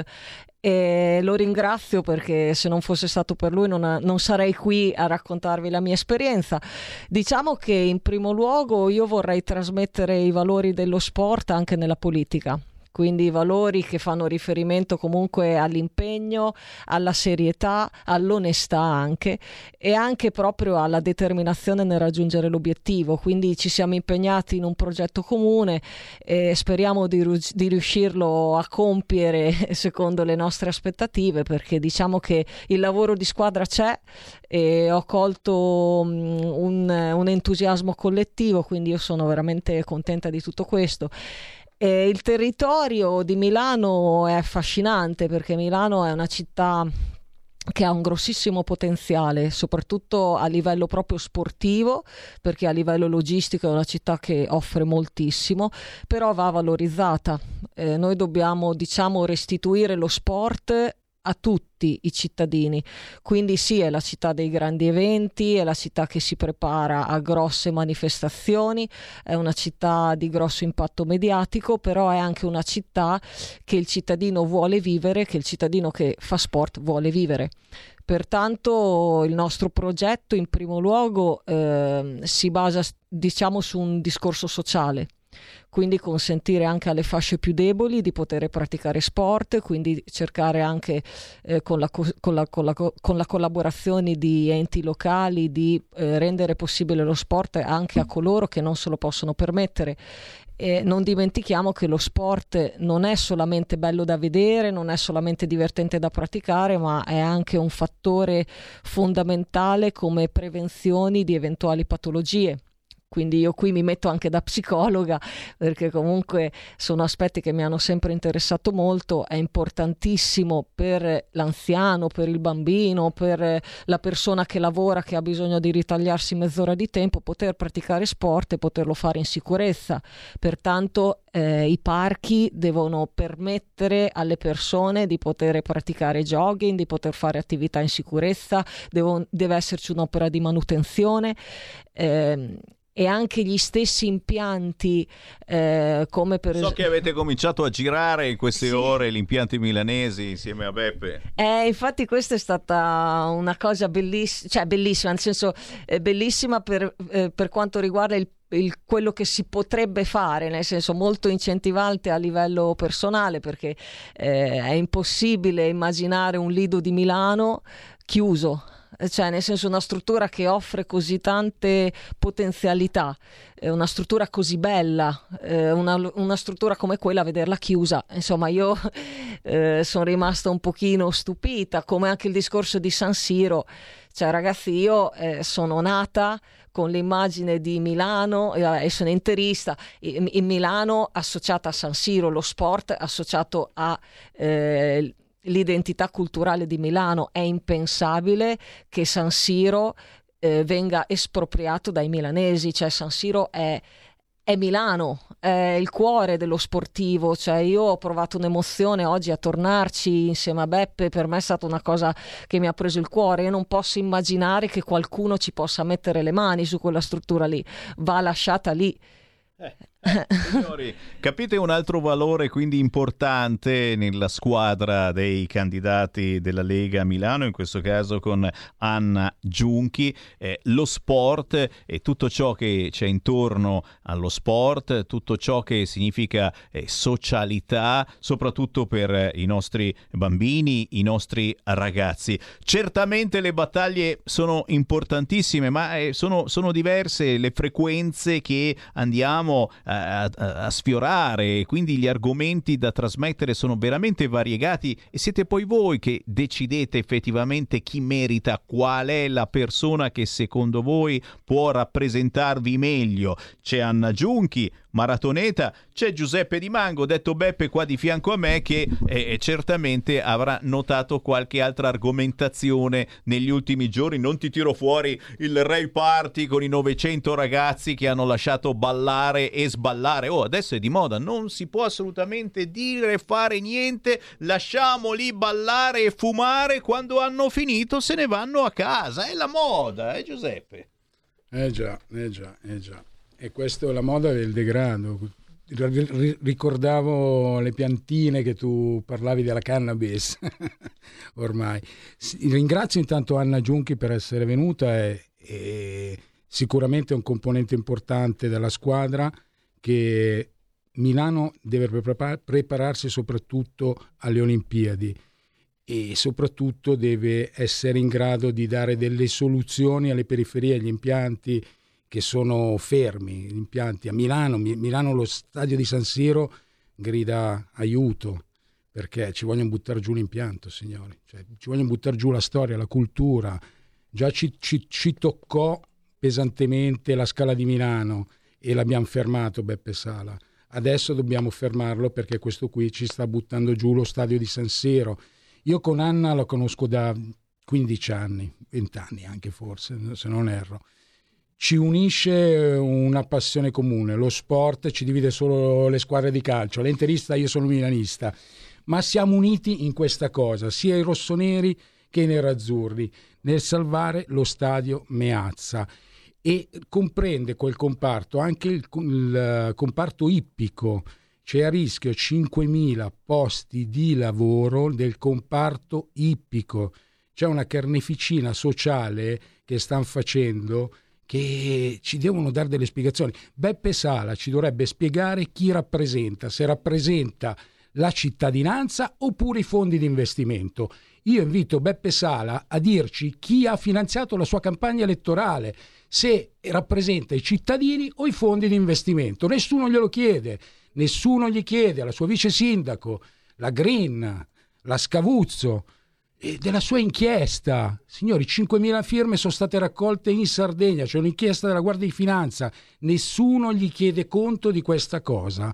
E lo ringrazio perché se non fosse stato per lui non sarei qui a raccontarvi la mia esperienza. Diciamo che in primo luogo io vorrei trasmettere i valori dello sport anche nella politica. Quindi i valori che fanno riferimento comunque all'impegno, alla serietà, all'onestà anche, e anche proprio alla determinazione nel raggiungere l'obiettivo. Quindi ci siamo impegnati in un progetto comune e speriamo di riuscirlo a compiere secondo le nostre aspettative, perché diciamo che il lavoro di squadra c'è e ho colto un entusiasmo collettivo, quindi io sono veramente contenta di tutto questo. E il territorio di Milano è affascinante perché Milano è una città che ha un grossissimo potenziale, soprattutto a livello proprio sportivo, perché a livello logistico è una città che offre moltissimo, però va valorizzata. Noi dobbiamo, diciamo, restituire lo sport a tutti i cittadini, quindi sì, è la città dei grandi eventi, è la città che si prepara a grosse manifestazioni, è una città di grosso impatto mediatico, però è anche una città che il cittadino vuole vivere, che il cittadino che fa sport vuole vivere. Pertanto il nostro progetto in primo luogo si basa, diciamo, su un discorso sociale. Quindi consentire anche alle fasce più deboli di poter praticare sport, quindi cercare anche con la collaborazione di enti locali di rendere possibile lo sport anche a coloro che non se lo possono permettere. E non dimentichiamo che lo sport non è solamente bello da vedere, non è solamente divertente da praticare, ma è anche un fattore fondamentale come prevenzioni di eventuali patologie. Quindi io qui mi metto anche da psicologa, perché comunque sono aspetti che mi hanno sempre interessato molto. È importantissimo per l'anziano, per il bambino, per la persona che lavora, che ha bisogno di ritagliarsi mezz'ora di tempo, poter praticare sport e poterlo fare in sicurezza. Pertanto i parchi devono permettere alle persone di poter praticare jogging, di poter fare attività in sicurezza, deve esserci un'opera di manutenzione. E anche gli stessi impianti come per So che avete cominciato a girare in queste ore gli impianti milanesi insieme a Beppe. Infatti questa è stata una cosa bellissima, cioè bellissima, nel senso bellissima per quanto riguarda quello che si potrebbe fare, nel senso molto incentivante a livello personale, perché è impossibile immaginare un Lido di Milano chiuso. Cioè, nel senso, una struttura che offre così tante potenzialità, una struttura così bella, una struttura come quella, vederla chiusa, insomma, io sono rimasta un pochino stupita, come anche il discorso di San Siro. Cioè, ragazzi, io sono nata con l'immagine di Milano, e sono interista, in Milano associata a San Siro, lo sport associato a l'identità culturale di Milano. È impensabile che San Siro venga espropriato dai milanesi, cioè San Siro è Milano, è il cuore dello sportivo. Cioè, io ho provato un'emozione oggi a tornarci insieme a Beppe, per me è stata una cosa che mi ha preso il cuore. Io non posso immaginare che qualcuno ci possa mettere le mani su quella struttura lì, va lasciata lì. Signori, capite un altro valore quindi importante nella squadra dei candidati della Lega Milano, in questo caso con Anna Giunchi, lo sport e tutto ciò che c'è intorno allo sport, tutto ciò che significa socialità, soprattutto per i nostri bambini, i nostri ragazzi. Certamente le battaglie sono importantissime, ma sono diverse le frequenze che andiamo a sfiorare, quindi gli argomenti da trasmettere sono veramente variegati e siete poi voi che decidete effettivamente chi merita, qual è la persona che secondo voi può rappresentarvi meglio. C'è Anna Giunchi, maratoneta, c'è Giuseppe Di Mango, detto Beppe qua di fianco a me, che certamente avrà notato qualche altra argomentazione negli ultimi giorni. Non ti tiro fuori il Rave Party con i 900 ragazzi che hanno lasciato ballare e sballare. Adesso è di moda, non si può assolutamente dire e fare niente, lasciamoli ballare e fumare, quando hanno finito se ne vanno a casa. È la moda, Giuseppe? Già. E questa è la moda del degrado. Ricordavo le piantine che tu parlavi della cannabis ormai. Ringrazio intanto Anna Giunchi per essere venuta, e sicuramente è un componente importante della squadra, che Milano deve prepararsi soprattutto alle Olimpiadi e soprattutto deve essere in grado di dare delle soluzioni alle periferie, agli impianti che sono fermi. Gli impianti a Milano lo stadio di San Siro grida aiuto, perché ci vogliono buttare giù l'impianto, signori, cioè, ci vogliono buttare giù la storia, la cultura. Già ci toccò pesantemente la Scala di Milano e l'abbiamo fermato Beppe Sala. Adesso dobbiamo fermarlo perché questo qui ci sta buttando giù lo stadio di San Siro. Io con Anna la conosco da 15 anni, 20 anni anche forse, se non erro. Ci unisce una passione comune, lo sport ci divide solo le squadre di calcio, lei è interista, io sono milanista, ma siamo uniti in questa cosa, sia i rossoneri che i nerazzurri, nel salvare lo stadio Meazza, e comprende quel comparto, anche il comparto ippico. C'è a rischio 5.000 posti di lavoro del comparto ippico. C'è una carneficina sociale che stanno facendo, che ci devono dare delle spiegazioni. Beppe Sala ci dovrebbe spiegare chi rappresenta, se rappresenta la cittadinanza oppure i fondi di investimento. Io invito Beppe Sala a dirci chi ha finanziato la sua campagna elettorale, se rappresenta i cittadini o i fondi di investimento. Nessuno glielo chiede, nessuno gli chiede alla sua vice sindaco, la Green, la Scavuzzo, della sua inchiesta. Signori, 5.000 firme sono state raccolte in Sardegna, c'è un'inchiesta della Guardia di Finanza, nessuno gli chiede conto di questa cosa.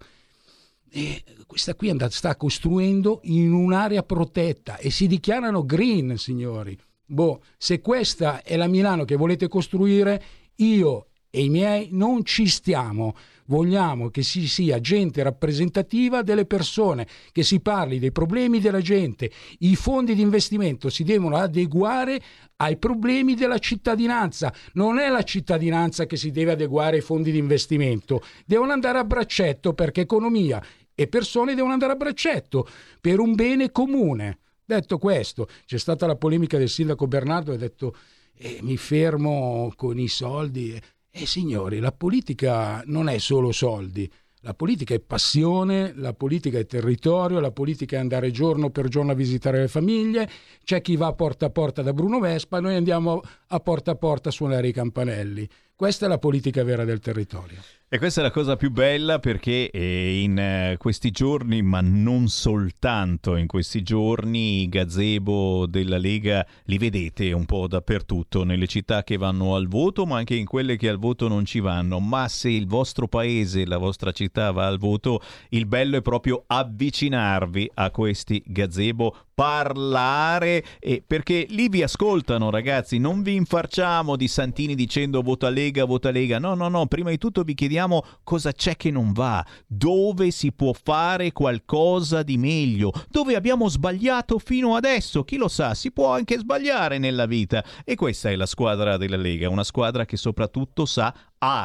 E questa qui sta costruendo in un'area protetta e si dichiarano green, signori. Se questa è la Milano che volete costruire, io e i miei non ci stiamo. Vogliamo che ci sia gente rappresentativa delle persone, che si parli dei problemi della gente. I fondi di investimento si devono adeguare ai problemi della cittadinanza. Non è la cittadinanza che si deve adeguare ai fondi di investimento. Devono andare a braccetto, perché economia e persone devono andare a braccetto per un bene comune. Detto questo, c'è stata la polemica del sindaco Bernardo e ha detto mi fermo con i soldi. Signori, la politica non è solo soldi, la politica è passione, la politica è territorio, la politica è andare giorno per giorno a visitare le famiglie. C'è chi va porta a porta da Bruno Vespa, noi andiamo a porta a suonare i campanelli. Questa è la politica vera del territorio. E questa è la cosa più bella, perché in questi giorni, ma non soltanto in questi giorni, i gazebo della Lega li vedete un po' dappertutto, nelle città che vanno al voto, ma anche in quelle che al voto non ci vanno. Ma se il vostro paese, la vostra città va al voto, il bello è proprio avvicinarvi a questi gazebo, parlare, perché lì vi ascoltano, ragazzi. Non vi infarciamo di santini dicendo vota Lega, vota Lega. No, prima di tutto vi chiediamo cosa c'è che non va, dove si può fare qualcosa di meglio, dove abbiamo sbagliato fino adesso. Chi lo sa, si può anche sbagliare nella vita, e questa è la squadra della Lega, una squadra che soprattutto sa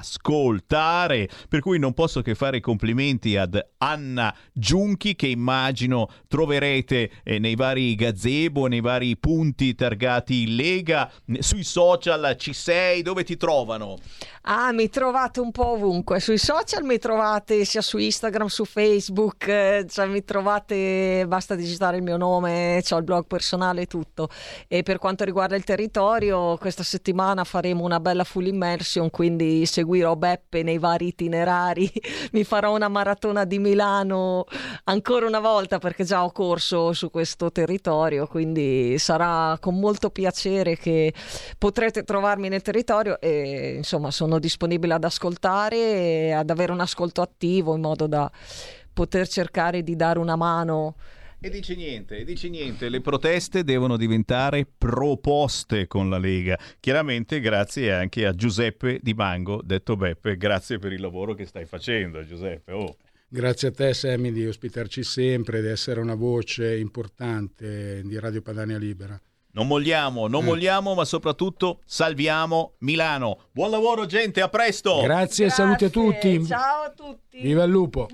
ascoltare, per cui non posso che fare complimenti ad Anna Giunchi, che immagino troverete nei vari gazebo, nei vari punti targati Lega. Sui social ci sei? Dove ti trovano? Mi trovate un po' ovunque, sui social mi trovate sia su Instagram, su Facebook, mi trovate, basta digitare il mio nome, c'ho il blog personale e tutto. E per quanto riguarda il territorio, questa settimana faremo una bella full immersion, quindi seguirò Beppe nei vari itinerari, mi farò una maratona di Milano ancora una volta, perché già ho corso su questo territorio, quindi sarà con molto piacere che potrete trovarmi nel territorio, e insomma sono disponibile ad ascoltare e ad avere un ascolto attivo, in modo da poter cercare di dare una mano. E dici niente, le proteste devono diventare proposte con la Lega. Chiaramente grazie anche a Giuseppe Di Mango, detto Beppe. Grazie per il lavoro che stai facendo, Giuseppe. Grazie a te, Sammy, di ospitarci sempre, di essere una voce importante di Radio Padania Libera. Non molliamo, ma soprattutto salviamo Milano. Buon lavoro, gente, a presto! Grazie. Saluti a tutti. Ciao a tutti. Viva il lupo!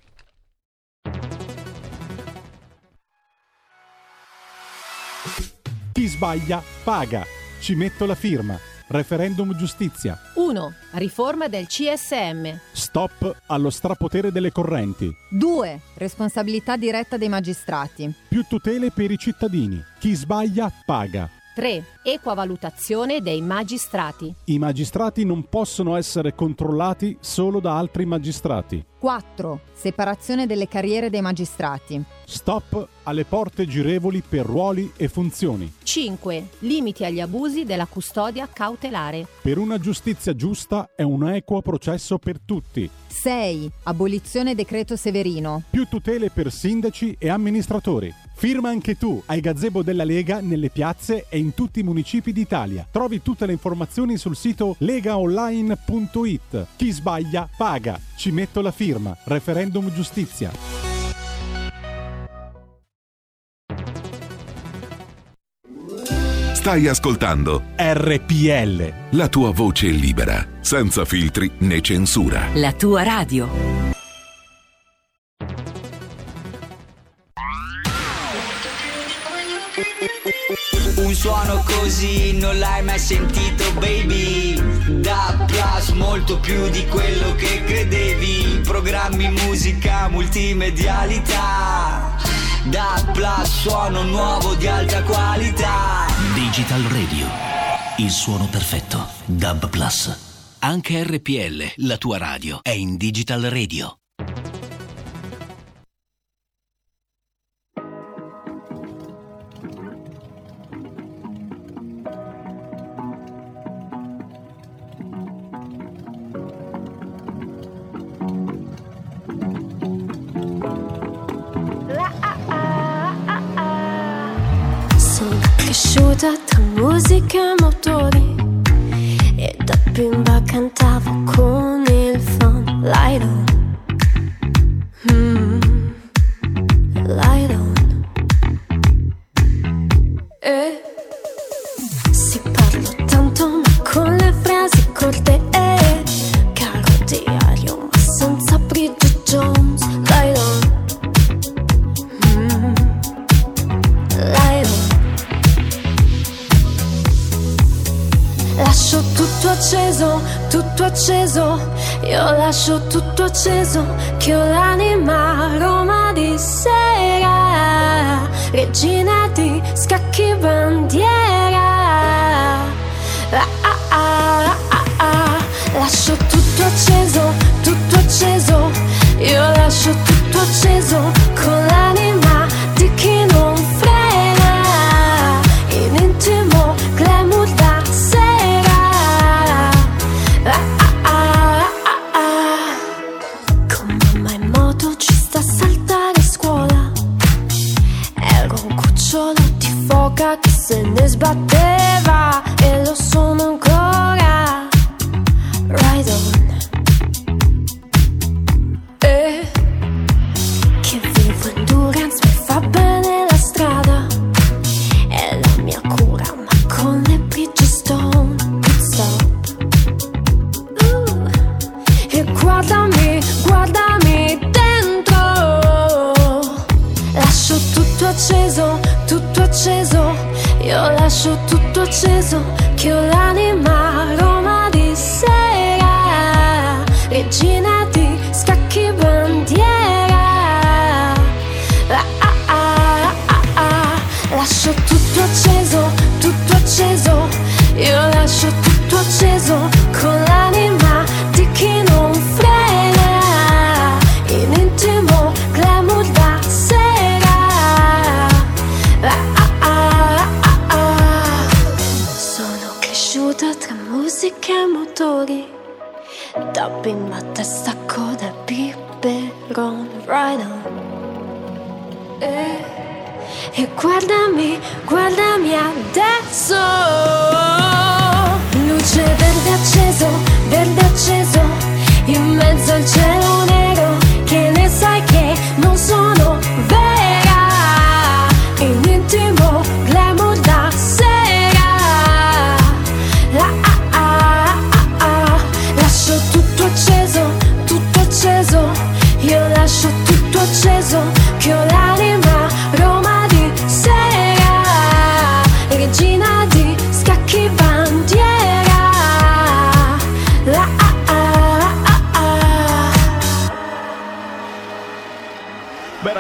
Chi sbaglia paga. Ci metto la firma. Referendum giustizia. 1. Riforma del CSM. Stop allo strapotere delle correnti. 2. Responsabilità diretta dei magistrati. Più tutele per i cittadini. Chi sbaglia paga. 3. Equa valutazione dei magistrati. I magistrati non possono essere controllati solo da altri magistrati. 4. Separazione delle carriere dei magistrati. Stop alle porte girevoli per ruoli e funzioni. 5. Limiti agli abusi della custodia cautelare. Per una giustizia giusta e un equo processo per tutti. 6. Abolizione decreto Severino. Più tutele per sindaci e amministratori. Firma anche tu ai gazebo della Lega nelle piazze e in tutti i municipi d'Italia. Trovi tutte le informazioni sul sito legaonline.it. Chi sbaglia paga. Ci metto la firma. Referendum giustizia. Stai ascoltando RPL. La tua voce libera, senza filtri né censura. La tua radio. Un suono così non l'hai mai sentito, baby. Da Plus, molto più di quello che credevi. Programmi, musica, multimedialità. Da Plus, suono nuovo di alta qualità. Digital Radio, il suono perfetto. DAB Plus. Anche RPL, la tua radio, è in Digital Radio. Cresciuta tra musica e motori e da bimba cantavo con il Lido. Lido. E si parla tanto ma con le frasi corte e caro diario ma senza Bridget Jones. Lido. Lido. Lascio tutto acceso, io lascio tutto acceso, che ho l'anima a Roma di sera, regina di scacchi bandiera. Lascio tutto acceso, io lascio tutto acceso, con l'anima di chi non frena, in intimo glamour da sera. Con mamma in moto ci sta a saltare scuola, ero un cucciolo di foca che se ne sbatteva e lo sono ancora. Ride on. Che vivo endurance, mi fa bene la strada, è la mia cura, ma con le Bridgestone stop. E guardami dentro, lascio tutto acceso, io lascio tutto acceso, che ho l'anima a Roma di sera, regina di scacchi bandiera. Lascio tutto acceso, io lascio tutto acceso, con l'anima di chi non frena, in intimo glamour da sera. Sono cresciuta tra musica e motori, da bimba testa coda biberon. Ride on. E guardami adesso, luce verde acceso, in mezzo al cielo nero, che ne sai che non sono vera, in intimo glamour da sera. Lascio tutto acceso, io lascio tutto acceso, che ho l'anima Roma di sera, regina di scacchi bandiera.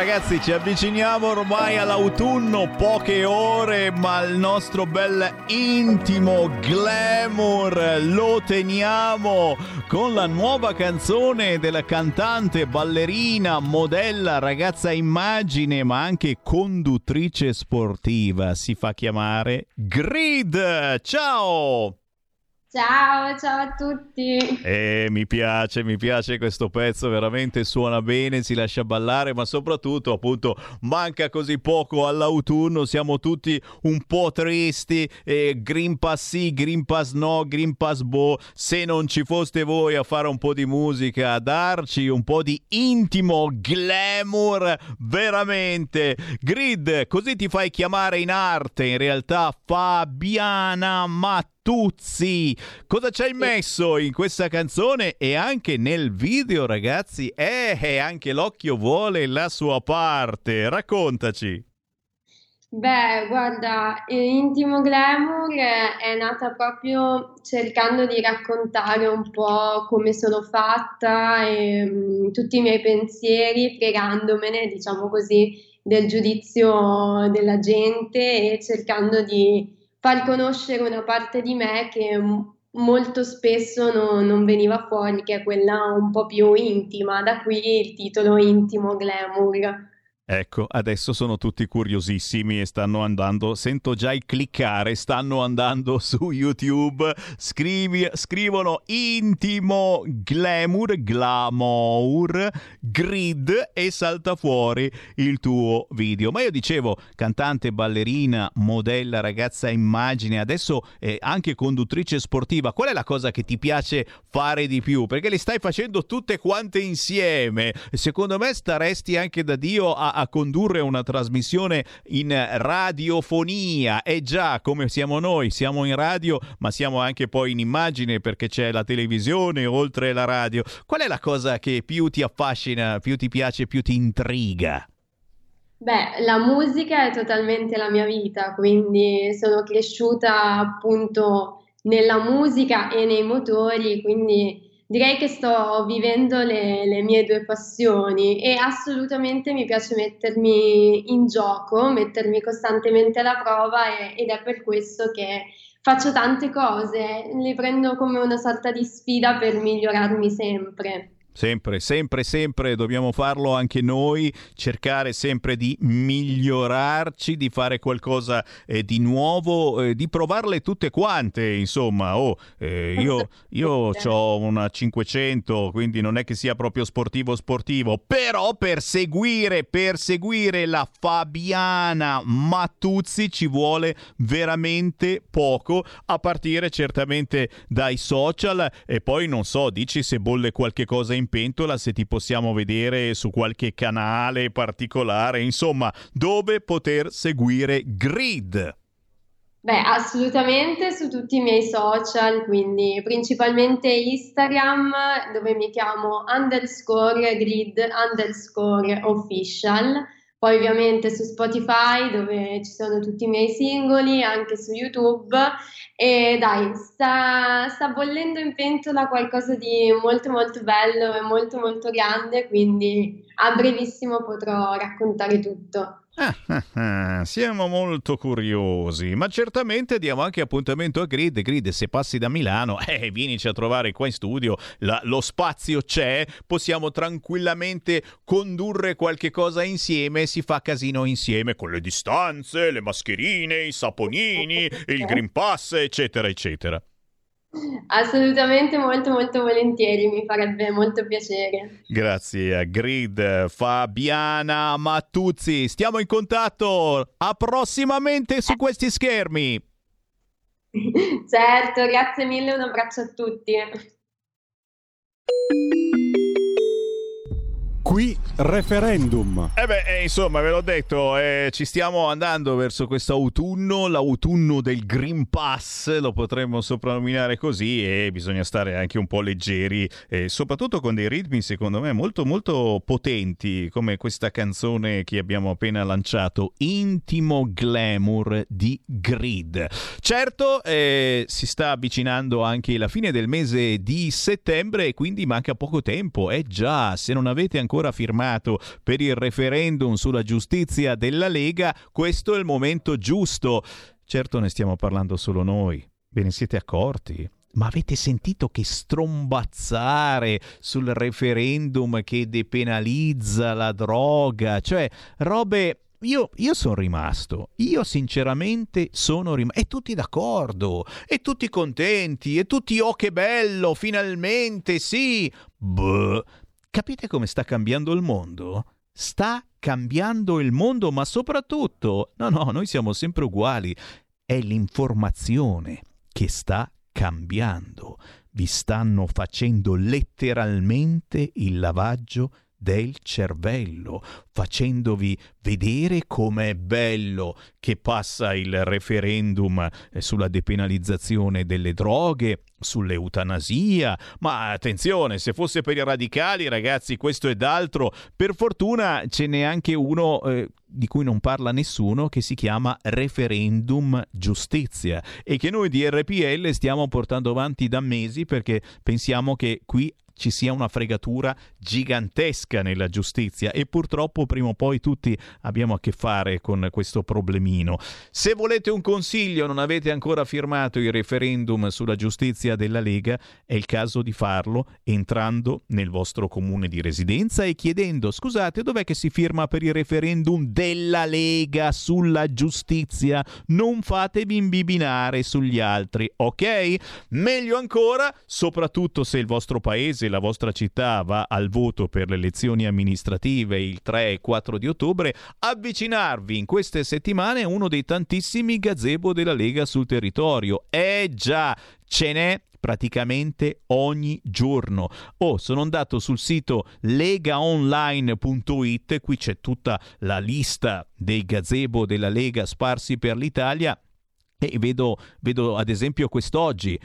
Ragazzi, ci avviciniamo ormai all'autunno, poche ore, ma il nostro bel intimo glamour lo teniamo con la nuova canzone della cantante, ballerina, modella, ragazza immagine, ma anche conduttrice sportiva. Si fa chiamare Grid. Ciao! Ciao a tutti. Mi piace questo pezzo, veramente suona bene, si lascia ballare, ma soprattutto appunto manca così poco all'autunno, siamo tutti un po' tristi, Green Pass sì, Green Pass no, Green Pass boh, se non ci foste voi a fare un po' di musica, a darci un po' di intimo glamour, veramente. Grid, così ti fai chiamare in arte, in realtà Fabiana Mattuzzi. Cosa ci hai messo in questa canzone e anche nel video, ragazzi? Anche l'occhio vuole la sua parte. Raccontaci. Beh, guarda, Intimo Glamour è nata proprio cercando di raccontare un po' come sono fatta e tutti i miei pensieri, fregandomene, diciamo così, del giudizio della gente e cercando di far conoscere una parte di me che molto spesso non veniva fuori, che è quella un po' più intima, da qui il titolo Intimo Glamour. Ecco, adesso sono tutti curiosissimi e stanno andando, sento già il cliccare, stanno andando su YouTube, scrivono Intimo Glamour, Grid e salta fuori il tuo video. Ma io dicevo, cantante, ballerina, modella, ragazza immagine, adesso anche conduttrice sportiva, qual è la cosa che ti piace fare di più? Perché le stai facendo tutte quante insieme, secondo me staresti anche da Dio a condurre una trasmissione in radiofonia. Già, come siamo noi, siamo in radio, ma siamo anche poi in immagine perché c'è la televisione oltre la radio. Qual è la cosa che più ti affascina, più ti piace, più ti intriga? Beh, la musica è totalmente la mia vita, quindi sono cresciuta appunto nella musica e nei motori, quindi direi che sto vivendo le mie due passioni e assolutamente mi piace mettermi in gioco, mettermi costantemente alla prova ed è per questo che faccio tante cose, le prendo come una sorta di sfida per migliorarmi sempre. Sempre dobbiamo farlo anche noi, cercare sempre di migliorarci, di fare qualcosa di nuovo, di provarle tutte quante, insomma. Io ho una 500, quindi non è che sia proprio sportivo, però per seguire la Fabiana Mattuzzi ci vuole veramente poco, a partire certamente dai social e poi non so, dici se bolle qualche cosa in pentola, se ti possiamo vedere su qualche canale particolare, insomma, dove poter seguire Grid? Beh, assolutamente su tutti i miei social, quindi principalmente Instagram, dove mi chiamo _Grid_official, poi ovviamente su Spotify dove ci sono tutti i miei singoli, anche su YouTube e dai, sta bollendo in pentola qualcosa di molto molto bello e molto molto grande, quindi a brevissimo potrò raccontare tutto. Siamo molto curiosi, ma certamente diamo anche appuntamento a Grid, se passi da Milano, vienici a trovare qua in studio, lo spazio c'è, possiamo tranquillamente condurre qualche cosa insieme, si fa casino insieme con le distanze, le mascherine, i saponini, il Green Pass, eccetera, eccetera. Assolutamente, molto molto volentieri, mi farebbe molto piacere. Grazie a Grid, Fabiana Mattuzzi, stiamo in contatto, a prossimamente su questi schermi. Certo, grazie mille, un abbraccio a tutti. Qui referendum. Insomma, ve l'ho detto, ci stiamo andando verso questo autunno, l'autunno del Green Pass, lo potremmo soprannominare così, e bisogna stare anche un po' leggeri, soprattutto con dei ritmi secondo me molto molto potenti, come questa canzone che abbiamo appena lanciato, Intimo Glamour di Grid. Certo, si sta avvicinando anche la fine del mese di settembre e quindi manca poco tempo. Già, se non avete ancora firmato firmato per il referendum sulla giustizia della Lega, questo è il momento giusto. Certo ne stiamo parlando solo noi, ve ne siete accorti? Ma avete sentito che strombazzare sul referendum che depenalizza la droga? Cioè, robe... Io sono rimasto, io sinceramente sono rimasto, e tutti d'accordo, e tutti contenti, e tutti oh che bello, finalmente, sì. Capite come sta cambiando il mondo? Sta cambiando il mondo, ma soprattutto, no, noi siamo sempre uguali, è l'informazione che sta cambiando. Vi stanno facendo letteralmente il lavaggio del cervello, facendovi vedere com'è bello che passa il referendum sulla depenalizzazione delle droghe, sull'eutanasia. Ma attenzione, se fosse per i radicali, ragazzi, questo ed altro. Per fortuna ce n'è anche uno di cui non parla nessuno, che si chiama referendum giustizia, e che noi di RPL stiamo portando avanti da mesi, perché pensiamo che qui ci sia una fregatura gigantesca nella giustizia, e purtroppo prima o poi tutti abbiamo a che fare con questo problemino. Se volete un consiglio, non avete ancora firmato il referendum sulla giustizia della Lega, è il caso di farlo entrando nel vostro comune di residenza e chiedendo: scusate, dov'è che si firma per il referendum della Lega sulla giustizia? Non fatevi imbibinare sugli altri, ok? Meglio ancora, soprattutto se il vostro paese, la vostra città va al voto per le elezioni amministrative il 3 e 4 di ottobre, avvicinarvi in queste settimane a uno dei tantissimi gazebo della Lega sul territorio. Già, ce n'è praticamente ogni giorno. Sono andato sul sito legaonline.it, qui c'è tutta la lista dei gazebo della Lega sparsi per l'Italia. E vedo ad esempio quest'oggi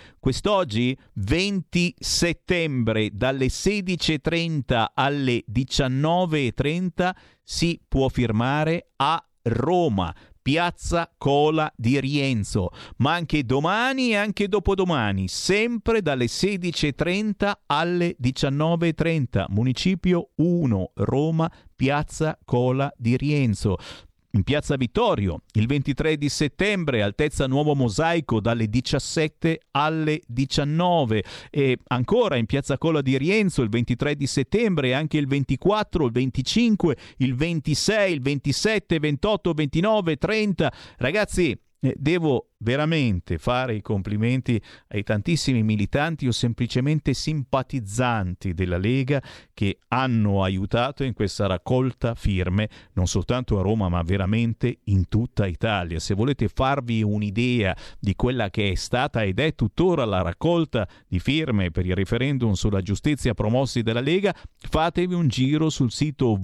20 settembre dalle 16:30 alle 19:30 si può firmare a Roma, Piazza Cola di Rienzo, ma anche domani e anche dopodomani, sempre dalle 16:30 alle 19:30, Municipio 1, Roma, Piazza Cola di Rienzo. In Piazza Vittorio, il 23 di settembre, altezza Nuovo Mosaico, dalle 17 alle 19. E ancora in Piazza Cola di Rienzo, il 23 di settembre, anche il 24, il 25, il 26, il 27, 28, 29, 30. Ragazzi, devo veramente fare i complimenti ai tantissimi militanti o semplicemente simpatizzanti della Lega che hanno aiutato in questa raccolta firme, non soltanto a Roma ma veramente in tutta Italia. Se volete farvi un'idea di quella che è stata ed è tuttora la raccolta di firme per il referendum sulla giustizia promossi dalla Lega, fatevi un giro sul sito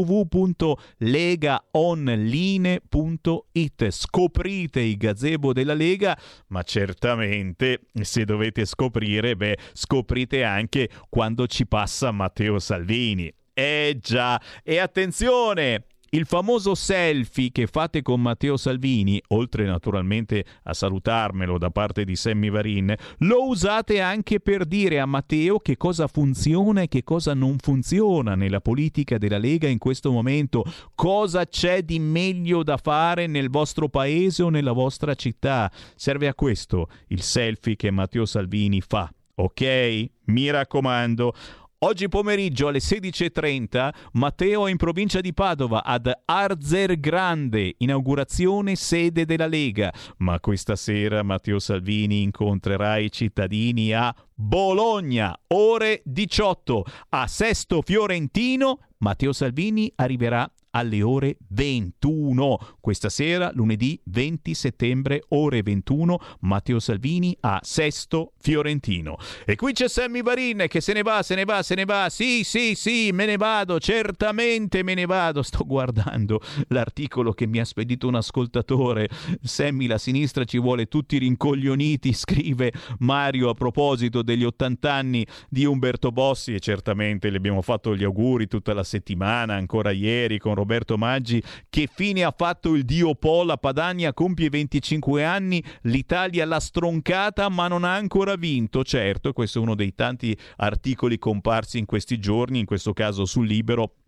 www.legaonline.it, scoprite i gazebo della Lega, ma certamente se dovete scoprire, scoprite anche quando ci passa Matteo Salvini. Già, e attenzione! Il famoso selfie che fate con Matteo Salvini, oltre naturalmente a salutarmelo da parte di Sammy Varin, lo usate anche per dire a Matteo che cosa funziona e che cosa non funziona nella politica della Lega in questo momento, cosa c'è di meglio da fare nel vostro paese o nella vostra città. Serve a questo il selfie che Matteo Salvini fa, ok? Mi raccomando. Oggi pomeriggio alle 16:30 Matteo è in provincia di Padova ad Arzer Grande, inaugurazione sede della Lega. Ma questa sera Matteo Salvini incontrerà i cittadini a Bologna, ore 18. A Sesto Fiorentino Matteo Salvini arriverà alle ore 21. Questa sera, lunedì 20 settembre, ore 21, Matteo Salvini a Sesto Fiorentino. E qui c'è Sammy Varin che se ne va. Sì, me ne vado, certamente me ne vado. Sto guardando l'articolo che mi ha spedito un ascoltatore. Sammy, la sinistra ci vuole tutti rincoglioniti, scrive Mario a proposito degli 80 anni di Umberto Bossi, e certamente le abbiamo fatto gli auguri tutta la settimana, ancora ieri con Roberto Maggi. Che fine ha fatto il dio Po? La Padania compie 25 anni, l'Italia l'ha stroncata ma non ha ancora vinto. Certo, questo è uno dei tanti articoli comparsi in questi giorni, in questo caso sul Libero,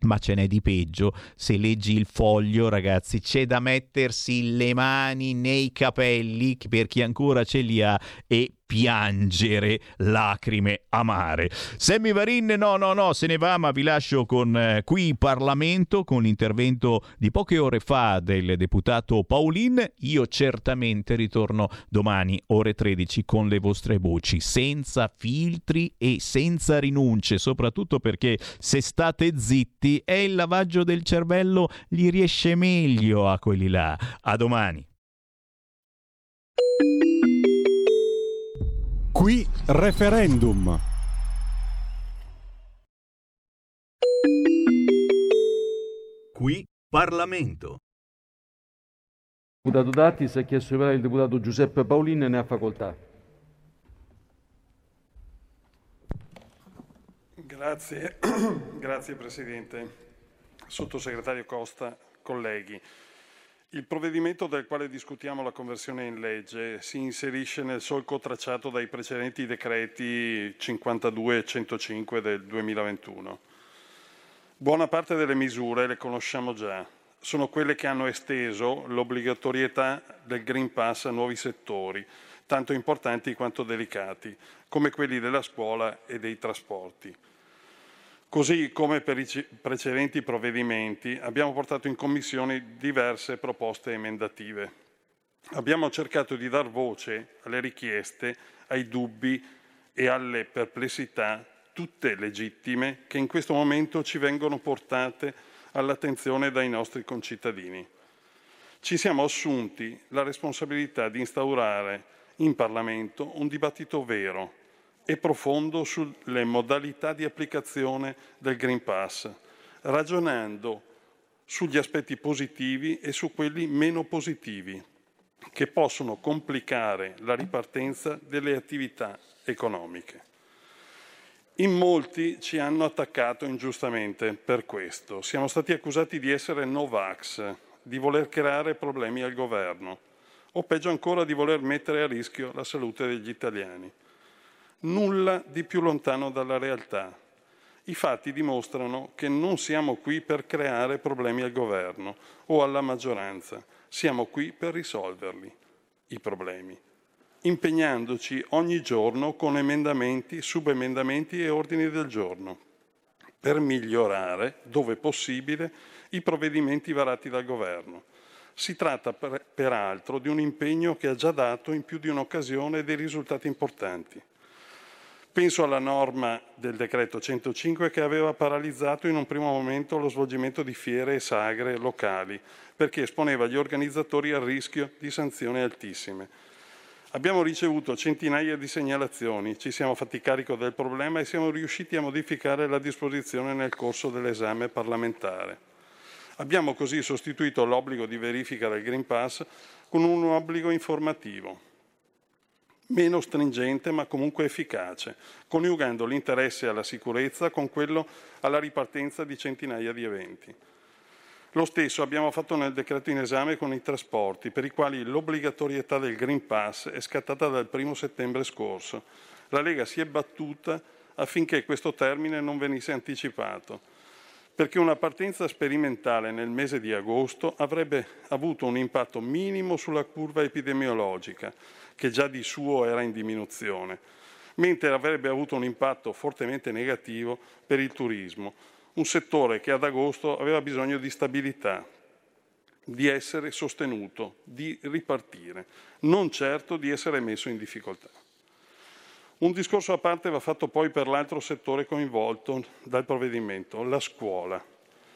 Ma ce n'è di peggio. Se leggi il Foglio, ragazzi, c'è da mettersi le mani nei capelli per chi ancora ce li ha e piangere lacrime amare. Sammy Varin no, se ne va, ma vi lascio con Qui Parlamento, con l'intervento di poche ore fa del deputato Paulin. Io certamente ritorno domani ore 13 con le vostre voci, senza filtri e senza rinunce, soprattutto perché se state zitti il lavaggio del cervello gli riesce meglio a quelli là. A domani. Qui referendum. Qui Parlamento. Il deputato Dattis ha chiesto di parlare il deputato Giuseppe Paolin, ne ha facoltà. Grazie, grazie Presidente. Sottosegretario Costa, colleghi. Il provvedimento del quale discutiamo la conversione in legge si inserisce nel solco tracciato dai precedenti decreti 52 e 105 del 2021. Buona parte delle misure le conosciamo già. Sono quelle che hanno esteso l'obbligatorietà del Green Pass a nuovi settori, tanto importanti quanto delicati, come quelli della scuola e dei trasporti. Così come per i precedenti provvedimenti, abbiamo portato in Commissione diverse proposte emendative. Abbiamo cercato di dar voce alle richieste, ai dubbi e alle perplessità, tutte legittime, che in questo momento ci vengono portate all'attenzione dai nostri concittadini. Ci siamo assunti la responsabilità di instaurare in Parlamento un dibattito vero e profondo sulle modalità di applicazione del Green Pass, ragionando sugli aspetti positivi e su quelli meno positivi, che possono complicare la ripartenza delle attività economiche. In molti ci hanno attaccato ingiustamente per questo. Siamo stati accusati di essere no-vax, di voler creare problemi al governo, o peggio ancora di voler mettere a rischio la salute degli italiani. Nulla di più lontano dalla realtà. I fatti dimostrano che non siamo qui per creare problemi al governo o alla maggioranza, siamo qui per risolverli, i problemi, impegnandoci ogni giorno con emendamenti, subemendamenti e ordini del giorno, per migliorare, dove possibile, i provvedimenti varati dal governo. Si tratta peraltro di un impegno che ha già dato in più di un'occasione dei risultati importanti. Penso alla norma del decreto 105 che aveva paralizzato in un primo momento lo svolgimento di fiere e sagre locali, perché esponeva gli organizzatori al rischio di sanzioni altissime. Abbiamo ricevuto centinaia di segnalazioni, ci siamo fatti carico del problema e siamo riusciti a modificare la disposizione nel corso dell'esame parlamentare. Abbiamo così sostituito l'obbligo di verifica del Green Pass con un obbligo informativo, meno stringente ma comunque efficace, coniugando l'interesse alla sicurezza con quello alla ripartenza di centinaia di eventi. Lo stesso abbiamo fatto nel decreto in esame con i trasporti, per i quali l'obbligatorietà del Green Pass è scattata dal 1° settembre scorso. La Lega si è battuta affinché questo termine non venisse anticipato, perché una partenza sperimentale nel mese di agosto avrebbe avuto un impatto minimo sulla curva epidemiologica, che già di suo era in diminuzione, mentre avrebbe avuto un impatto fortemente negativo per il turismo, un settore che ad agosto aveva bisogno di stabilità, di essere sostenuto, di ripartire, non certo di essere messo in difficoltà. Un discorso a parte va fatto poi per l'altro settore coinvolto dal provvedimento, la scuola.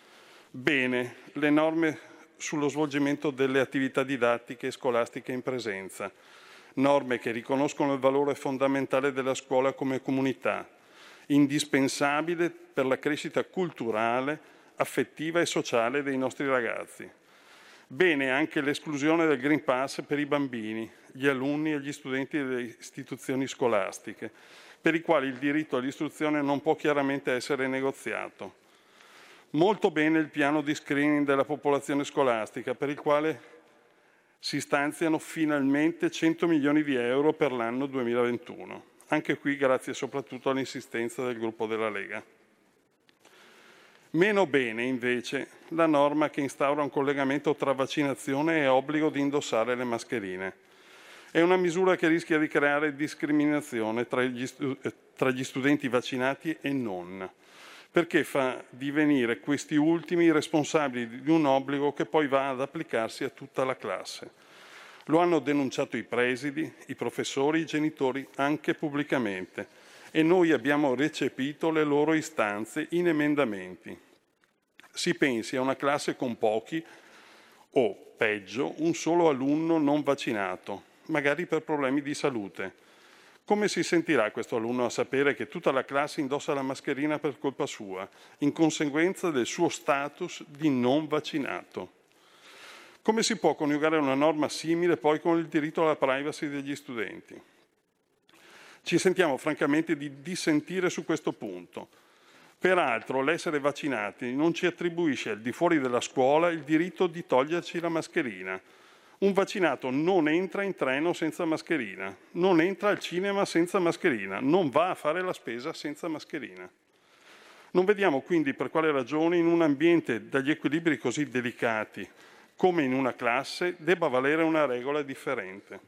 Bene, le norme sullo svolgimento delle attività didattiche e scolastiche in presenza, norme che riconoscono il valore fondamentale della scuola come comunità, indispensabile per la crescita culturale, affettiva e sociale dei nostri ragazzi. Bene anche l'esclusione del Green Pass per i bambini, gli alunni e gli studenti delle istituzioni scolastiche, per i quali il diritto all'istruzione non può chiaramente essere negoziato. Molto bene il piano di screening della popolazione scolastica, per il quale si stanziano finalmente 100 milioni di euro per l'anno 2021. Anche qui grazie soprattutto all'insistenza del gruppo della Lega. Meno bene, invece, la norma che instaura un collegamento tra vaccinazione e obbligo di indossare le mascherine. È una misura che rischia di creare discriminazione tra gli studenti vaccinati e non, perché fa divenire questi ultimi responsabili di un obbligo che poi va ad applicarsi a tutta la classe. Lo hanno denunciato i presidi, i professori, i genitori, anche pubblicamente, e noi abbiamo recepito le loro istanze in emendamenti. Si pensi a una classe con pochi o, peggio, un solo alunno non vaccinato, magari per problemi di salute. Come si sentirà questo alunno a sapere che tutta la classe indossa la mascherina per colpa sua, in conseguenza del suo status di non vaccinato? Come si può coniugare una norma simile poi con il diritto alla privacy degli studenti? Ci sentiamo francamente di dissentire su questo punto. Peraltro, l'essere vaccinati non ci attribuisce al di fuori della scuola il diritto di toglierci la mascherina. Un vaccinato non entra in treno senza mascherina, non entra al cinema senza mascherina, non va a fare la spesa senza mascherina. Non vediamo quindi per quale ragione in un ambiente dagli equilibri così delicati come in una classe debba valere una regola differente.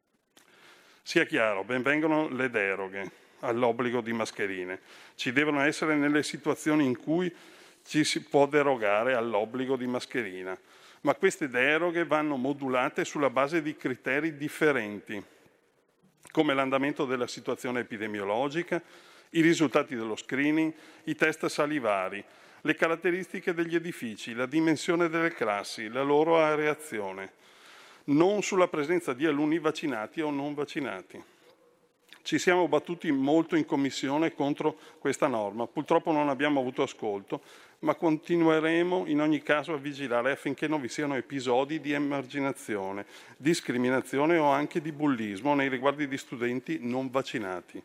Sia chiaro, ben vengano le deroghe all'obbligo di mascherine. Ci devono essere nelle situazioni in cui ci si può derogare all'obbligo di mascherina, ma queste deroghe vanno modulate sulla base di criteri differenti, come l'andamento della situazione epidemiologica, i risultati dello screening, i test salivari, le caratteristiche degli edifici, la dimensione delle classi, la loro areazione, non sulla presenza di alunni vaccinati o non vaccinati. Ci siamo battuti molto in commissione contro questa norma, purtroppo non abbiamo avuto ascolto, ma continueremo in ogni caso a vigilare affinché non vi siano episodi di emarginazione, discriminazione o anche di bullismo nei riguardi di studenti non vaccinati.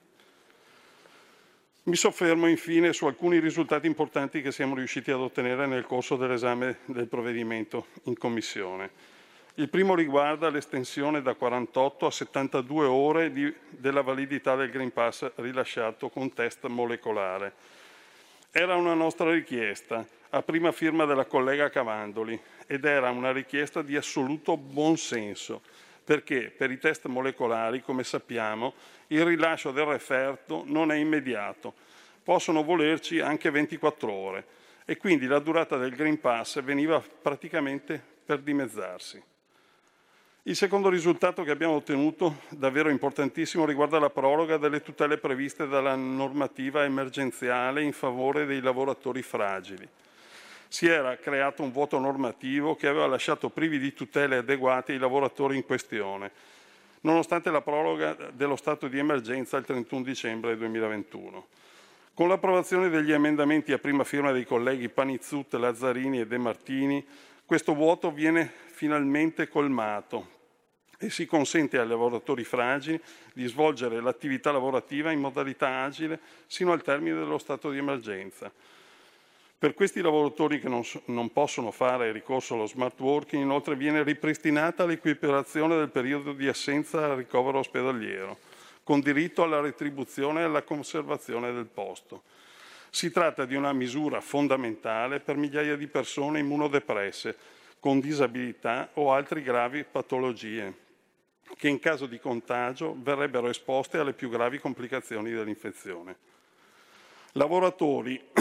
Mi soffermo infine su alcuni risultati importanti che siamo riusciti ad ottenere nel corso dell'esame del provvedimento in commissione. Il primo riguarda l'estensione da 48 a 72 ore della validità del Green Pass rilasciato con test molecolare. Era una nostra richiesta, a prima firma della collega Cavandoli, ed era una richiesta di assoluto buonsenso, perché per i test molecolari, come sappiamo, il rilascio del referto non è immediato, possono volerci anche 24 ore e quindi la durata del Green Pass veniva praticamente per dimezzarsi. Il secondo risultato che abbiamo ottenuto, davvero importantissimo, riguarda la proroga delle tutele previste dalla normativa emergenziale in favore dei lavoratori fragili. Si era creato un vuoto normativo che aveva lasciato privi di tutele adeguate i lavoratori in questione, nonostante la proroga dello stato di emergenza al 31 dicembre 2021. Con l'approvazione degli emendamenti a prima firma dei colleghi Panizzut, Lazzarini e De Martini, questo vuoto viene finalmente colmato e si consente ai lavoratori fragili di svolgere l'attività lavorativa in modalità agile sino al termine dello stato di emergenza. Per questi lavoratori che non possono fare ricorso allo smart working, inoltre viene ripristinata l'equiparazione del periodo di assenza al ricovero ospedaliero, con diritto alla retribuzione e alla conservazione del posto. Si tratta di una misura fondamentale per migliaia di persone immunodepresse, con disabilità o altre gravi patologie, che in caso di contagio verrebbero esposte alle più gravi complicazioni dell'infezione. Lavoratori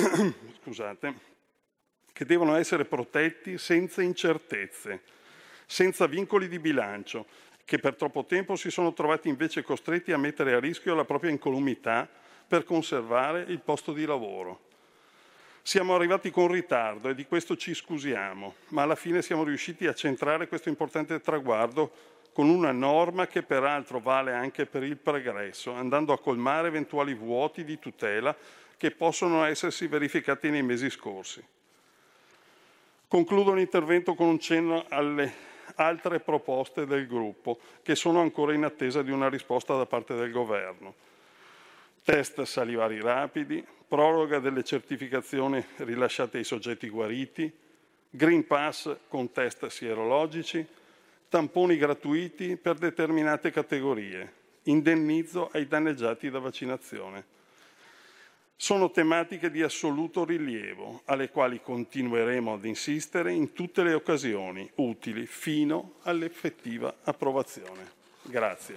che devono essere protetti senza incertezze, senza vincoli di bilancio, che per troppo tempo si sono trovati invece costretti a mettere a rischio la propria incolumità per conservare il posto di lavoro. Siamo arrivati con ritardo e di questo ci scusiamo, ma alla fine siamo riusciti a centrare questo importante traguardo con una norma che peraltro vale anche per il pregresso, andando a colmare eventuali vuoti di tutela che possono essersi verificati nei mesi scorsi. Concludo l'intervento con un cenno alle altre proposte del gruppo, che sono ancora in attesa di una risposta da parte del Governo. Test salivari rapidi, proroga delle certificazioni rilasciate ai soggetti guariti, Green Pass con test sierologici, tamponi gratuiti per determinate categorie, indennizzo ai danneggiati da vaccinazione. Sono tematiche di assoluto rilievo, alle quali continueremo ad insistere in tutte le occasioni utili fino all'effettiva approvazione. Grazie.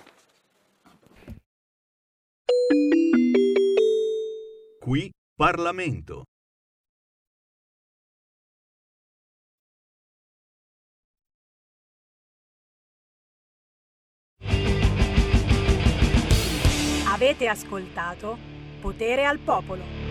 Qui Parlamento. Avete ascoltato Potere al Popolo.